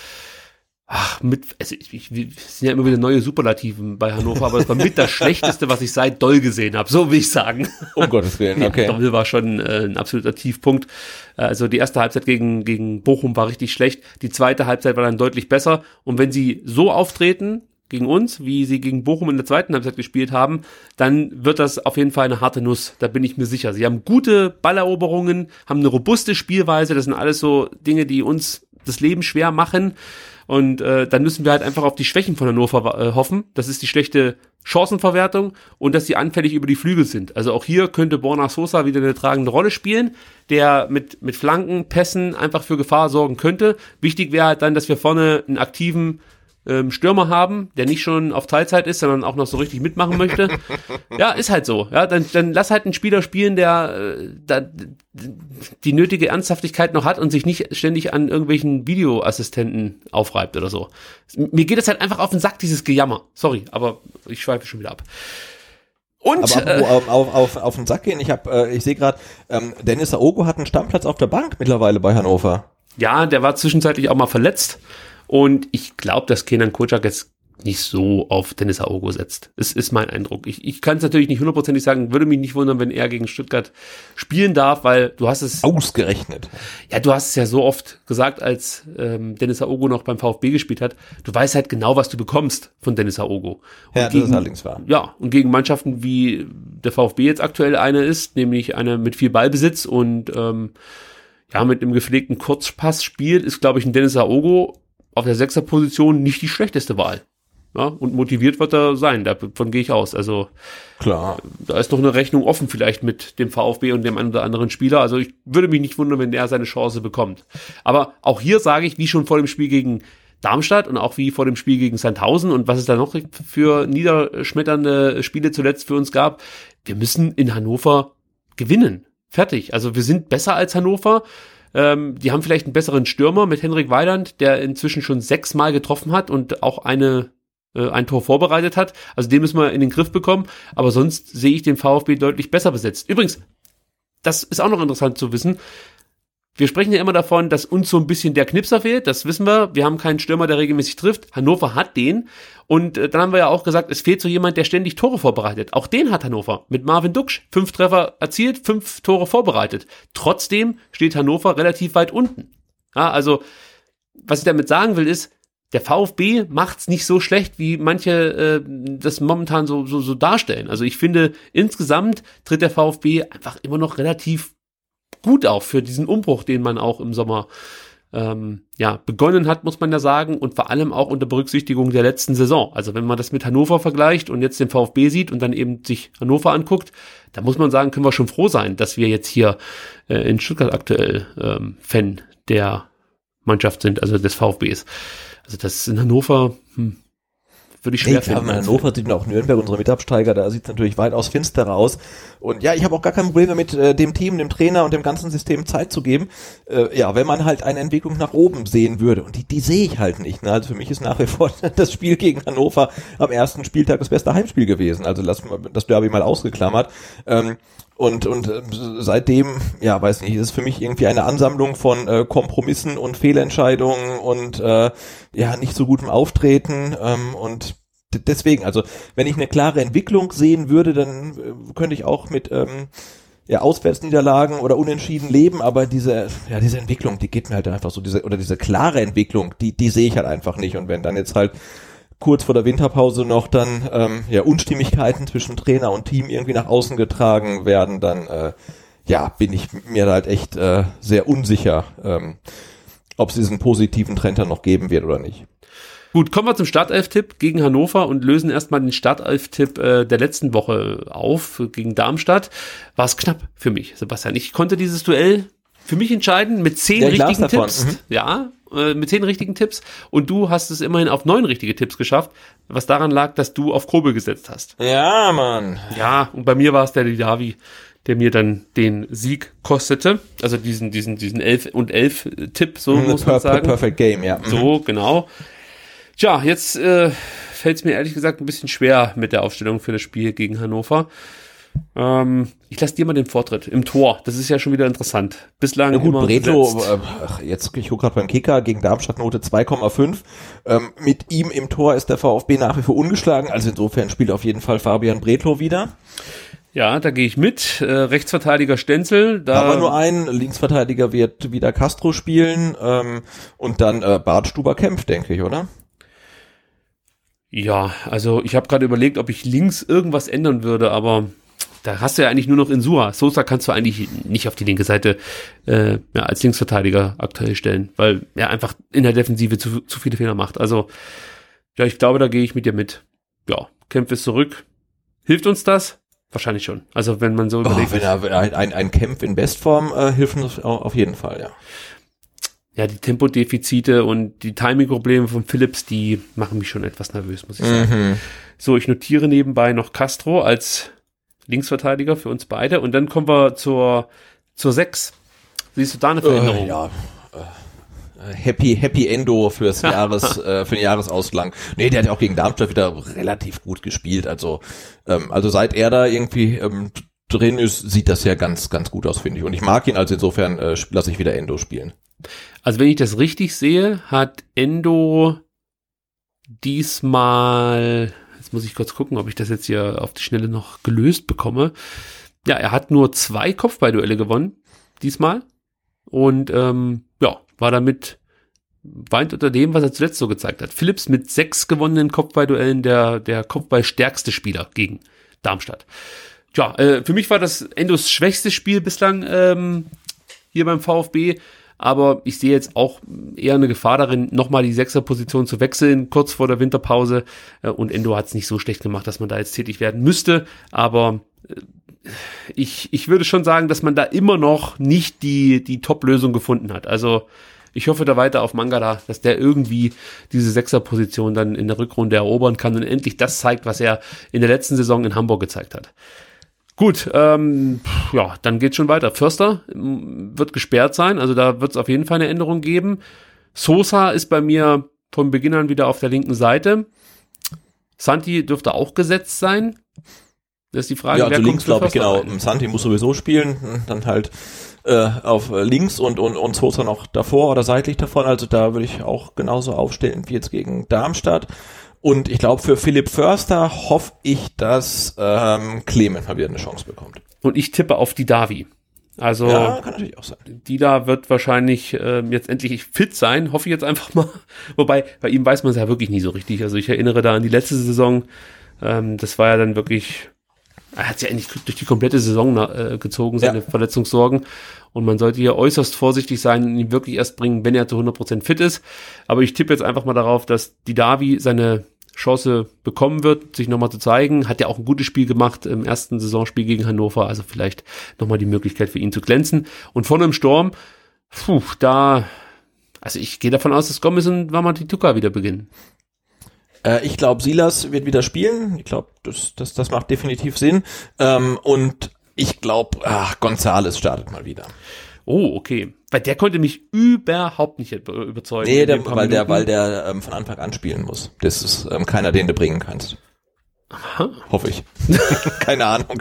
ach, mit, also ich, ich, es sind ja immer wieder neue Superlativen bei Hannover, aber das war mit das Schlechteste, was ich seit Doll gesehen habe, so will ich sagen. Um Gottes Willen, okay. Ja, Doll war schon äh, ein absoluter Tiefpunkt. Also die erste Halbzeit gegen gegen Bochum war richtig schlecht, die zweite Halbzeit war dann deutlich besser und wenn sie so auftreten gegen uns, wie sie gegen Bochum in der zweiten Halbzeit gespielt haben, dann wird das auf jeden Fall eine harte Nuss, da bin ich mir sicher. Sie haben gute Balleroberungen, haben eine robuste Spielweise, das sind alles so Dinge, die uns das Leben schwer machen und äh, dann müssen wir halt einfach auf die Schwächen von Hannover äh, hoffen. Das ist die schlechte Chancenverwertung und dass sie anfällig über die Flügel sind. Also auch hier könnte Borna Sosa wieder eine tragende Rolle spielen, der mit mit Flanken, Pässen einfach für Gefahr sorgen könnte. Wichtig wäre halt dann, dass wir vorne einen aktiven Stürmer haben, der nicht schon auf Teilzeit ist, sondern auch noch so richtig mitmachen möchte. Ja, ist halt so. Ja, dann, dann lass halt einen Spieler spielen, der äh, da, die nötige Ernsthaftigkeit noch hat und sich nicht ständig an irgendwelchen Videoassistenten aufreibt oder so. Mir geht es halt einfach auf den Sack, dieses Gejammer. Sorry, aber ich schweife schon wieder ab. Und aber äh, auf, auf, auf, auf den Sack gehen, ich habe, äh, ich sehe gerade, ähm, Dennis Aogo hat einen Stammplatz auf der Bank mittlerweile bei Hannover. Ja, der war zwischenzeitlich auch mal verletzt. Und ich glaube, dass Kenan Kocak jetzt nicht so auf Dennis Aogo setzt. Es ist mein Eindruck. Ich, ich kann es natürlich nicht hundertprozentig sagen, würde mich nicht wundern, wenn er gegen Stuttgart spielen darf, weil du hast es... Ausgerechnet. Ja, du hast es ja so oft gesagt, als ähm, Dennis Aogo noch beim VfB gespielt hat. Du weißt halt genau, was du bekommst von Dennis Aogo. Und ja, gegen, das ist allerdings wahr. Ja, und gegen Mannschaften wie der VfB jetzt aktuell eine ist, nämlich eine mit viel Ballbesitz und ähm, ja, mit einem gepflegten Kurzpass spielt, ist, glaube ich, ein Dennis Aogo auf der Sechserposition nicht die schlechteste Wahl. Ja, und motiviert wird er sein, davon gehe ich aus. Also klar, da ist noch eine Rechnung offen vielleicht mit dem VfB und dem einen oder anderen Spieler. Also ich würde mich nicht wundern, wenn der seine Chance bekommt. Aber auch hier sage ich, wie schon vor dem Spiel gegen Darmstadt und auch wie vor dem Spiel gegen Sandhausen und was es da noch für niederschmetternde Spiele zuletzt für uns gab, wir müssen in Hannover gewinnen. Fertig. Also wir sind besser als Hannover. Ähm, die haben vielleicht einen besseren Stürmer mit Henrik Weiland, der inzwischen schon sechsmal getroffen hat und auch eine äh, ein Tor vorbereitet hat. Also den müssen wir in den Griff bekommen. Aber sonst sehe ich den VfB deutlich besser besetzt. Übrigens, das ist auch noch interessant zu wissen. Wir sprechen ja immer davon, dass uns so ein bisschen der Knipser fehlt. Das wissen wir. Wir haben keinen Stürmer, der regelmäßig trifft. Hannover hat den. Und äh, dann haben wir ja auch gesagt, es fehlt so jemand, der ständig Tore vorbereitet. Auch den hat Hannover. Mit Marvin Duksch. Fünf Treffer erzielt, fünf Tore vorbereitet. Trotzdem steht Hannover relativ weit unten. Ja, also, was ich damit sagen will, ist, der VfB macht's nicht so schlecht, wie manche äh, das momentan so, so, so darstellen. Also ich finde, insgesamt tritt der VfB einfach immer noch relativ gut auf für diesen Umbruch, den man auch im Sommer ähm, ja begonnen hat, muss man ja sagen, und vor allem auch unter Berücksichtigung der letzten Saison. Also wenn man das mit Hannover vergleicht und jetzt den VfB sieht und dann eben sich Hannover anguckt, da muss man sagen, können wir schon froh sein, dass wir jetzt hier äh, in Stuttgart aktuell ähm, Fan der Mannschaft sind, also des VfBs. Also das ist in Hannover... Hm, würde ich schwer hey, finden. In Hannover sieht auch Nürnberg, unsere Mitabsteiger, da sieht es natürlich weitaus finsterer aus. Und ja, ich habe auch gar kein Problem damit, äh, dem Team, dem Trainer und dem ganzen System Zeit zu geben. Äh, ja, wenn man halt eine Entwicklung nach oben sehen würde. Und die, die sehe ich halt nicht. Ne? Also für mich ist nach wie vor das Spiel gegen Hannover am ersten Spieltag das beste Heimspiel gewesen. Also lass mal das Derby mal ausgeklammert. Ähm, Und, und äh, seitdem, ja, weiß nicht, ist es für mich irgendwie eine Ansammlung von äh, Kompromissen und Fehlentscheidungen und äh, ja, nicht so gutem Auftreten. Ähm, und d- deswegen, also wenn ich eine klare Entwicklung sehen würde, dann äh, könnte ich auch mit ähm, ja, Auswärtsniederlagen oder Unentschieden leben, aber diese, ja, diese Entwicklung, die geht mir halt einfach so, diese, oder diese klare Entwicklung, die, die sehe ich halt einfach nicht. Und wenn dann jetzt halt kurz vor der Winterpause noch dann ähm, ja Unstimmigkeiten zwischen Trainer und Team irgendwie nach außen getragen werden, dann äh, ja bin ich mir halt echt äh, sehr unsicher, ähm, ob es diesen positiven Trend dann noch geben wird oder nicht. Gut, kommen wir zum Startelf-Tipp gegen Hannover und lösen erstmal den Startelf-Tipp äh, der letzten Woche auf. Gegen Darmstadt war es knapp für mich, Sebastian. Ich konnte dieses Duell für mich entscheiden mit zehn ja, richtigen davon. Tipps. Mhm. Ja, äh, mit zehn richtigen Tipps. Und du hast es immerhin auf neun richtige Tipps geschafft, was daran lag, dass du auf Kobel gesetzt hast. Ja, Mann. Ja, und bei mir war es der Didavi, der mir dann den Sieg kostete. Also diesen, diesen, diesen elf und elf Tipp, so mhm, muss man per, sagen. Perfect Game, ja. Mhm. So, genau. Tja, jetzt äh, fällt es mir ehrlich gesagt ein bisschen schwer mit der Aufstellung für das Spiel gegen Hannover. Ähm, ich lasse dir mal den Vortritt im Tor. Das ist ja schon wieder interessant. Bislang ja gut, immer Bredlo, gesetzt. äh, ach, jetzt ich gucke gerade beim Kicker gegen Darmstadt Note zwei Komma fünf. Ähm, mit ihm im Tor ist der VfB nach wie vor ungeschlagen. Also insofern spielt auf jeden Fall Fabian Bredlo wieder. Ja, da gehe ich mit. Äh, Rechtsverteidiger Stenzel. Da Aber nur ein. Linksverteidiger wird wieder Castro spielen. Ähm, und dann äh, Bart Stuber-Kempf, denke ich, oder? Ja, also ich habe gerade überlegt, ob ich links irgendwas ändern würde, aber da hast du ja eigentlich nur noch Insua. Sosa kannst du eigentlich nicht auf die linke Seite äh, ja, als Linksverteidiger aktuell stellen, weil er einfach in der Defensive zu, zu viele Fehler macht. Also ja, ich glaube, da gehe ich mit dir mit. Ja, Kempf ist zurück. Hilft uns das? Wahrscheinlich schon. Also wenn man so überlegt. Oh, wenn er, wenn er ein, ein Kempf in Bestform äh, hilft uns auf jeden Fall, ja. Ja, die Tempodefizite und die Timing-Probleme von Phillips, die machen mich schon etwas nervös, muss ich sagen. Mhm. So, ich notiere nebenbei noch Castro als Linksverteidiger für uns beide und dann kommen wir zur zur sechs. Siehst du da eine Veränderung? Äh, ja, äh, Happy Happy Endo fürs Jahres äh, für den Jahresausklang. Nee, der hat ja auch gegen Darmstadt wieder relativ gut gespielt. Also ähm, also seit er da irgendwie ähm, drin ist, sieht das ja ganz ganz gut aus, finde ich. Und ich mag ihn, also insofern äh, lasse ich wieder Endo spielen. Also wenn ich das richtig sehe, hat Endo diesmal, jetzt muss ich kurz gucken, ob ich das jetzt hier auf die Schnelle noch gelöst bekomme. Ja, er hat nur zwei Kopfballduelle gewonnen, diesmal. Und ähm, ja, war damit weit unter dem, was er zuletzt so gezeigt hat. Phillips mit sechs gewonnenen Kopfballduellen der, der Kopfballstärkste Spieler gegen Darmstadt. Tja, äh, für mich war das Endos schwächstes Spiel bislang ähm, hier beim VfB. Aber ich sehe jetzt auch eher eine Gefahr darin, nochmal die Sechserposition zu wechseln, kurz vor der Winterpause. Und Endo hat es nicht so schlecht gemacht, dass man da jetzt tätig werden müsste. Aber ich, ich würde schon sagen, dass man da immer noch nicht die, die Top-Lösung gefunden hat. Also ich hoffe da weiter auf Mangala, dass der irgendwie diese Sechserposition dann in der Rückrunde erobern kann und endlich das zeigt, was er in der letzten Saison in Hamburg gezeigt hat. Gut, ähm, ja, dann geht's schon weiter. Förster wird gesperrt sein, also da wird es auf jeden Fall eine Änderung geben. Sosa ist bei mir von Beginn an wieder auf der linken Seite. Santi dürfte auch gesetzt sein. Das ist die Frage, ja, also wer links, glaube ich, genau. Rein? Santi muss sowieso spielen, dann halt äh, auf links und, und, und Sosa noch davor oder seitlich davon. Also da würde ich auch genauso aufstellen wie jetzt gegen Darmstadt. Und ich glaube, für Philipp Förster hoffe ich, dass ähm, Clement mal wieder eine Chance bekommt. Und ich tippe auf Didavi. Also ja, kann natürlich auch sein. Dida wird wahrscheinlich äh, jetzt endlich fit sein, hoffe ich jetzt einfach mal. Wobei, bei ihm weiß man es ja wirklich nie so richtig. Also ich erinnere da an die letzte Saison. Ähm, das war ja dann wirklich, er hat ja endlich durch die komplette Saison äh, gezogen, seine ja. Verletzungssorgen. Und man sollte hier äußerst vorsichtig sein und ihn wirklich erst bringen, wenn er zu hundert Prozent fit ist. Aber ich tippe jetzt einfach mal darauf, dass Didavi seine Chance bekommen wird, sich nochmal zu zeigen. Hat ja auch ein gutes Spiel gemacht im ersten Saisonspiel gegen Hannover. Also vielleicht nochmal die Möglichkeit für ihn zu glänzen. Und vorne im Sturm, puh, da, also ich gehe davon aus, dass Gomez und Wamati-Tuka wieder beginnen. Äh, ich glaube, Silas wird wieder spielen. Ich glaube, das, das, das macht definitiv Sinn. Ähm, und ich glaube, González startet mal wieder. Oh, okay. Weil der konnte mich überhaupt nicht überzeugen. Nee, der, weil, der, weil der ähm, von Anfang an spielen muss. Das ist ähm, keiner, den du bringen kannst. Aha. Hoffe ich. Keine Ahnung.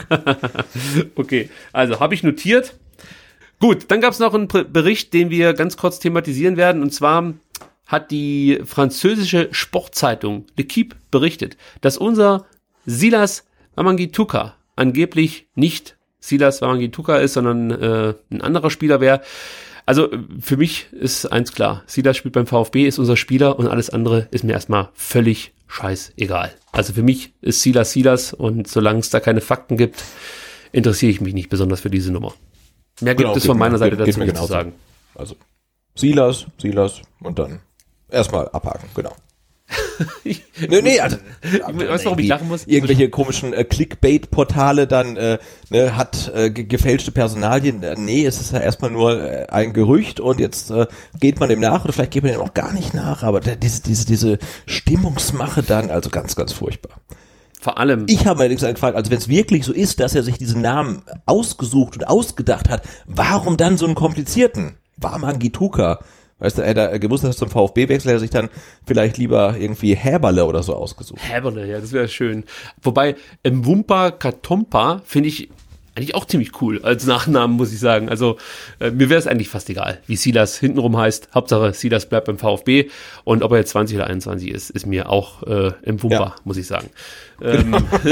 Okay, also habe ich notiert. Gut, dann gab es noch einen Bericht, den wir ganz kurz thematisieren werden. Und zwar hat die französische Sportzeitung L'Équipe berichtet, dass unser Silas Wamangituka angeblich nicht Silas Wamangituka ist, sondern äh, ein anderer Spieler wäre. Also für mich ist eins klar, Silas spielt beim VfB, ist unser Spieler und alles andere ist mir erstmal völlig scheißegal. Also für mich ist Silas Silas und solange es da keine Fakten gibt, interessiere ich mich nicht besonders für diese Nummer. Mehr gibt genau, es von meiner mir, Seite geht, dazu geht nicht zu sagen. Also Silas, Silas und dann erstmal abhaken, genau. nee, nee, also, weißt du, warum ich lachen muss? Irgendwelche komischen äh, Clickbait-Portale dann äh, ne, hat äh, ge- gefälschte Personalien. Äh, nee, es ist ja erstmal nur äh, ein Gerücht und jetzt äh, geht man dem nach oder vielleicht geht man dem auch gar nicht nach, aber da, diese, diese, diese Stimmungsmache dann, also ganz, ganz furchtbar. Vor allem. Ich habe mir allerdings gefragt, also wenn es wirklich so ist, dass er sich diesen Namen ausgesucht und ausgedacht hat, warum dann so einen komplizierten? Wamangituka. Weißt du, er hätte gewusst, dass er zum VfB wechselt, er sich dann vielleicht lieber irgendwie Häberle oder so ausgesucht. Häberle, ja, das wäre schön. Wobei, Mwumpa Katompa finde ich eigentlich auch ziemlich cool als Nachnamen, muss ich sagen. Also äh, mir wäre es eigentlich fast egal, wie Silas hintenrum heißt. Hauptsache Silas bleibt beim VfB und ob er jetzt zwanzig oder einundzwanzig ist, ist mir auch äh, Mwumpa, ja. muss ich sagen. Ähm,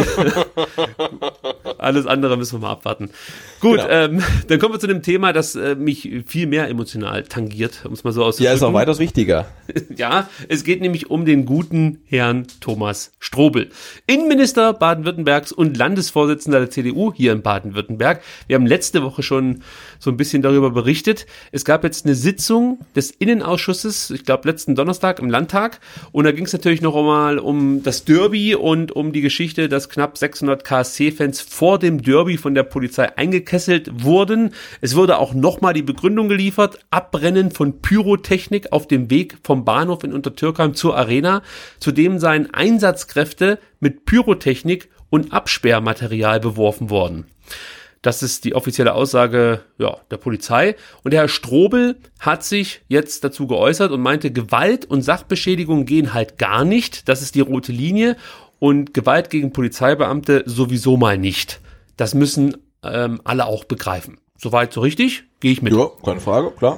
alles andere müssen wir mal abwarten. Gut, genau. ähm, dann kommen wir zu dem Thema, das äh, mich viel mehr emotional tangiert, um es mal so auszudrücken. Ja, ist auch weitaus wichtiger. Ja, es geht nämlich um den guten Herrn Thomas Strobel. Innenminister Baden-Württembergs und Landesvorsitzender der C D U hier in Baden-Württemberg. Wir haben letzte Woche schon so ein bisschen darüber berichtet. Es gab jetzt eine Sitzung des Innenausschusses, ich glaube letzten Donnerstag im Landtag. Und da ging es natürlich noch einmal um das Derby und um die Geschichte, dass knapp sechshundert K S C-Fans vor dem Derby von der Polizei eingekesselt wurden. Es wurde auch nochmal die Begründung geliefert, Abbrennen von Pyrotechnik auf dem Weg vom Bahnhof in Untertürkheim zur Arena. Zudem seien Einsatzkräfte mit Pyrotechnik und Absperrmaterial beworfen worden. Das ist die offizielle Aussage ja, der Polizei. Und der Herr Strobel hat sich jetzt dazu geäußert und meinte, Gewalt und Sachbeschädigung gehen halt gar nicht. Das ist die rote Linie. Und Gewalt gegen Polizeibeamte sowieso mal nicht. Das müssen ähm, alle auch begreifen. Soweit so richtig? Gehe ich mit. Ja, keine Frage, klar.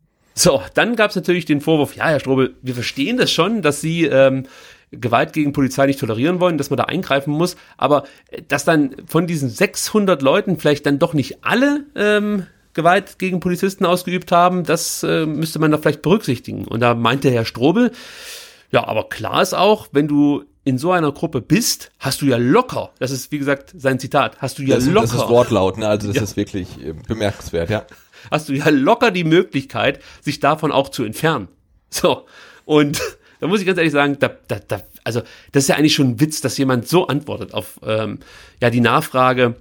So, dann gab es natürlich den Vorwurf, ja, Herr Strobel, wir verstehen das schon, dass Sie ähm, Gewalt gegen Polizei nicht tolerieren wollen, dass man da eingreifen muss, aber dass dann von diesen sechshundert Leuten vielleicht dann doch nicht alle ähm, Gewalt gegen Polizisten ausgeübt haben, das äh, müsste man da vielleicht berücksichtigen. Und da meinte Herr Strobel, ja, aber klar ist auch, wenn du in so einer Gruppe bist, hast du ja locker, das ist wie gesagt sein Zitat, hast du ja das, locker. Das ist Wortlaut, ne? Also das ja. ist wirklich äh, bemerkenswert, ja. Hast du ja locker die Möglichkeit, sich davon auch zu entfernen. So, und da muss ich ganz ehrlich sagen, da, da, da, also das ist ja eigentlich schon ein Witz, dass jemand so antwortet auf ähm, ja die Nachfrage,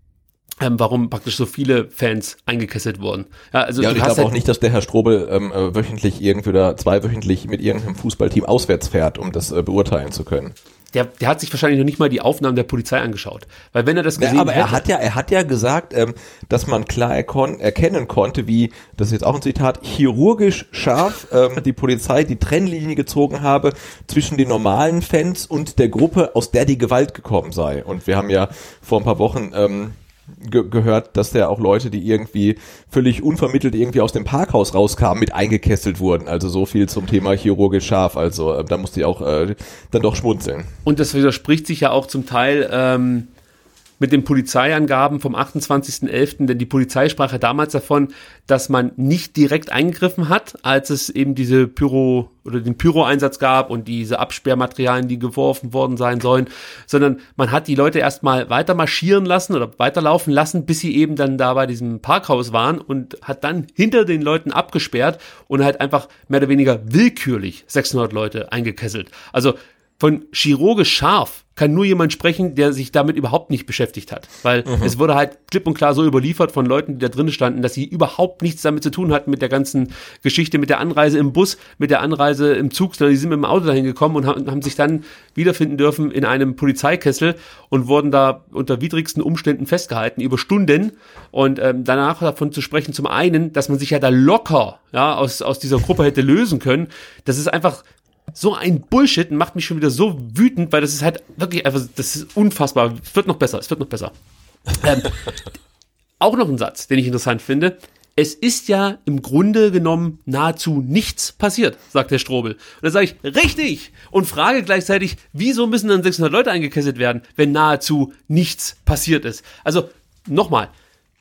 ähm, warum praktisch so viele Fans eingekesselt wurden. Ja, also ja, und du ich hast glaube halt auch nicht, dass der Herr Strobel ähm, wöchentlich irgendwie oder zweiwöchentlich mit irgendeinem Fußballteam auswärts fährt, um das äh, beurteilen zu können. Der, der hat sich wahrscheinlich noch nicht mal die Aufnahmen der Polizei angeschaut. Weil wenn er das gesehen ja, aber hätte... er hat ja, er hat ja gesagt, ähm, dass man klar erkon- erkennen konnte, wie, das ist jetzt auch ein Zitat, chirurgisch scharf ähm, die Polizei die Trennlinie gezogen habe zwischen den normalen Fans und der Gruppe, aus der die Gewalt gekommen sei. Und wir haben ja vor ein paar Wochen... Ähm, ge- gehört, dass da auch Leute, die irgendwie völlig unvermittelt irgendwie aus dem Parkhaus rauskamen, mit eingekesselt wurden. Also so viel zum Thema chirurgisch scharf. Also äh, da musste ich auch äh, dann doch schmunzeln. Und das widerspricht sich ja auch zum Teil ähm, mit den Polizeiangaben vom achtundzwanzigsten elften Denn die Polizei sprach ja damals davon, dass man nicht direkt eingegriffen hat, als es eben diese Pyro oder den Pyro-Einsatz gab und diese Absperrmaterialien, die geworfen worden sein sollen, sondern man hat die Leute erstmal weiter marschieren lassen oder weiterlaufen lassen, bis sie eben dann da bei diesem Parkhaus waren und hat dann hinter den Leuten abgesperrt und halt einfach mehr oder weniger willkürlich sechshundert Leute eingekesselt. Also von chirurgisch scharf kann nur jemand sprechen, der sich damit überhaupt nicht beschäftigt hat. Weil mhm. es wurde halt klipp und klar so überliefert von Leuten, die da drin standen, dass sie überhaupt nichts damit zu tun hatten mit der ganzen Geschichte, mit der Anreise im Bus, mit der Anreise im Zug, sondern die sind mit dem Auto dahin gekommen und haben, haben sich dann wiederfinden dürfen in einem Polizeikessel und wurden da unter widrigsten Umständen festgehalten, über Stunden. Und ähm, danach davon zu sprechen, zum einen, dass man sich ja da locker ja aus, aus dieser Gruppe hätte lösen können, das ist einfach so ein Bullshit und macht mich schon wieder so wütend, weil das ist halt wirklich einfach, das ist unfassbar. Es wird noch besser, es wird noch besser. ähm, auch noch ein Satz, den ich interessant finde. Es ist ja im Grunde genommen nahezu nichts passiert, sagt der Strobel. Und dann sage ich, richtig! Und frage gleichzeitig, wieso müssen dann sechshundert Leute eingekesselt werden, wenn nahezu nichts passiert ist? Also, nochmal.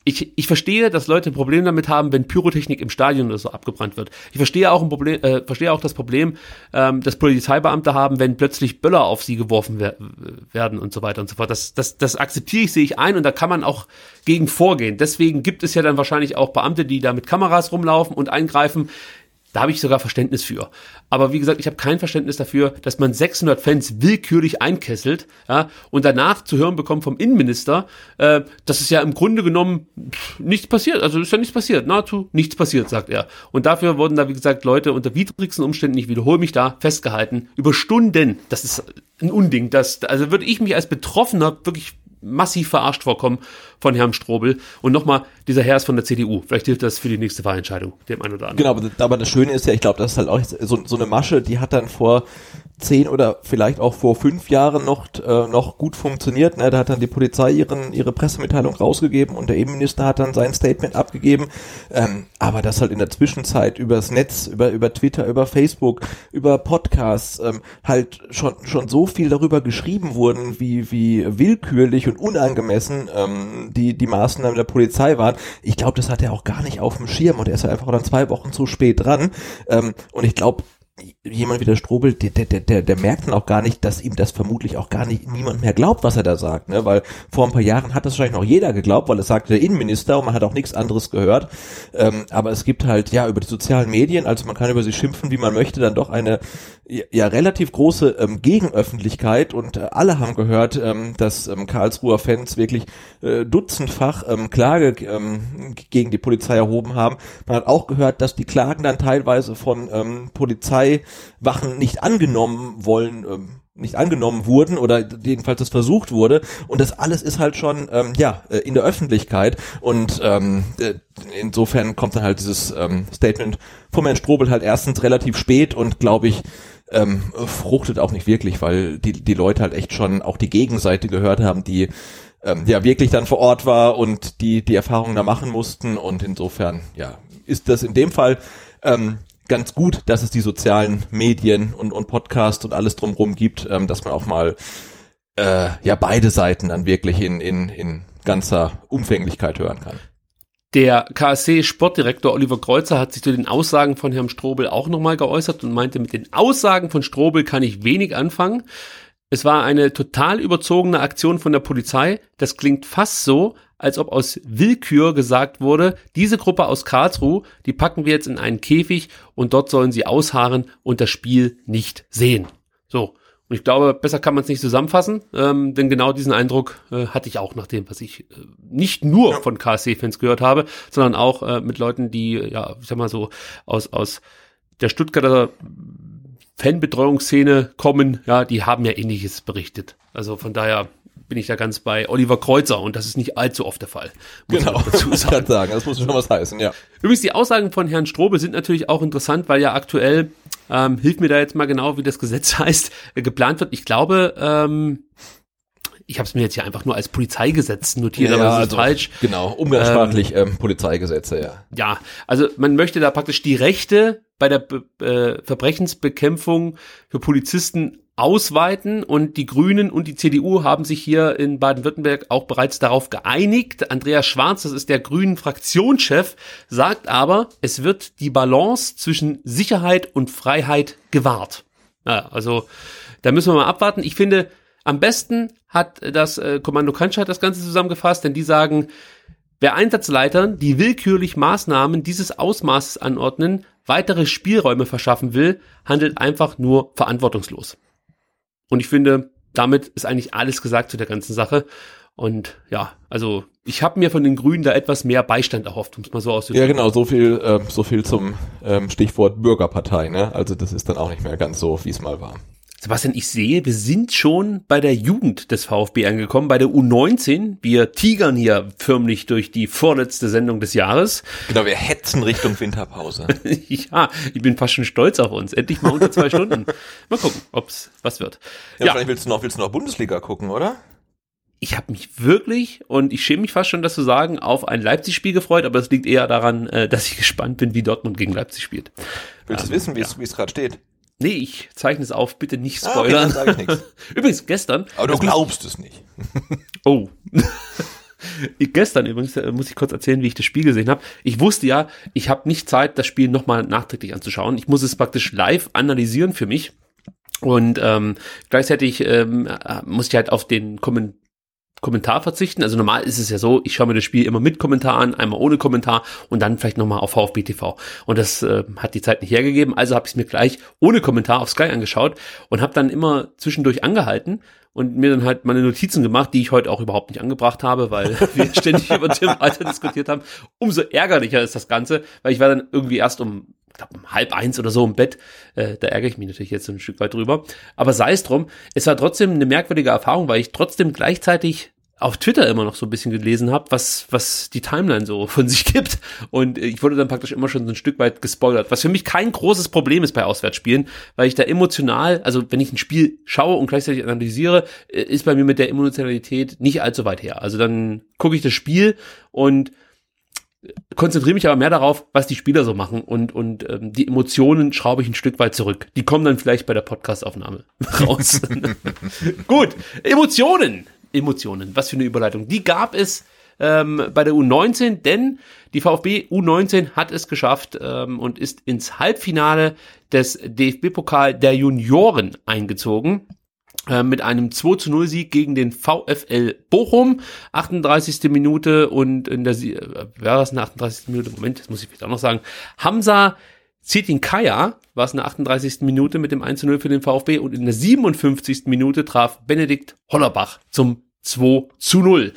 Ich, ich verstehe, dass Leute ein Problem damit haben, wenn Pyrotechnik im Stadion oder so abgebrannt wird. Ich verstehe auch ein Problem, äh, verstehe auch das Problem, ähm, dass Polizeibeamte haben, wenn plötzlich Böller auf sie geworfen wer- werden und so weiter und so fort. Das, das, das akzeptiere ich, sehe ich ein und da kann man auch gegen vorgehen. Deswegen gibt es ja dann wahrscheinlich auch Beamte, die da mit Kameras rumlaufen und eingreifen. Da habe ich sogar Verständnis für. Aber wie gesagt, ich habe kein Verständnis dafür, dass man sechshundert Fans willkürlich einkesselt, ja, und danach zu hören bekommt vom Innenminister, äh, dass es ja im Grunde genommen pff, nichts passiert. Also ist ja nichts passiert, nahezu nichts passiert, sagt er. Und dafür wurden da, wie gesagt, Leute unter widrigsten Umständen, ich wiederhole mich da, festgehalten, über Stunden. Das ist ein Unding. Das, also würde ich mich als Betroffener wirklich massiv verarscht vorkommen von Herrn Strobel. Und nochmal, dieser Herr ist von der C D U. Vielleicht hilft das für die nächste Wahlentscheidung, dem einen oder anderen. Genau, aber, aber das Schöne ist ja, ich glaube, das ist halt auch so, so eine Masche, die hat dann vor zehn oder vielleicht auch vor fünf Jahren noch äh, noch gut funktioniert. Ne? Da hat dann die Polizei ihren ihre Pressemitteilung rausgegeben und der Innenminister hat dann sein Statement abgegeben. Ähm, aber das halt in der Zwischenzeit übers Netz, über über Twitter, über Facebook, über Podcasts ähm, halt schon schon so viel darüber geschrieben wurden, wie wie willkürlich und unangemessen ähm, die die Maßnahmen der Polizei waren. Ich glaube, das hat er auch gar nicht auf dem Schirm und er ist ja einfach dann zwei Wochen zu spät dran. Ähm, und ich glaube, jemand wie der Strobel, der, der, der, der merkt dann auch gar nicht, dass ihm das vermutlich auch gar nicht niemand mehr glaubt, was er da sagt, ne? Weil vor ein paar Jahren hat das wahrscheinlich noch jeder geglaubt, weil es sagte der Innenminister und man hat auch nichts anderes gehört. Ähm, aber es gibt halt, ja, über die sozialen Medien, also man kann über sie schimpfen, wie man möchte, dann doch eine ja, ja relativ große ähm, Gegenöffentlichkeit und äh, alle haben gehört, ähm, dass ähm, Karlsruher Fans wirklich äh, dutzendfach ähm, Klage ähm, gegen die Polizei erhoben haben. Man hat auch gehört, dass die Klagen dann teilweise von ähm, Polizeiwachen nicht angenommen wollen, ähm, nicht angenommen wurden oder jedenfalls das versucht wurde und das alles ist halt schon ähm, ja in der Öffentlichkeit und ähm, insofern kommt dann halt dieses ähm, Statement von Herrn Strobel halt erstens relativ spät und glaube ich ähm, fruchtet auch nicht wirklich, weil die die Leute halt echt schon auch die Gegenseite gehört haben, die ähm, ja wirklich dann vor Ort war und die die Erfahrungen da machen mussten und insofern ja ist das in dem Fall ähm, ganz gut, dass es die sozialen Medien und, und Podcasts und alles drumherum gibt, ähm, dass man auch mal äh, ja beide Seiten dann wirklich in, in, in ganzer Umfänglichkeit hören kann. Der K S C-Sportdirektor Oliver Kreuzer hat sich zu den Aussagen von Herrn Strobel auch nochmal geäußert und meinte, mit den Aussagen von Strobel kann ich wenig anfangen. Es war eine total überzogene Aktion von der Polizei. Das klingt fast so, als ob aus Willkür gesagt wurde, diese Gruppe aus Karlsruhe, die packen wir jetzt in einen Käfig und dort sollen sie ausharren und das Spiel nicht sehen. So, und ich glaube, besser kann man es nicht zusammenfassen, ähm, denn genau diesen Eindruck äh, hatte ich auch nach dem, was ich äh, nicht nur ja. von K S C-Fans gehört habe, sondern auch äh, mit Leuten, die, ja, ich sag mal so, aus aus der Stuttgarter Fanbetreuungsszene kommen, ja, die haben ja Ähnliches berichtet. Also von daher bin ich da ganz bei Oliver Kreuzer und das ist nicht allzu oft der Fall. Genau, dazu ich kann sagen, das muss schon was heißen, ja. Übrigens, die Aussagen von Herrn Strobel sind natürlich auch interessant, weil ja aktuell, ähm, hilft mir da jetzt mal genau, wie das Gesetz heißt, äh, geplant wird. Ich glaube, ähm, ich habe es mir jetzt hier einfach nur als Polizeigesetz notiert, ja, aber das ist also falsch. Genau, umgangssprachlich ähm, ähm, Polizeigesetze, ja. Ja, also man möchte da praktisch die Rechte bei der äh, Verbrechensbekämpfung für Polizisten ausweiten und die Grünen und die C D U haben sich hier in Baden-Württemberg auch bereits darauf geeinigt. Andreas Schwarz, das ist der grünen Fraktionschef, sagt aber, es wird die Balance zwischen Sicherheit und Freiheit gewahrt. Ja, also da müssen wir mal abwarten. Ich finde, am besten hat das äh, Kommando Cannstatt das Ganze zusammengefasst, denn die sagen, wer Einsatzleitern, die willkürlich Maßnahmen dieses Ausmaßes anordnen, weitere Spielräume verschaffen will, handelt einfach nur verantwortungslos. Und ich finde, damit ist eigentlich alles gesagt zu der ganzen Sache. Und ja, also ich habe mir von den Grünen da etwas mehr Beistand erhofft, um es mal so auszudrücken. Ja, genau, so viel, äh, so viel zum ähm, Stichwort Bürgerpartei, ne? Also das ist dann auch nicht mehr ganz so, wie es mal war. Sebastian, ich sehe, wir sind schon bei der Jugend des VfB angekommen, bei der U neunzehn. Wir tigern hier förmlich durch die vorletzte Sendung des Jahres. Genau, wir hetzen Richtung Winterpause. Ja, ich bin fast schon stolz auf uns. Endlich mal unter zwei Stunden. Mal gucken, ob's was wird. Ja, ja. Vielleicht willst du noch, willst du noch Bundesliga gucken, oder? Ich habe mich wirklich, und ich schäme mich fast schon, das zu sagen, auf ein Leipzig-Spiel gefreut, aber es liegt eher daran, dass ich gespannt bin, wie Dortmund gegen Leipzig spielt. Willst du ähm, wissen, wie es ja. es gerade steht? Nee, ich zeichne es auf, bitte nicht spoilern. Ah, okay, dann sag ich nichts. Übrigens, gestern... Aber du glaubst es nicht. Oh. Gestern übrigens, äh, muss ich kurz erzählen, wie ich das Spiel gesehen habe. Ich wusste ja, ich habe nicht Zeit, das Spiel nochmal nachträglich anzuschauen. Ich muss es praktisch live analysieren für mich. Und ähm, gleichzeitig ähm, muss ich halt auf den Kommentar Kommentar verzichten. Also normal ist es ja so, ich schaue mir das Spiel immer mit Kommentar an, einmal ohne Kommentar und dann vielleicht nochmal auf VfB T V. Und das äh, hat die Zeit nicht hergegeben, also habe ich es mir gleich ohne Kommentar auf Sky angeschaut und habe dann immer zwischendurch angehalten und mir dann halt meine Notizen gemacht, die ich heute auch überhaupt nicht angebracht habe, weil wir ständig über Tim Walter diskutiert haben. Umso ärgerlicher ist das Ganze, weil ich war dann irgendwie erst um ich glaube um halb eins oder so im Bett, äh, da ärgere ich mich natürlich jetzt so ein Stück weit drüber, aber sei es drum, es war trotzdem eine merkwürdige Erfahrung, weil ich trotzdem gleichzeitig auf Twitter immer noch so ein bisschen gelesen habe, was was die Timeline so von sich gibt und ich wurde dann praktisch immer schon so ein Stück weit gespoilert, was für mich kein großes Problem ist bei Auswärtsspielen, weil ich da emotional, also wenn ich ein Spiel schaue und gleichzeitig analysiere, ist bei mir mit der Emotionalität nicht allzu weit her, also dann gucke ich das Spiel und konzentriere mich aber mehr darauf, was die Spieler so machen und und ähm, die Emotionen schraube ich ein Stück weit zurück. Die kommen dann vielleicht bei der Podcast-Aufnahme raus. Gut, Emotionen. Emotionen, was für eine Überleitung. Die gab es ähm, bei der U neunzehn, denn die VfB U neunzehn hat es geschafft ähm, und ist ins Halbfinale des D F B-Pokal der Junioren eingezogen. Mit einem zwei zu null Sieg gegen den VfL Bochum, achtunddreißigste Minute und in der, äh, wer war das in der achtunddreißigsten Minute? Moment, das muss ich vielleicht auch noch sagen. Hamza Zetinkaya war es in der achtunddreißigsten Minute mit dem eins zu null für den VfB und in der siebenundfünfzigsten Minute traf Benedikt Hollerbach zum zwei zu null.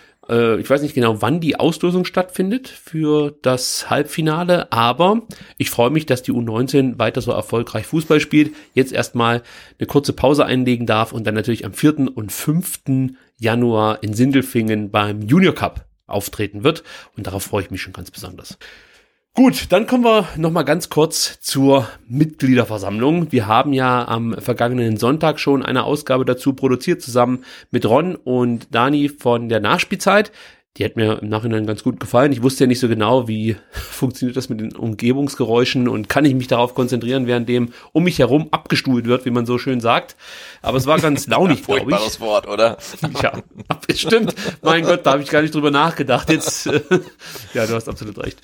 Ich weiß nicht genau, wann die Auslosung stattfindet für das Halbfinale, aber ich freue mich, dass die U neunzehn weiter so erfolgreich Fußball spielt, jetzt erstmal eine kurze Pause einlegen darf und dann natürlich am vierten und fünften Januar in Sindelfingen beim Junior Cup auftreten wird und darauf freue ich mich schon ganz besonders. Gut, dann kommen wir nochmal ganz kurz zur Mitgliederversammlung. Wir haben ja am vergangenen Sonntag schon eine Ausgabe dazu produziert, zusammen mit Ron und Dani von der Nachspielzeit. Die hat mir im Nachhinein ganz gut gefallen. Ich wusste ja nicht so genau, wie funktioniert das mit den Umgebungsgeräuschen und kann ich mich darauf konzentrieren, während dem um mich herum abgestuhlt wird, wie man so schön sagt. Aber es war ganz launig, glaube ich. Furchtbares Wort, oder? Ja, stimmt. Mein Gott, da habe ich gar nicht drüber nachgedacht. Jetzt, äh, ja, du hast absolut recht.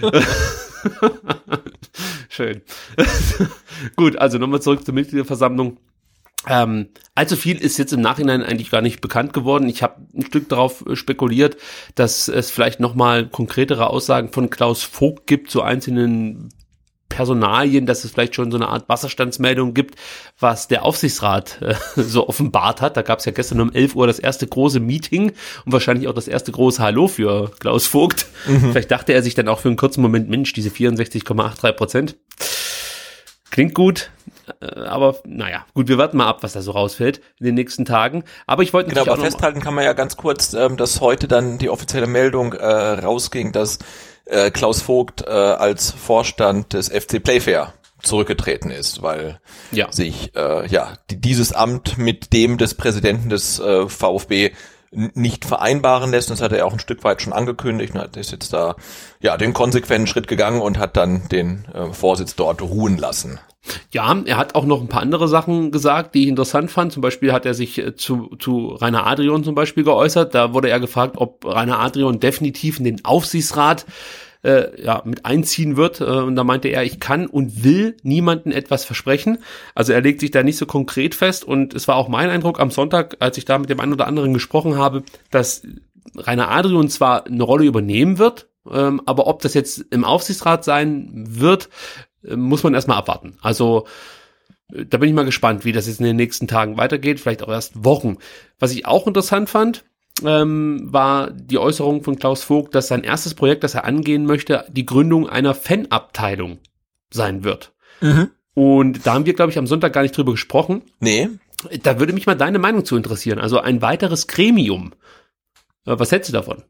Schön. Gut, also nochmal zurück zur Mitgliederversammlung. Ähm, allzu viel ist jetzt im Nachhinein eigentlich gar nicht bekannt geworden. Ich habe ein Stück darauf spekuliert, dass es vielleicht nochmal konkretere Aussagen von Klaus Vogt gibt zu einzelnen Personalien, dass es vielleicht schon so eine Art Wasserstandsmeldung gibt, was der Aufsichtsrat äh, so offenbart hat. Da gab es ja gestern um elf Uhr das erste große Meeting und wahrscheinlich auch das erste große Hallo für Klaus Vogt. Mhm. Vielleicht dachte er sich dann auch für einen kurzen Moment, Mensch, diese vierundsechzig Komma dreiundachtzig Prozent. Klingt gut, aber naja, gut, wir warten mal ab, was da so rausfällt in den nächsten Tagen. Aber ich wollte genau, natürlich aber auch festhalten kann man ja ganz kurz, ähm, dass heute dann die offizielle Meldung äh, rausging, dass äh, Klaus Vogt äh, als Vorstand des F C Playfair zurückgetreten ist, weil ja. sich äh, ja die, dieses Amt mit dem des Präsidenten des äh, VfB nicht vereinbaren lässt. Das hat er auch ein Stück weit schon angekündigt. Er ist jetzt da ja den konsequenten Schritt gegangen und hat dann den äh, Vorsitz dort ruhen lassen. Ja, er hat auch noch ein paar andere Sachen gesagt, die ich interessant fand. Zum Beispiel hat er sich äh, zu, zu Rainer Adrian zum Beispiel geäußert. Da wurde er gefragt, ob Rainer Adrian definitiv in den Aufsichtsrat Äh, ja, mit einziehen wird, äh, und da meinte er, ich kann und will niemanden etwas versprechen, also er legt sich da nicht so konkret fest und es war auch mein Eindruck am Sonntag, als ich da mit dem einen oder anderen gesprochen habe, dass Rainer Adrian zwar eine Rolle übernehmen wird, ähm, aber ob das jetzt im Aufsichtsrat sein wird, äh, muss man erstmal abwarten, also äh, da bin ich mal gespannt, wie das jetzt in den nächsten Tagen weitergeht, vielleicht auch erst Wochen. Was ich auch interessant fand, Ähm, war die Äußerung von Klaus Vogt, dass sein erstes Projekt, das er angehen möchte, die Gründung einer Fanabteilung sein wird. Mhm. Und da haben wir, glaube ich, am Sonntag gar nicht drüber gesprochen. Nee. Da würde mich mal deine Meinung zu interessieren. Also ein weiteres Gremium. Was hältst du davon?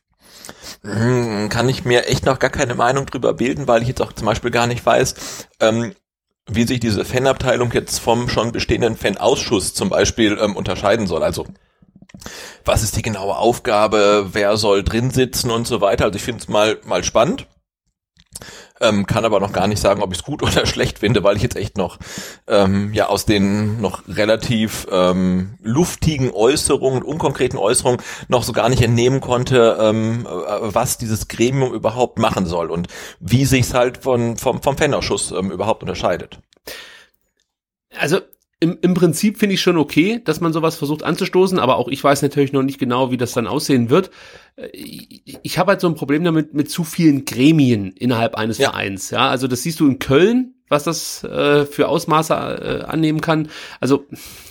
Kann ich mir echt noch gar keine Meinung drüber bilden, weil ich jetzt auch zum Beispiel gar nicht weiß, ähm, wie sich diese Fanabteilung jetzt vom schon bestehenden Fanausschuss zum Beispiel ähm, unterscheiden soll. Also was ist die genaue Aufgabe, wer soll drin sitzen und so weiter. Also ich finde es mal mal spannend. Ähm, kann aber noch gar nicht sagen, ob ich es gut oder schlecht finde, weil ich jetzt echt noch ähm, ja aus den noch relativ ähm, luftigen Äußerungen, unkonkreten Äußerungen noch so gar nicht entnehmen konnte, ähm, was dieses Gremium überhaupt machen soll und wie sich's halt von vom vom Fanausschuss ähm, überhaupt unterscheidet. Also Im, im Prinzip finde ich schon okay, dass man sowas versucht anzustoßen, aber auch ich weiß natürlich noch nicht genau, wie das dann aussehen wird. Ich, ich habe halt so ein Problem damit mit zu vielen Gremien innerhalb eines ja. Vereins. Ja, also das siehst du in Köln, was das äh, für Ausmaße äh, annehmen kann. Also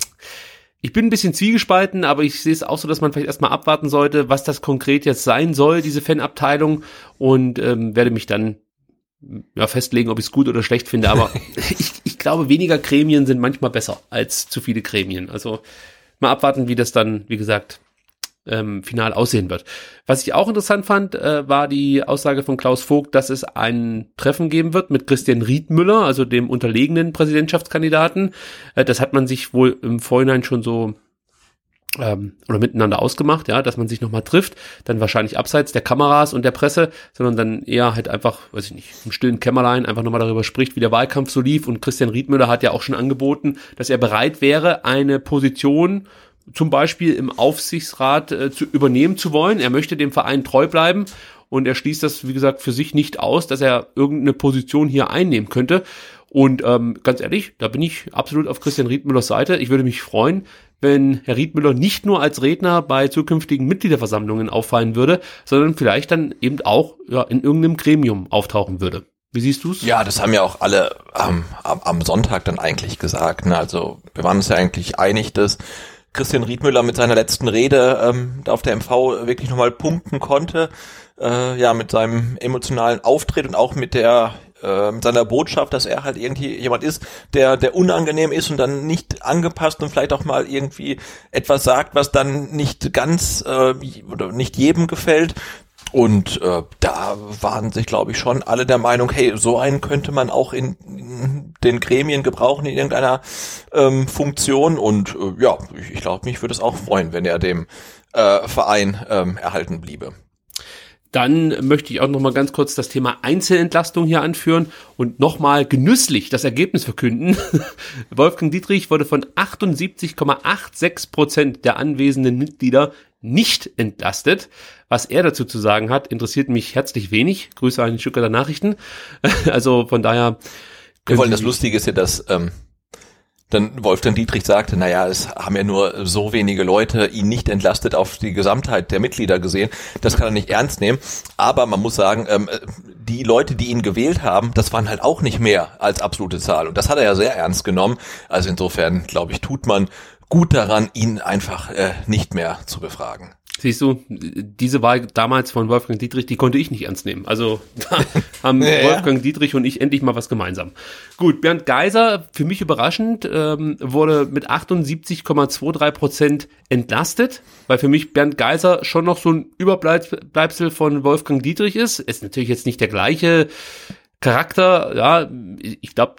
ich bin ein bisschen zwiegespalten, aber ich sehe es auch so, dass man vielleicht erstmal abwarten sollte, was das konkret jetzt sein soll, diese Fanabteilung, und ähm, werde mich dann ja, festlegen, ob ich es gut oder schlecht finde, aber ich, ich glaube, weniger Gremien sind manchmal besser als zu viele Gremien. Also mal abwarten, wie das dann, wie gesagt, ähm, final aussehen wird. Was ich auch interessant fand, äh, war die Aussage von Klaus Vogt, dass es ein Treffen geben wird mit Christian Riedmüller, also dem unterlegenen Präsidentschaftskandidaten. Äh, das hat man sich wohl im Vorhinein schon so Ähm, oder miteinander ausgemacht, ja, dass man sich nochmal trifft, dann wahrscheinlich abseits der Kameras und der Presse, sondern dann eher halt einfach, weiß ich nicht, im stillen Kämmerlein einfach nochmal darüber spricht, wie der Wahlkampf so lief. Und Christian Riedmüller hat ja auch schon angeboten, dass er bereit wäre, eine Position zum Beispiel im Aufsichtsrat äh, zu übernehmen zu wollen. Er möchte dem Verein treu bleiben und er schließt das, wie gesagt, für sich nicht aus, dass er irgendeine Position hier einnehmen könnte. Und ähm, ganz ehrlich, da bin ich absolut auf Christian Riedmüllers Seite. Ich würde mich freuen, wenn Herr Riedmüller nicht nur als Redner bei zukünftigen Mitgliederversammlungen auffallen würde, sondern vielleicht dann eben auch ja, in irgendeinem Gremium auftauchen würde. Wie siehst du's? Ja, das haben ja auch alle ähm, am, am Sonntag dann eigentlich gesagt. Ne? Also wir waren uns ja eigentlich einig, dass Christian Riedmüller mit seiner letzten Rede ähm, auf der M V wirklich nochmal punkten konnte. Äh, ja, mit seinem emotionalen Auftritt und auch mit der mit seiner Botschaft, dass er halt irgendwie jemand ist, der der unangenehm ist und dann nicht angepasst und vielleicht auch mal irgendwie etwas sagt, was dann nicht ganz äh, oder nicht jedem gefällt. Und äh, da waren sich, glaube ich, schon alle der Meinung, hey, so einen könnte man auch in, in den Gremien gebrauchen, in irgendeiner ähm, Funktion. Und äh, ja, ich, ich glaube, mich würde es auch freuen, wenn er dem äh, Verein ähm, erhalten bliebe. Dann möchte ich auch noch mal ganz kurz das Thema Einzelentlastung hier anführen und noch mal genüsslich das Ergebnis verkünden. Wolfgang Dietrich wurde von achtundsiebzig Komma sechsundachtzig Prozent der anwesenden Mitglieder nicht entlastet. Was er dazu zu sagen hat, interessiert mich herzlich wenig. Grüße an die Stuttgarter Nachrichten. Also von daher... Wir wollen, das Lustige ist ja, dass... Ähm dann Wolfgang Dietrich sagte, naja, es haben ja nur so wenige Leute ihn nicht entlastet auf die Gesamtheit der Mitglieder gesehen. Das kann er nicht ernst nehmen. Aber man muss sagen, ähm, die Leute, die ihn gewählt haben, das waren halt auch nicht mehr als absolute Zahl. Und das hat er ja sehr ernst genommen. Also insofern, glaube ich, tut man gut daran, ihn einfach äh, nicht mehr zu befragen. Siehst du, diese Wahl damals von Wolfgang Dietrich, die konnte ich nicht ernst nehmen. Also da haben ja, Wolfgang Dietrich und ich endlich mal was gemeinsam. Gut, Bernd Geiser, für mich überraschend, ähm, wurde mit achtundsiebzig Komma dreiundzwanzig Prozent entlastet, weil für mich Bernd Geiser schon noch so ein Überbleibsel von Wolfgang Dietrich ist. Ist natürlich jetzt nicht der gleiche Charakter, ja, ich glaube,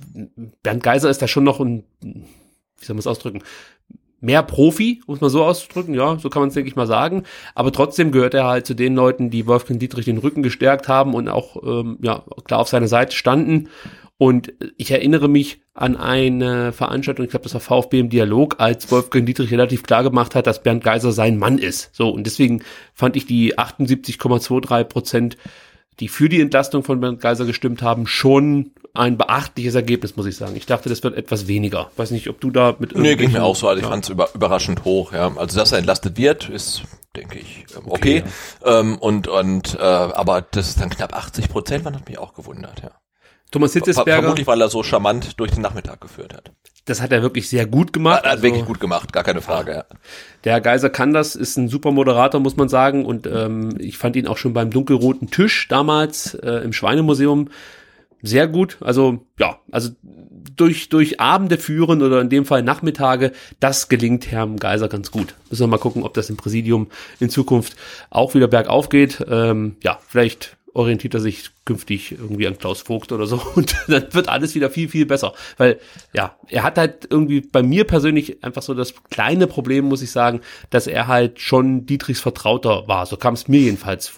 Bernd Geiser ist da schon noch ein, wie soll man es ausdrücken, mehr Profi, muss man so ausdrücken, ja, so kann man es, denke ich mal, sagen. Aber trotzdem gehört er halt zu den Leuten, die Wolfgang Dietrich den Rücken gestärkt haben und auch ähm, ja klar auf seiner Seite standen. Und ich erinnere mich an eine Veranstaltung, ich glaube, das war VfB im Dialog, als Wolfgang Dietrich relativ klar gemacht hat, dass Bernd Geiser sein Mann ist. So, und deswegen fand ich die achtundsiebzig Komma dreiundzwanzig Prozent, die für die Entlastung von Bernd Geiser gestimmt haben, schon ein beachtliches Ergebnis, muss ich sagen. Ich dachte, das wird etwas weniger. Weiß nicht, ob du da mit... Nee, ging mir auch so. Also ich ja. fand es über, überraschend hoch. Ja, also dass er entlastet wird, ist, denke ich, okay. okay ja. ähm, und und äh, aber das ist dann knapp achtzig Prozent, man hat mich auch gewundert. Ja. Thomas Hitzesberger... Vermutlich, weil er so charmant durch den Nachmittag geführt hat. Das hat er wirklich sehr gut gemacht. Er hat also, wirklich gut gemacht, gar keine Frage. Ja. Der Herr Geiser kann das, ist ein super Moderator, muss man sagen. Und ähm, ich fand ihn auch schon beim dunkelroten Tisch damals äh, im Schweinemuseum sehr gut. Also ja, also durch durch Abende führen oder in dem Fall Nachmittage, das gelingt Herrn Geiser ganz gut. Müssen wir mal gucken, ob das im Präsidium in Zukunft auch wieder bergauf geht. Ähm, ja, vielleicht orientiert er sich künftig irgendwie an Klaus Vogt oder so und dann wird alles wieder viel, viel besser. Weil, ja, er hat halt irgendwie bei mir persönlich einfach so das kleine Problem, muss ich sagen, dass er halt schon Dietrichs Vertrauter war. So kam es mir jedenfalls vor.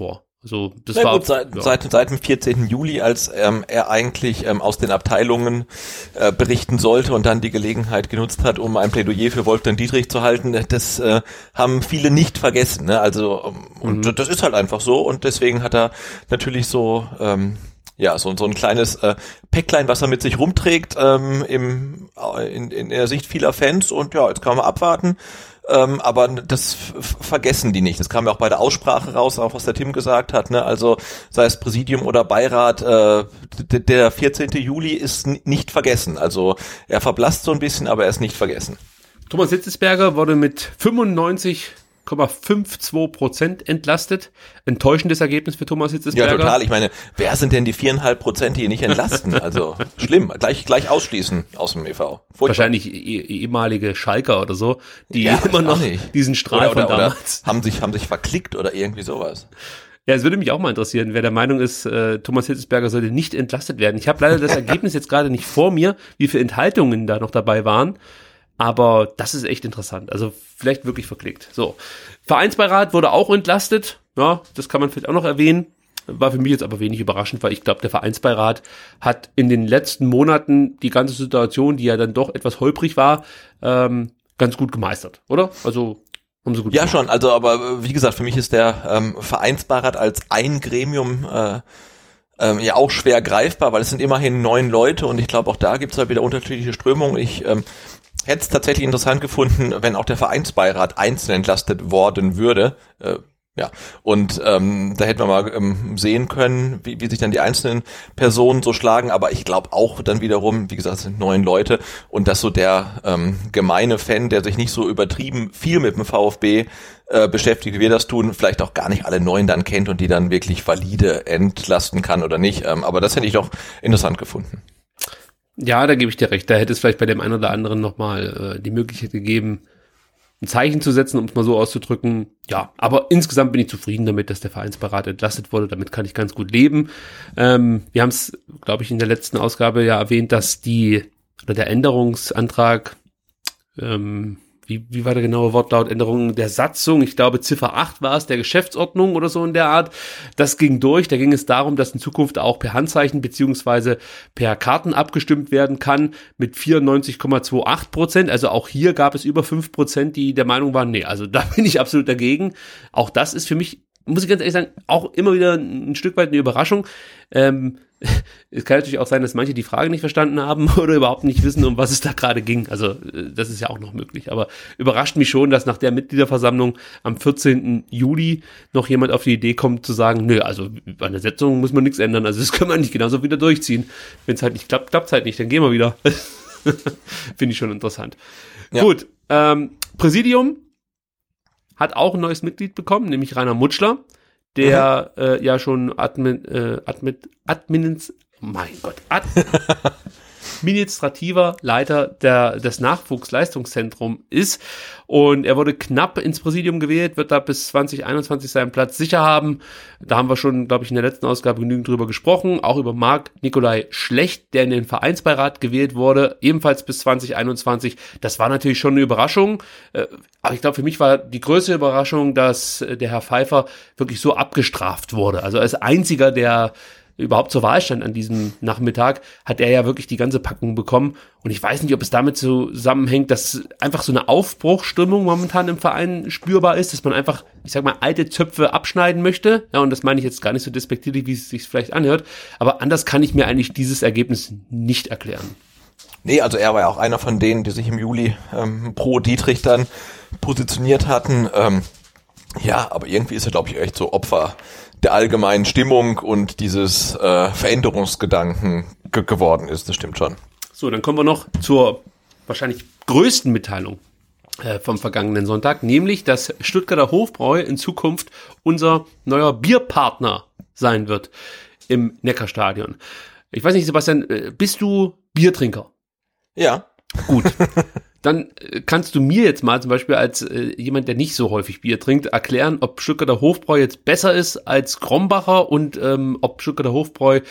Also das Na war gut, seit, ja. seit, seit dem vierzehnten Juli, als ähm, er eigentlich ähm, aus den Abteilungen äh, berichten sollte und dann die Gelegenheit genutzt hat, um ein Plädoyer für Wolfgang Dietrich zu halten, das äh, haben viele nicht vergessen. Ne? Also und mhm. das ist halt einfach so und deswegen hat er natürlich so ähm, ja so so ein kleines äh, Päcklein, was er mit sich rumträgt ähm, im in, in der Sicht vieler Fans und ja, jetzt kann man abwarten. Ähm, aber das f- vergessen die nicht. Das kam ja auch bei der Aussprache raus, auch was der Tim gesagt hat. Ne? Also sei es Präsidium oder Beirat, äh, d- der vierzehnten Juli ist n- nicht vergessen. Also er verblasst so ein bisschen, aber er ist nicht vergessen. Thomas Hitzelsberger wurde mit fünfundneunzig Komma zweiundfünfzig Prozent entlastet. Enttäuschendes Ergebnis für Thomas Hitzelsberger. Ja, total. Ich meine, wer sind denn die viereinhalb Prozent, die ihn nicht entlasten? Also schlimm. Gleich gleich ausschließen aus dem E V. Furchtbar. Wahrscheinlich eh- ehemalige Schalker oder so, die Ja, immer noch nicht. diesen Strahl oder, oder, von damals. Oder haben sich haben sich verklickt oder irgendwie sowas. Ja, es würde mich auch mal interessieren, wer der Meinung ist, äh, Thomas Hitzelsberger sollte nicht entlastet werden. Ich habe leider das Ergebnis jetzt gerade nicht vor mir, wie viele Enthaltungen da noch dabei waren. Aber das ist echt interessant. Also vielleicht wirklich verklickt. So. Vereinsbeirat wurde auch entlastet. Ja, das kann man vielleicht auch noch erwähnen. War für mich jetzt aber wenig überraschend, weil ich glaube, der Vereinsbeirat hat in den letzten Monaten die ganze Situation, die ja dann doch etwas holprig war, ähm, ganz gut gemeistert, oder? Also haben sie gut Ja, gemacht. schon. Also, aber wie gesagt, für mich ist der ähm, Vereinsbeirat als ein Gremium äh, ähm, ja auch schwer greifbar, weil es sind immerhin neun Leute und ich glaube, auch da gibt es halt wieder unterschiedliche Strömungen. Ich ähm, hätte es tatsächlich interessant gefunden, wenn auch der Vereinsbeirat einzeln entlastet worden würde. Äh, ja, und ähm, da hätten wir mal ähm, sehen können, wie, wie sich dann die einzelnen Personen so schlagen. Aber ich glaube auch dann wiederum, wie gesagt, es sind neun Leute und dass so der ähm, gemeine Fan, der sich nicht so übertrieben viel mit dem VfB äh, beschäftigt, wie wir das tun, vielleicht auch gar nicht alle neun dann kennt und die dann wirklich valide entlasten kann oder nicht. Ähm, aber das hätte ich doch interessant gefunden. Ja, da gebe ich dir recht. Da hätte es vielleicht bei dem einen oder anderen nochmal äh, die Möglichkeit gegeben, ein Zeichen zu setzen, um es mal so auszudrücken. Ja, aber insgesamt bin ich zufrieden damit, dass der Vereinsbeirat entlastet wurde. Damit kann ich ganz gut leben. Ähm, wir haben es, glaube ich, in der letzten Ausgabe ja erwähnt, dass die, oder der Änderungsantrag, ähm, wie, wie war der genaue Wortlaut, Änderung der Satzung, ich glaube Ziffer acht war es, der Geschäftsordnung oder so in der Art, das ging durch, da ging es darum, dass in Zukunft auch per Handzeichen beziehungsweise per Karten abgestimmt werden kann mit vierundneunzig Komma achtundzwanzig Prozent, also auch hier gab es über fünf Prozent, die der Meinung waren, nee, also da bin ich absolut dagegen, auch das ist für mich, muss ich ganz ehrlich sagen, auch immer wieder ein Stück weit eine Überraschung. Ähm, es kann natürlich auch sein, dass manche die Frage nicht verstanden haben oder überhaupt nicht wissen, um was es da gerade ging. Also das ist ja auch noch möglich. Aber überrascht mich schon, dass nach der Mitgliederversammlung am vierzehnten Juli noch jemand auf die Idee kommt zu sagen, nö, also an der Setzung muss man nichts ändern. Also das können wir nicht genauso wieder durchziehen. Wenn es halt nicht klappt, klappt es halt nicht, dann gehen wir wieder. Finde ich schon interessant. Ja. Gut, ähm, Präsidium hat auch ein neues Mitglied bekommen, nämlich Rainer Mutschler, der mhm. äh, ja schon Admin, äh, Admin, Adminins, mein Gott, Ad, administrativer Leiter der, des Nachwuchsleistungszentrums ist. Und er wurde knapp ins Präsidium gewählt, wird da bis zwanzig einundzwanzig seinen Platz sicher haben. Da haben wir schon, glaube ich, in der letzten Ausgabe genügend drüber gesprochen. Auch über Marc Nikolai Schlecht, der in den Vereinsbeirat gewählt wurde, ebenfalls bis zwanzig einundzwanzig. Das war natürlich schon eine Überraschung. Aber ich glaube, für mich war die größte Überraschung, dass der Herr Pfeiffer wirklich so abgestraft wurde. Also als einziger, der überhaupt zur Wahl stand an diesem Nachmittag, hat er ja wirklich die ganze Packung bekommen. Und ich weiß nicht, ob es damit zusammenhängt, dass einfach so eine Aufbruchsstimmung momentan im Verein spürbar ist, dass man einfach, ich sag mal, alte Zöpfe abschneiden möchte. Ja, und das meine ich jetzt gar nicht so despektierlich, wie es sich vielleicht anhört. Aber anders kann ich mir eigentlich dieses Ergebnis nicht erklären. Nee, also er war ja auch einer von denen, die sich im Juli ähm, pro Dietrich dann positioniert hatten. Ähm, ja, aber irgendwie ist er, glaube ich, echt so Opfer der allgemeinen Stimmung und dieses äh, Veränderungsgedanken ge- geworden ist. Das stimmt schon. So, dann kommen wir noch zur wahrscheinlich größten Mitteilung äh, vom vergangenen Sonntag, nämlich, dass Stuttgarter Hofbräu in Zukunft unser neuer Bierpartner sein wird im Neckarstadion. Ich weiß nicht, Sebastian, äh, bist du Biertrinker? Ja. Gut. Dann kannst du mir jetzt mal zum Beispiel als äh, jemand, der nicht so häufig Bier trinkt, erklären, ob Stuttgarter Hofbräu jetzt besser ist als Krombacher und ähm, ob Stuttgarter Hofbräu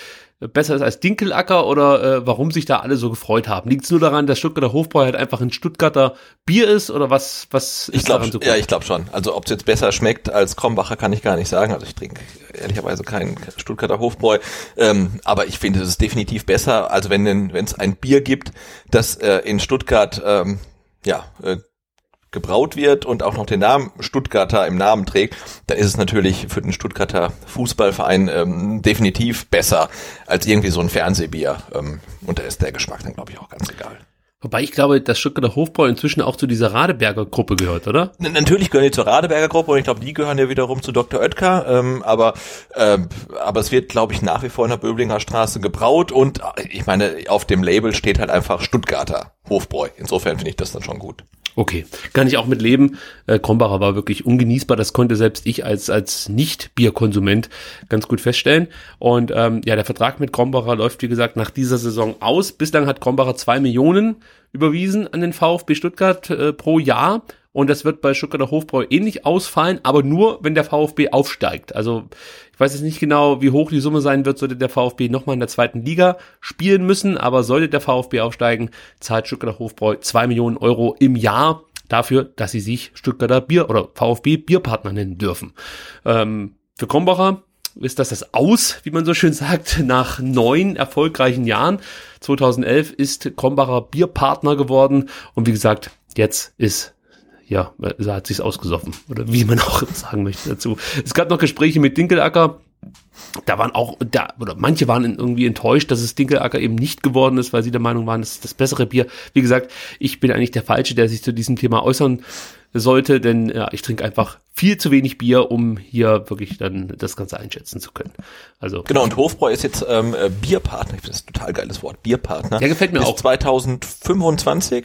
besser ist als Dinkelacker oder äh, warum sich da alle so gefreut haben? Liegt es nur daran, dass Stuttgarter Hofbräu halt einfach ein Stuttgarter Bier ist oder was, was ist ich glaub, daran so gut? Ja, ich glaube schon. Also ob es jetzt besser schmeckt als Krombacher, kann ich gar nicht sagen. Also ich trinke ehrlicherweise keinen Stuttgarter Hofbräu. Ähm, aber ich finde, es ist definitiv besser, also wenn es ein Bier gibt, das äh, in Stuttgart ähm, ja äh, gebraut wird und auch noch den Namen Stuttgarter im Namen trägt, dann ist es natürlich für den Stuttgarter Fußballverein ähm, definitiv besser als irgendwie so ein Fernsehbier. Ähm, und da ist der Geschmack dann, glaube ich, auch ganz egal. Wobei ich glaube, dass Stuttgarter Hofbräu inzwischen auch zu dieser Radeberger Gruppe gehört, oder? N- natürlich gehören die zur Radeberger Gruppe und ich glaube, die gehören ja wiederum zu Doktor Oetker. Ähm, aber ähm, aber es wird, glaube ich, nach wie vor in der Böblinger Straße gebraut und äh, ich meine, auf dem Label steht halt einfach Stuttgarter Hofbräu. Insofern finde ich das dann schon gut. Okay, kann ich auch mit leben. Äh, Krombacher war wirklich ungenießbar. Das konnte selbst ich als als Nicht-Bierkonsument ganz gut feststellen. Und ähm, ja, der Vertrag mit Krombacher läuft, wie gesagt, nach dieser Saison aus. Bislang hat Krombacher zwei Millionen überwiesen an den VfB Stuttgart äh, pro Jahr. Und das wird bei Stuttgarter Hofbräu ähnlich ausfallen, aber nur, wenn der VfB aufsteigt. Also ich weiß jetzt nicht genau, wie hoch die Summe sein wird, sollte der VfB nochmal in der zweiten Liga spielen müssen. Aber sollte der VfB aufsteigen, zahlt Stuttgarter Hofbräu zwei Millionen Euro im Jahr dafür, dass sie sich Stuttgarter Bier oder VfB Bierpartner nennen dürfen. Ähm, für Krombacher ist das das Aus, wie man so schön sagt, nach neun erfolgreichen Jahren. zweitausendelf ist Krombacher Bierpartner geworden und wie gesagt, jetzt ist ja, da hat sich's ausgesoffen, oder wie man auch sagen möchte dazu. Es gab noch Gespräche mit Dinkelacker, da waren auch, da, oder manche waren irgendwie enttäuscht, dass es Dinkelacker eben nicht geworden ist, weil sie der Meinung waren, das ist das bessere Bier. Wie gesagt, ich bin eigentlich der Falsche, der sich zu diesem Thema äußern sollte, denn ja, ich trinke einfach viel zu wenig Bier, um hier wirklich dann das Ganze einschätzen zu können. Also genau, und Hofbräu ist jetzt ähm, Bierpartner. Ich finde das ein total geiles Wort, Bierpartner. Ja, gefällt mir bis auch. zweitausendfünfundzwanzig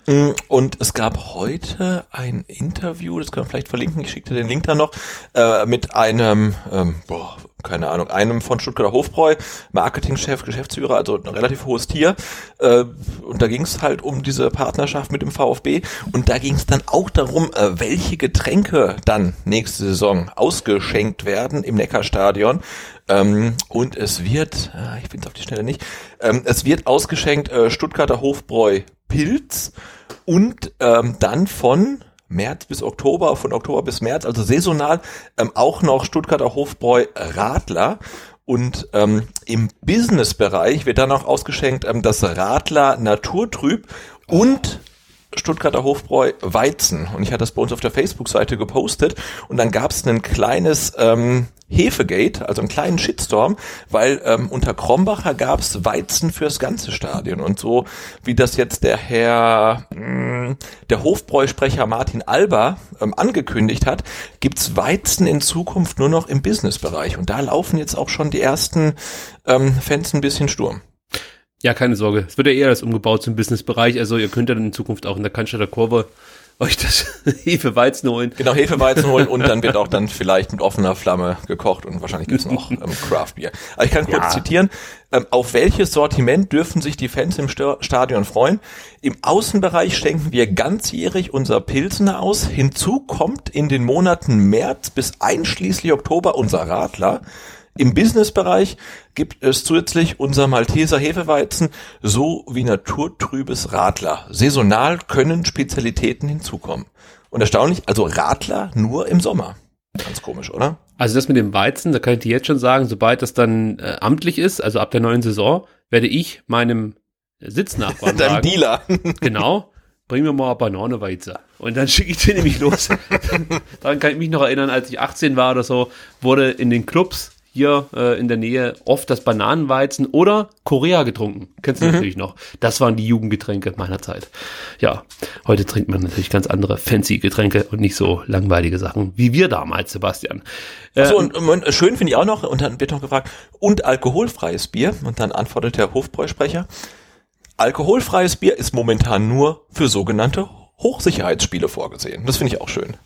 und es gab heute ein Interview, das können wir vielleicht verlinken, ich schicke dir den Link dann noch, äh, mit einem, ähm, boah, keine Ahnung, einem von Stuttgarter Hofbräu, Marketingchef, Geschäftsführer, also ein relativ hohes Tier. Äh, und da ging es halt um diese Partnerschaft mit dem VfB. Und da ging es dann auch darum, äh, welche Getränke dann nächste Saison ausgeschenkt werden im Neckarstadion. Ähm, und es wird, äh, ich finde es auf die Schnelle nicht, ähm, es wird ausgeschenkt äh, Stuttgarter Hofbräu Pilz und ähm, dann von März bis Oktober, von Oktober bis März, also saisonal, ähm, auch noch Stuttgarter Hofbräu Radler. Und ähm, im Businessbereich wird dann auch ausgeschenkt ähm, das Radler Naturtrüb und Stuttgarter Hofbräu Weizen. Und ich hatte das bei uns auf der Facebook-Seite gepostet und dann gab es ein kleines ähm, Hefegate, also einen kleinen Shitstorm, weil ähm, unter Krombacher gab es Weizen fürs ganze Stadion. Und so wie das jetzt der Herr, mh, der Hofbräu-Sprecher Martin Alber ähm, angekündigt hat, gibt's Weizen in Zukunft nur noch im Businessbereich. Und da laufen jetzt auch schon die ersten ähm, Fans ein bisschen Sturm. Ja, keine Sorge. Es wird ja eher das umgebaut zum Businessbereich. Also ihr könnt ja dann in Zukunft auch in der Cannstatter Kurve euch das Hefeweizen holen. Genau, Hefeweizen holen und dann wird auch dann vielleicht mit offener Flamme gekocht und wahrscheinlich gibt's noch ähm, Craft-Bier. Aber ich kann kurz ja. zitieren. Ähm, auf welches Sortiment dürfen sich die Fans im St- Stadion freuen? Im Außenbereich schenken wir ganzjährig unser Pilsener aus. Hinzu kommt in den Monaten März bis einschließlich Oktober unser Radler. Im Businessbereich gibt es zusätzlich unser Malteser Hefeweizen sowie naturtrübes Radler. Saisonal können Spezialitäten hinzukommen. Und erstaunlich, also Radler nur im Sommer. Ganz komisch, oder? Also das mit dem Weizen, da kann ich dir jetzt schon sagen, sobald das dann äh, amtlich ist, also ab der neuen Saison, werde ich meinem Sitznachbarn Deinem sagen. Dealer. Genau. Bring mir mal Bananenweizen. Und dann schicke ich den nämlich los. Daran kann ich mich noch erinnern, als ich achtzehn war oder so, wurde in den Clubs hier äh, in der Nähe oft das Bananenweizen oder Korea getrunken. Kennst du mhm. natürlich noch. Das waren die Jugendgetränke meiner Zeit. Ja, heute trinkt man natürlich ganz andere fancy Getränke und nicht so langweilige Sachen wie wir damals, Sebastian. Äh, Achso, und, und schön finde ich auch noch, und dann wird noch gefragt, und alkoholfreies Bier? Und dann antwortet der Hofbräu-Sprecher, alkoholfreies Bier ist momentan nur für sogenannte Hochsicherheitsspiele vorgesehen. Das finde ich auch schön.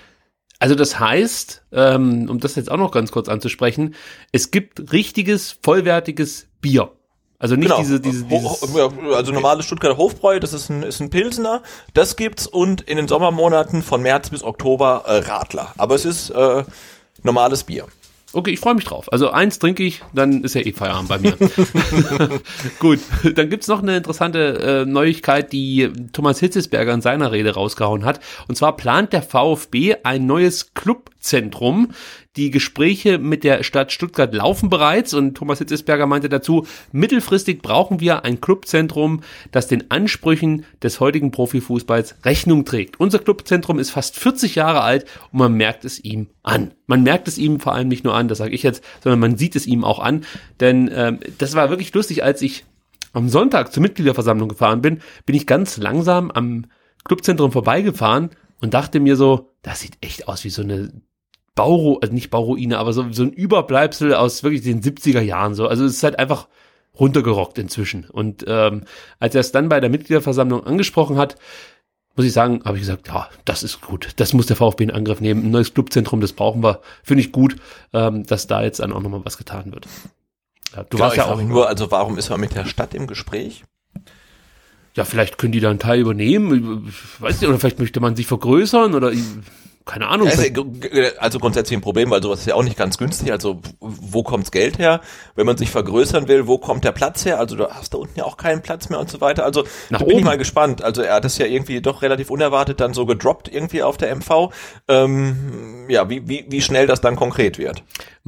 Also das heißt, ähm, um das jetzt auch noch ganz kurz anzusprechen, es gibt richtiges, vollwertiges Bier. Also nicht genau. diese, diese, dieses... Also normales Stuttgarter Hofbräu, das ist ein, ist ein Pilsener, das gibt's, und in den Sommermonaten von März bis Oktober äh, Radler. Aber es ist äh, normales Bier. Okay, ich freue mich drauf. Also eins trinke ich, dann ist ja eh Feierabend bei mir. Gut, dann gibt's noch eine interessante äh, Neuigkeit, die Thomas Hitzesberger in seiner Rede rausgehauen hat. Und zwar plant der VfB ein neues Clubzentrum. Die Gespräche mit der Stadt Stuttgart laufen bereits und Thomas Hitzesberger meinte dazu, mittelfristig brauchen wir ein Clubzentrum, das den Ansprüchen des heutigen Profifußballs Rechnung trägt. Unser Clubzentrum ist fast vierzig Jahre alt und man merkt es ihm an. Man merkt es ihm vor allem nicht nur an, das sage ich jetzt, sondern man sieht es ihm auch an, denn ähm, das war wirklich lustig, als ich am Sonntag zur Mitgliederversammlung gefahren bin, bin ich ganz langsam am Clubzentrum vorbeigefahren und dachte mir so, das sieht echt aus wie so eine Bauruine, also nicht Bauruine, aber so, so ein Überbleibsel aus wirklich den siebziger Jahren so. Also es ist halt einfach runtergerockt inzwischen. Und ähm, als er es dann bei der Mitgliederversammlung angesprochen hat, muss ich sagen, habe ich gesagt, ja, das ist gut. Das muss der VfB in Angriff nehmen. Ein neues Clubzentrum, das brauchen wir. Finde ich gut, ähm, dass da jetzt dann auch nochmal was getan wird. Ja, du genau, warst ja auch nur, also warum ist man mit der Stadt im Gespräch? Ja, vielleicht können die da einen Teil übernehmen. Ich weiß nicht, oder vielleicht möchte man sich vergrößern oder keine Ahnung. Also, also grundsätzlich ein Problem, weil sowas ist ja auch nicht ganz günstig. Also wo kommt's Geld her? Wenn man sich vergrößern will, wo kommt der Platz her? Also du hast da unten ja auch keinen Platz mehr und so weiter. Also Nach da bin oben. ich mal gespannt. Also er hat es ja irgendwie doch relativ unerwartet dann so gedroppt irgendwie auf der M V. Ähm, ja, wie, wie, wie schnell das dann konkret wird.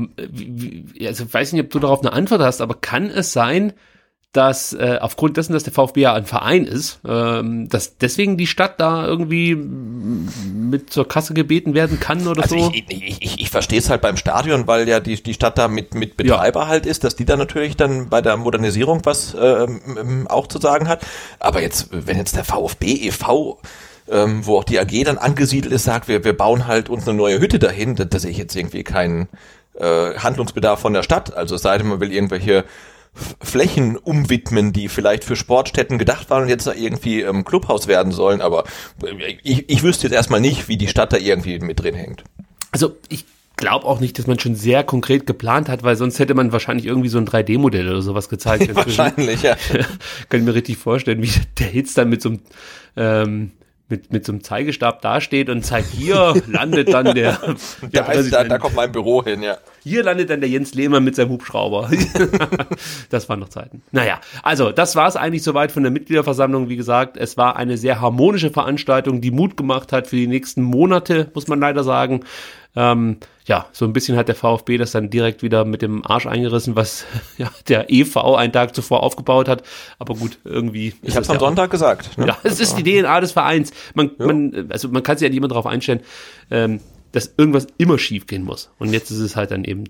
Also ich weiß nicht, ob du darauf eine Antwort hast, aber kann es sein, dass äh, aufgrund dessen, dass der VfB ja ein Verein ist, ähm, dass deswegen die Stadt da irgendwie mit zur Kasse gebeten werden kann oder also so? Ich, ich, ich, ich verstehe es halt beim Stadion, weil ja die, die Stadt da mit, mit Betreiber ja. halt ist, dass die da natürlich dann bei der Modernisierung was ähm, auch zu sagen hat. Aber jetzt, wenn jetzt der VfB e V ähm, wo auch die A G dann angesiedelt ist, sagt, wir, wir bauen halt uns eine neue Hütte dahin, da, da sehe ich jetzt irgendwie keinen äh, Handlungsbedarf von der Stadt. Also es sei denn, man will irgendwelche Flächen umwidmen, die vielleicht für Sportstätten gedacht waren und jetzt da irgendwie ähm, Clubhaus werden sollen, aber ich, ich wüsste jetzt erstmal nicht, wie die Stadt da irgendwie mit drin hängt. Also ich glaube auch nicht, dass man schon sehr konkret geplant hat, weil sonst hätte man wahrscheinlich irgendwie so ein drei D Modell oder sowas gezeigt. Wahrscheinlich, ja. Kann ich mir richtig vorstellen, wie der Hitz dann mit so einem ähm, mit mit so einem Zeigestab dasteht und zeigt, hier landet dann der, der da, heißt, da, da kommt mein Büro hin, ja. Hier landet dann der Jens Lehmann mit seinem Hubschrauber. Das waren noch Zeiten. Naja, also das war es eigentlich soweit von der Mitgliederversammlung. Wie gesagt, es war eine sehr harmonische Veranstaltung, die Mut gemacht hat für die nächsten Monate, muss man leider sagen. Ähm, ja, so ein bisschen hat der VfB das dann direkt wieder mit dem Arsch eingerissen, was ja der E V einen Tag zuvor aufgebaut hat. Aber gut, irgendwie. Ich habe es am Sonntag gesagt. Ne? Ja, es ist die D N A des Vereins. Man, ja. man, also man kann sich ja nicht immer darauf einstellen, ähm, dass irgendwas immer schief gehen muss. Und jetzt ist es halt dann eben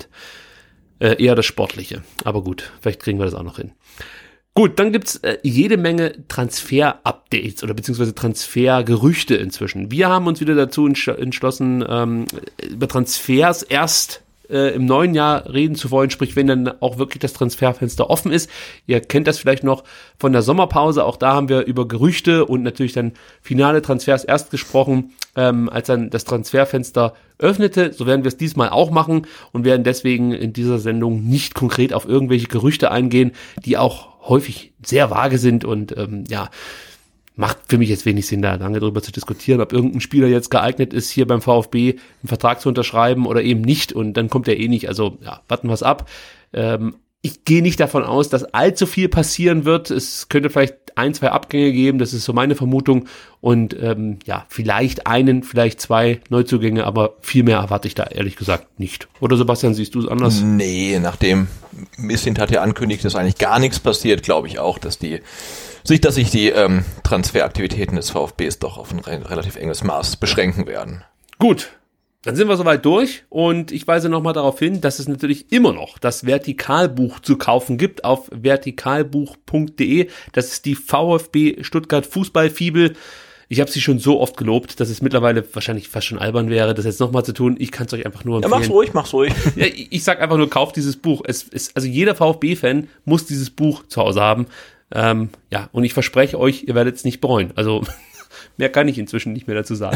äh, eher das Sportliche. Aber gut, vielleicht kriegen wir das auch noch hin. Gut, dann gibt's äh, jede Menge Transfer-Updates oder beziehungsweise Transfergerüchte inzwischen. Wir haben uns wieder dazu entsch- entschlossen, ähm, über Transfers erst äh, im neuen Jahr reden zu wollen, sprich, wenn dann auch wirklich das Transferfenster offen ist. Ihr kennt das vielleicht noch von der Sommerpause, auch da haben wir über Gerüchte und natürlich dann finale Transfers erst gesprochen, ähm, als dann das Transferfenster öffnete. So werden wir es diesmal auch machen und werden deswegen in dieser Sendung nicht konkret auf irgendwelche Gerüchte eingehen, die auch häufig sehr vage sind und ähm, ja, macht für mich jetzt wenig Sinn, da lange drüber zu diskutieren, ob irgendein Spieler jetzt geeignet ist, hier beim VfB einen Vertrag zu unterschreiben oder eben nicht und dann kommt er eh nicht. Also ja, warten wir es ab. Ähm, ich gehe nicht davon aus, dass allzu viel passieren wird. Es könnte vielleicht ein, zwei Abgänge geben, das ist so meine Vermutung und ähm, ja, vielleicht einen, vielleicht zwei Neuzugänge, aber viel mehr erwarte ich da ehrlich gesagt nicht. Oder Sebastian, siehst du es anders? Nee, nachdem Missint hat ja ankündigt, dass eigentlich gar nichts passiert, glaube ich auch, dass die sich, dass sich die ähm, Transferaktivitäten des VfBs doch auf ein re- relativ enges Maß beschränken werden. Gut. Dann sind wir soweit durch und ich weise nochmal darauf hin, dass es natürlich immer noch das Vertikalbuch zu kaufen gibt auf vertikalbuch punkt de. Das ist die VfB Stuttgart Fußballfibel. Ich habe sie schon so oft gelobt, dass es mittlerweile wahrscheinlich fast schon albern wäre, das jetzt nochmal zu tun. Ich kann es euch einfach nur empfehlen. Ja, mach's ruhig, mach's ruhig. Ja, ich, ich sag einfach nur, kauft dieses Buch. Es ist, also jeder VfB-Fan muss dieses Buch zu Hause haben. Ähm, ja, und ich verspreche euch, ihr werdet es nicht bereuen. Also mehr kann ich inzwischen nicht mehr dazu sagen.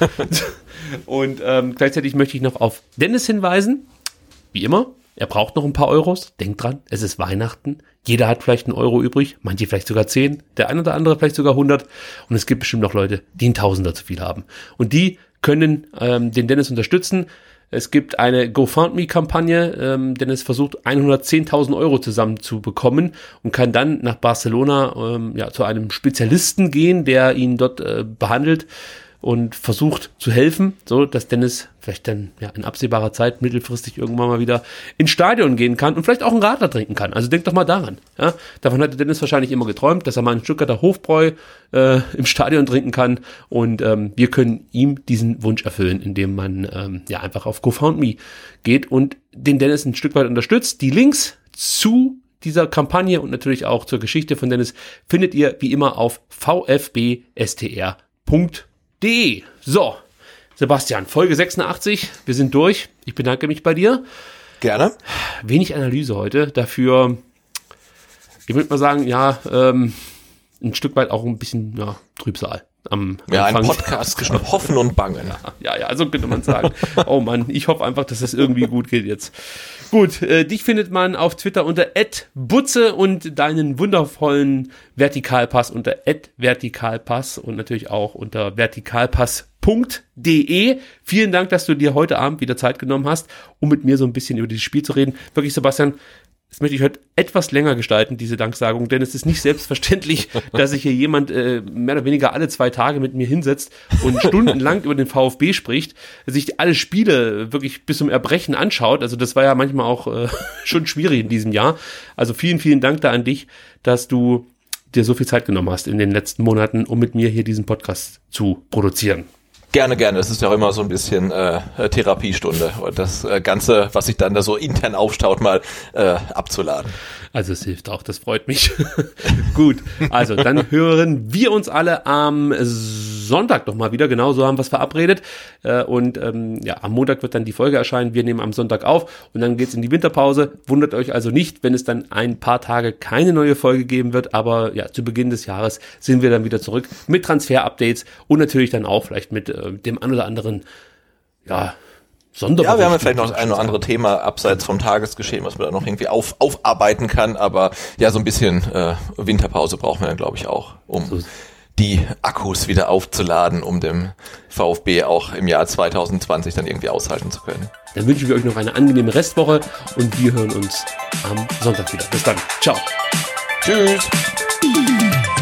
Und ähm, gleichzeitig möchte ich noch auf Dennis hinweisen. Wie immer, er braucht noch ein paar Euros. Denkt dran, es ist Weihnachten. Jeder hat vielleicht einen Euro übrig, manche vielleicht sogar zehn, der ein oder andere vielleicht sogar hundert. Und es gibt bestimmt noch Leute, die einen Tausender zu viel haben. Und die können ähm, den Dennis unterstützen. Es gibt eine GoFundMe-Kampagne, ähm, denn es versucht hundertzehntausend Euro zusammen zu bekommen und kann dann nach Barcelona ähm, ja, zu einem Spezialisten gehen, der ihn dort äh, behandelt und versucht zu helfen, so dass Dennis vielleicht dann ja in absehbarer Zeit mittelfristig irgendwann mal wieder ins Stadion gehen kann und vielleicht auch einen Radler trinken kann. Also denk doch mal daran. Ja? Davon hatte Dennis wahrscheinlich immer geträumt, dass er mal einen Stuttgarter Hofbräu äh, im Stadion trinken kann und ähm, wir können ihm diesen Wunsch erfüllen, indem man ähm, ja einfach auf GoFundMe geht und den Dennis ein Stück weit unterstützt. Die Links zu dieser Kampagne und natürlich auch zur Geschichte von Dennis findet ihr wie immer auf v f b s t r punkt de. So, Sebastian, Folge sechsundachtzig, wir sind durch. Ich bedanke mich bei dir. Gerne. Wenig Analyse heute, dafür, ich würde mal sagen, ja, ähm, ein Stück weit auch ein bisschen ja, Trübsal. Am ja, Anfang. ein Podcast zwischen Hoffen und Bangen. Ja, ja, so könnte man sagen. Oh Mann, ich hoffe einfach, dass es irgendwie gut geht jetzt. Gut, äh, dich findet man auf Twitter unter at butze und deinen wundervollen Vertikalpass unter at vertikalpass und natürlich auch unter vertikalpass punkt de. Vielen Dank, dass du dir heute Abend wieder Zeit genommen hast, um mit mir so ein bisschen über dieses Spiel zu reden. Wirklich, Sebastian, das möchte ich heute etwas länger gestalten, diese Danksagung, denn es ist nicht selbstverständlich, dass sich hier jemand äh, mehr oder weniger alle zwei Tage mit mir hinsetzt und stundenlang über den VfB spricht, sich alle Spiele wirklich bis zum Erbrechen anschaut. Also das war ja manchmal auch äh, schon schwierig in diesem Jahr. Also vielen, vielen Dank da an dich, dass du dir so viel Zeit genommen hast in den letzten Monaten, um mit mir hier diesen Podcast zu produzieren. Gerne, gerne. Es ist ja auch immer so ein bisschen äh, Therapiestunde und das äh, Ganze, was sich dann da so intern aufstaut, mal äh, abzuladen. Also es hilft auch, das freut mich. Gut, also dann hören wir uns alle am Sonntag noch mal wieder. Genau so haben wir es verabredet. Äh, und ähm, ja, am Montag wird dann die Folge erscheinen. Wir nehmen am Sonntag auf und dann geht's in die Winterpause. Wundert euch also nicht, wenn es dann ein paar Tage keine neue Folge geben wird. Aber ja, zu Beginn des Jahres sind wir dann wieder zurück mit Transfer-Updates und natürlich dann auch vielleicht mit äh, dem ein oder anderen, ja, Sonderbericht. Ja, wir haben ja vielleicht noch das ein oder andere Thema abseits vom Tagesgeschehen, was man da noch irgendwie auf, aufarbeiten kann, aber ja, so ein bisschen äh, Winterpause brauchen wir dann, glaube ich, auch, um so die Akkus wieder aufzuladen, um dem VfB auch im Jahr zwanzig zwanzig dann irgendwie aushalten zu können. Dann wünschen wir euch noch eine angenehme Restwoche und wir hören uns am Sonntag wieder. Bis dann. Ciao. Tschüss.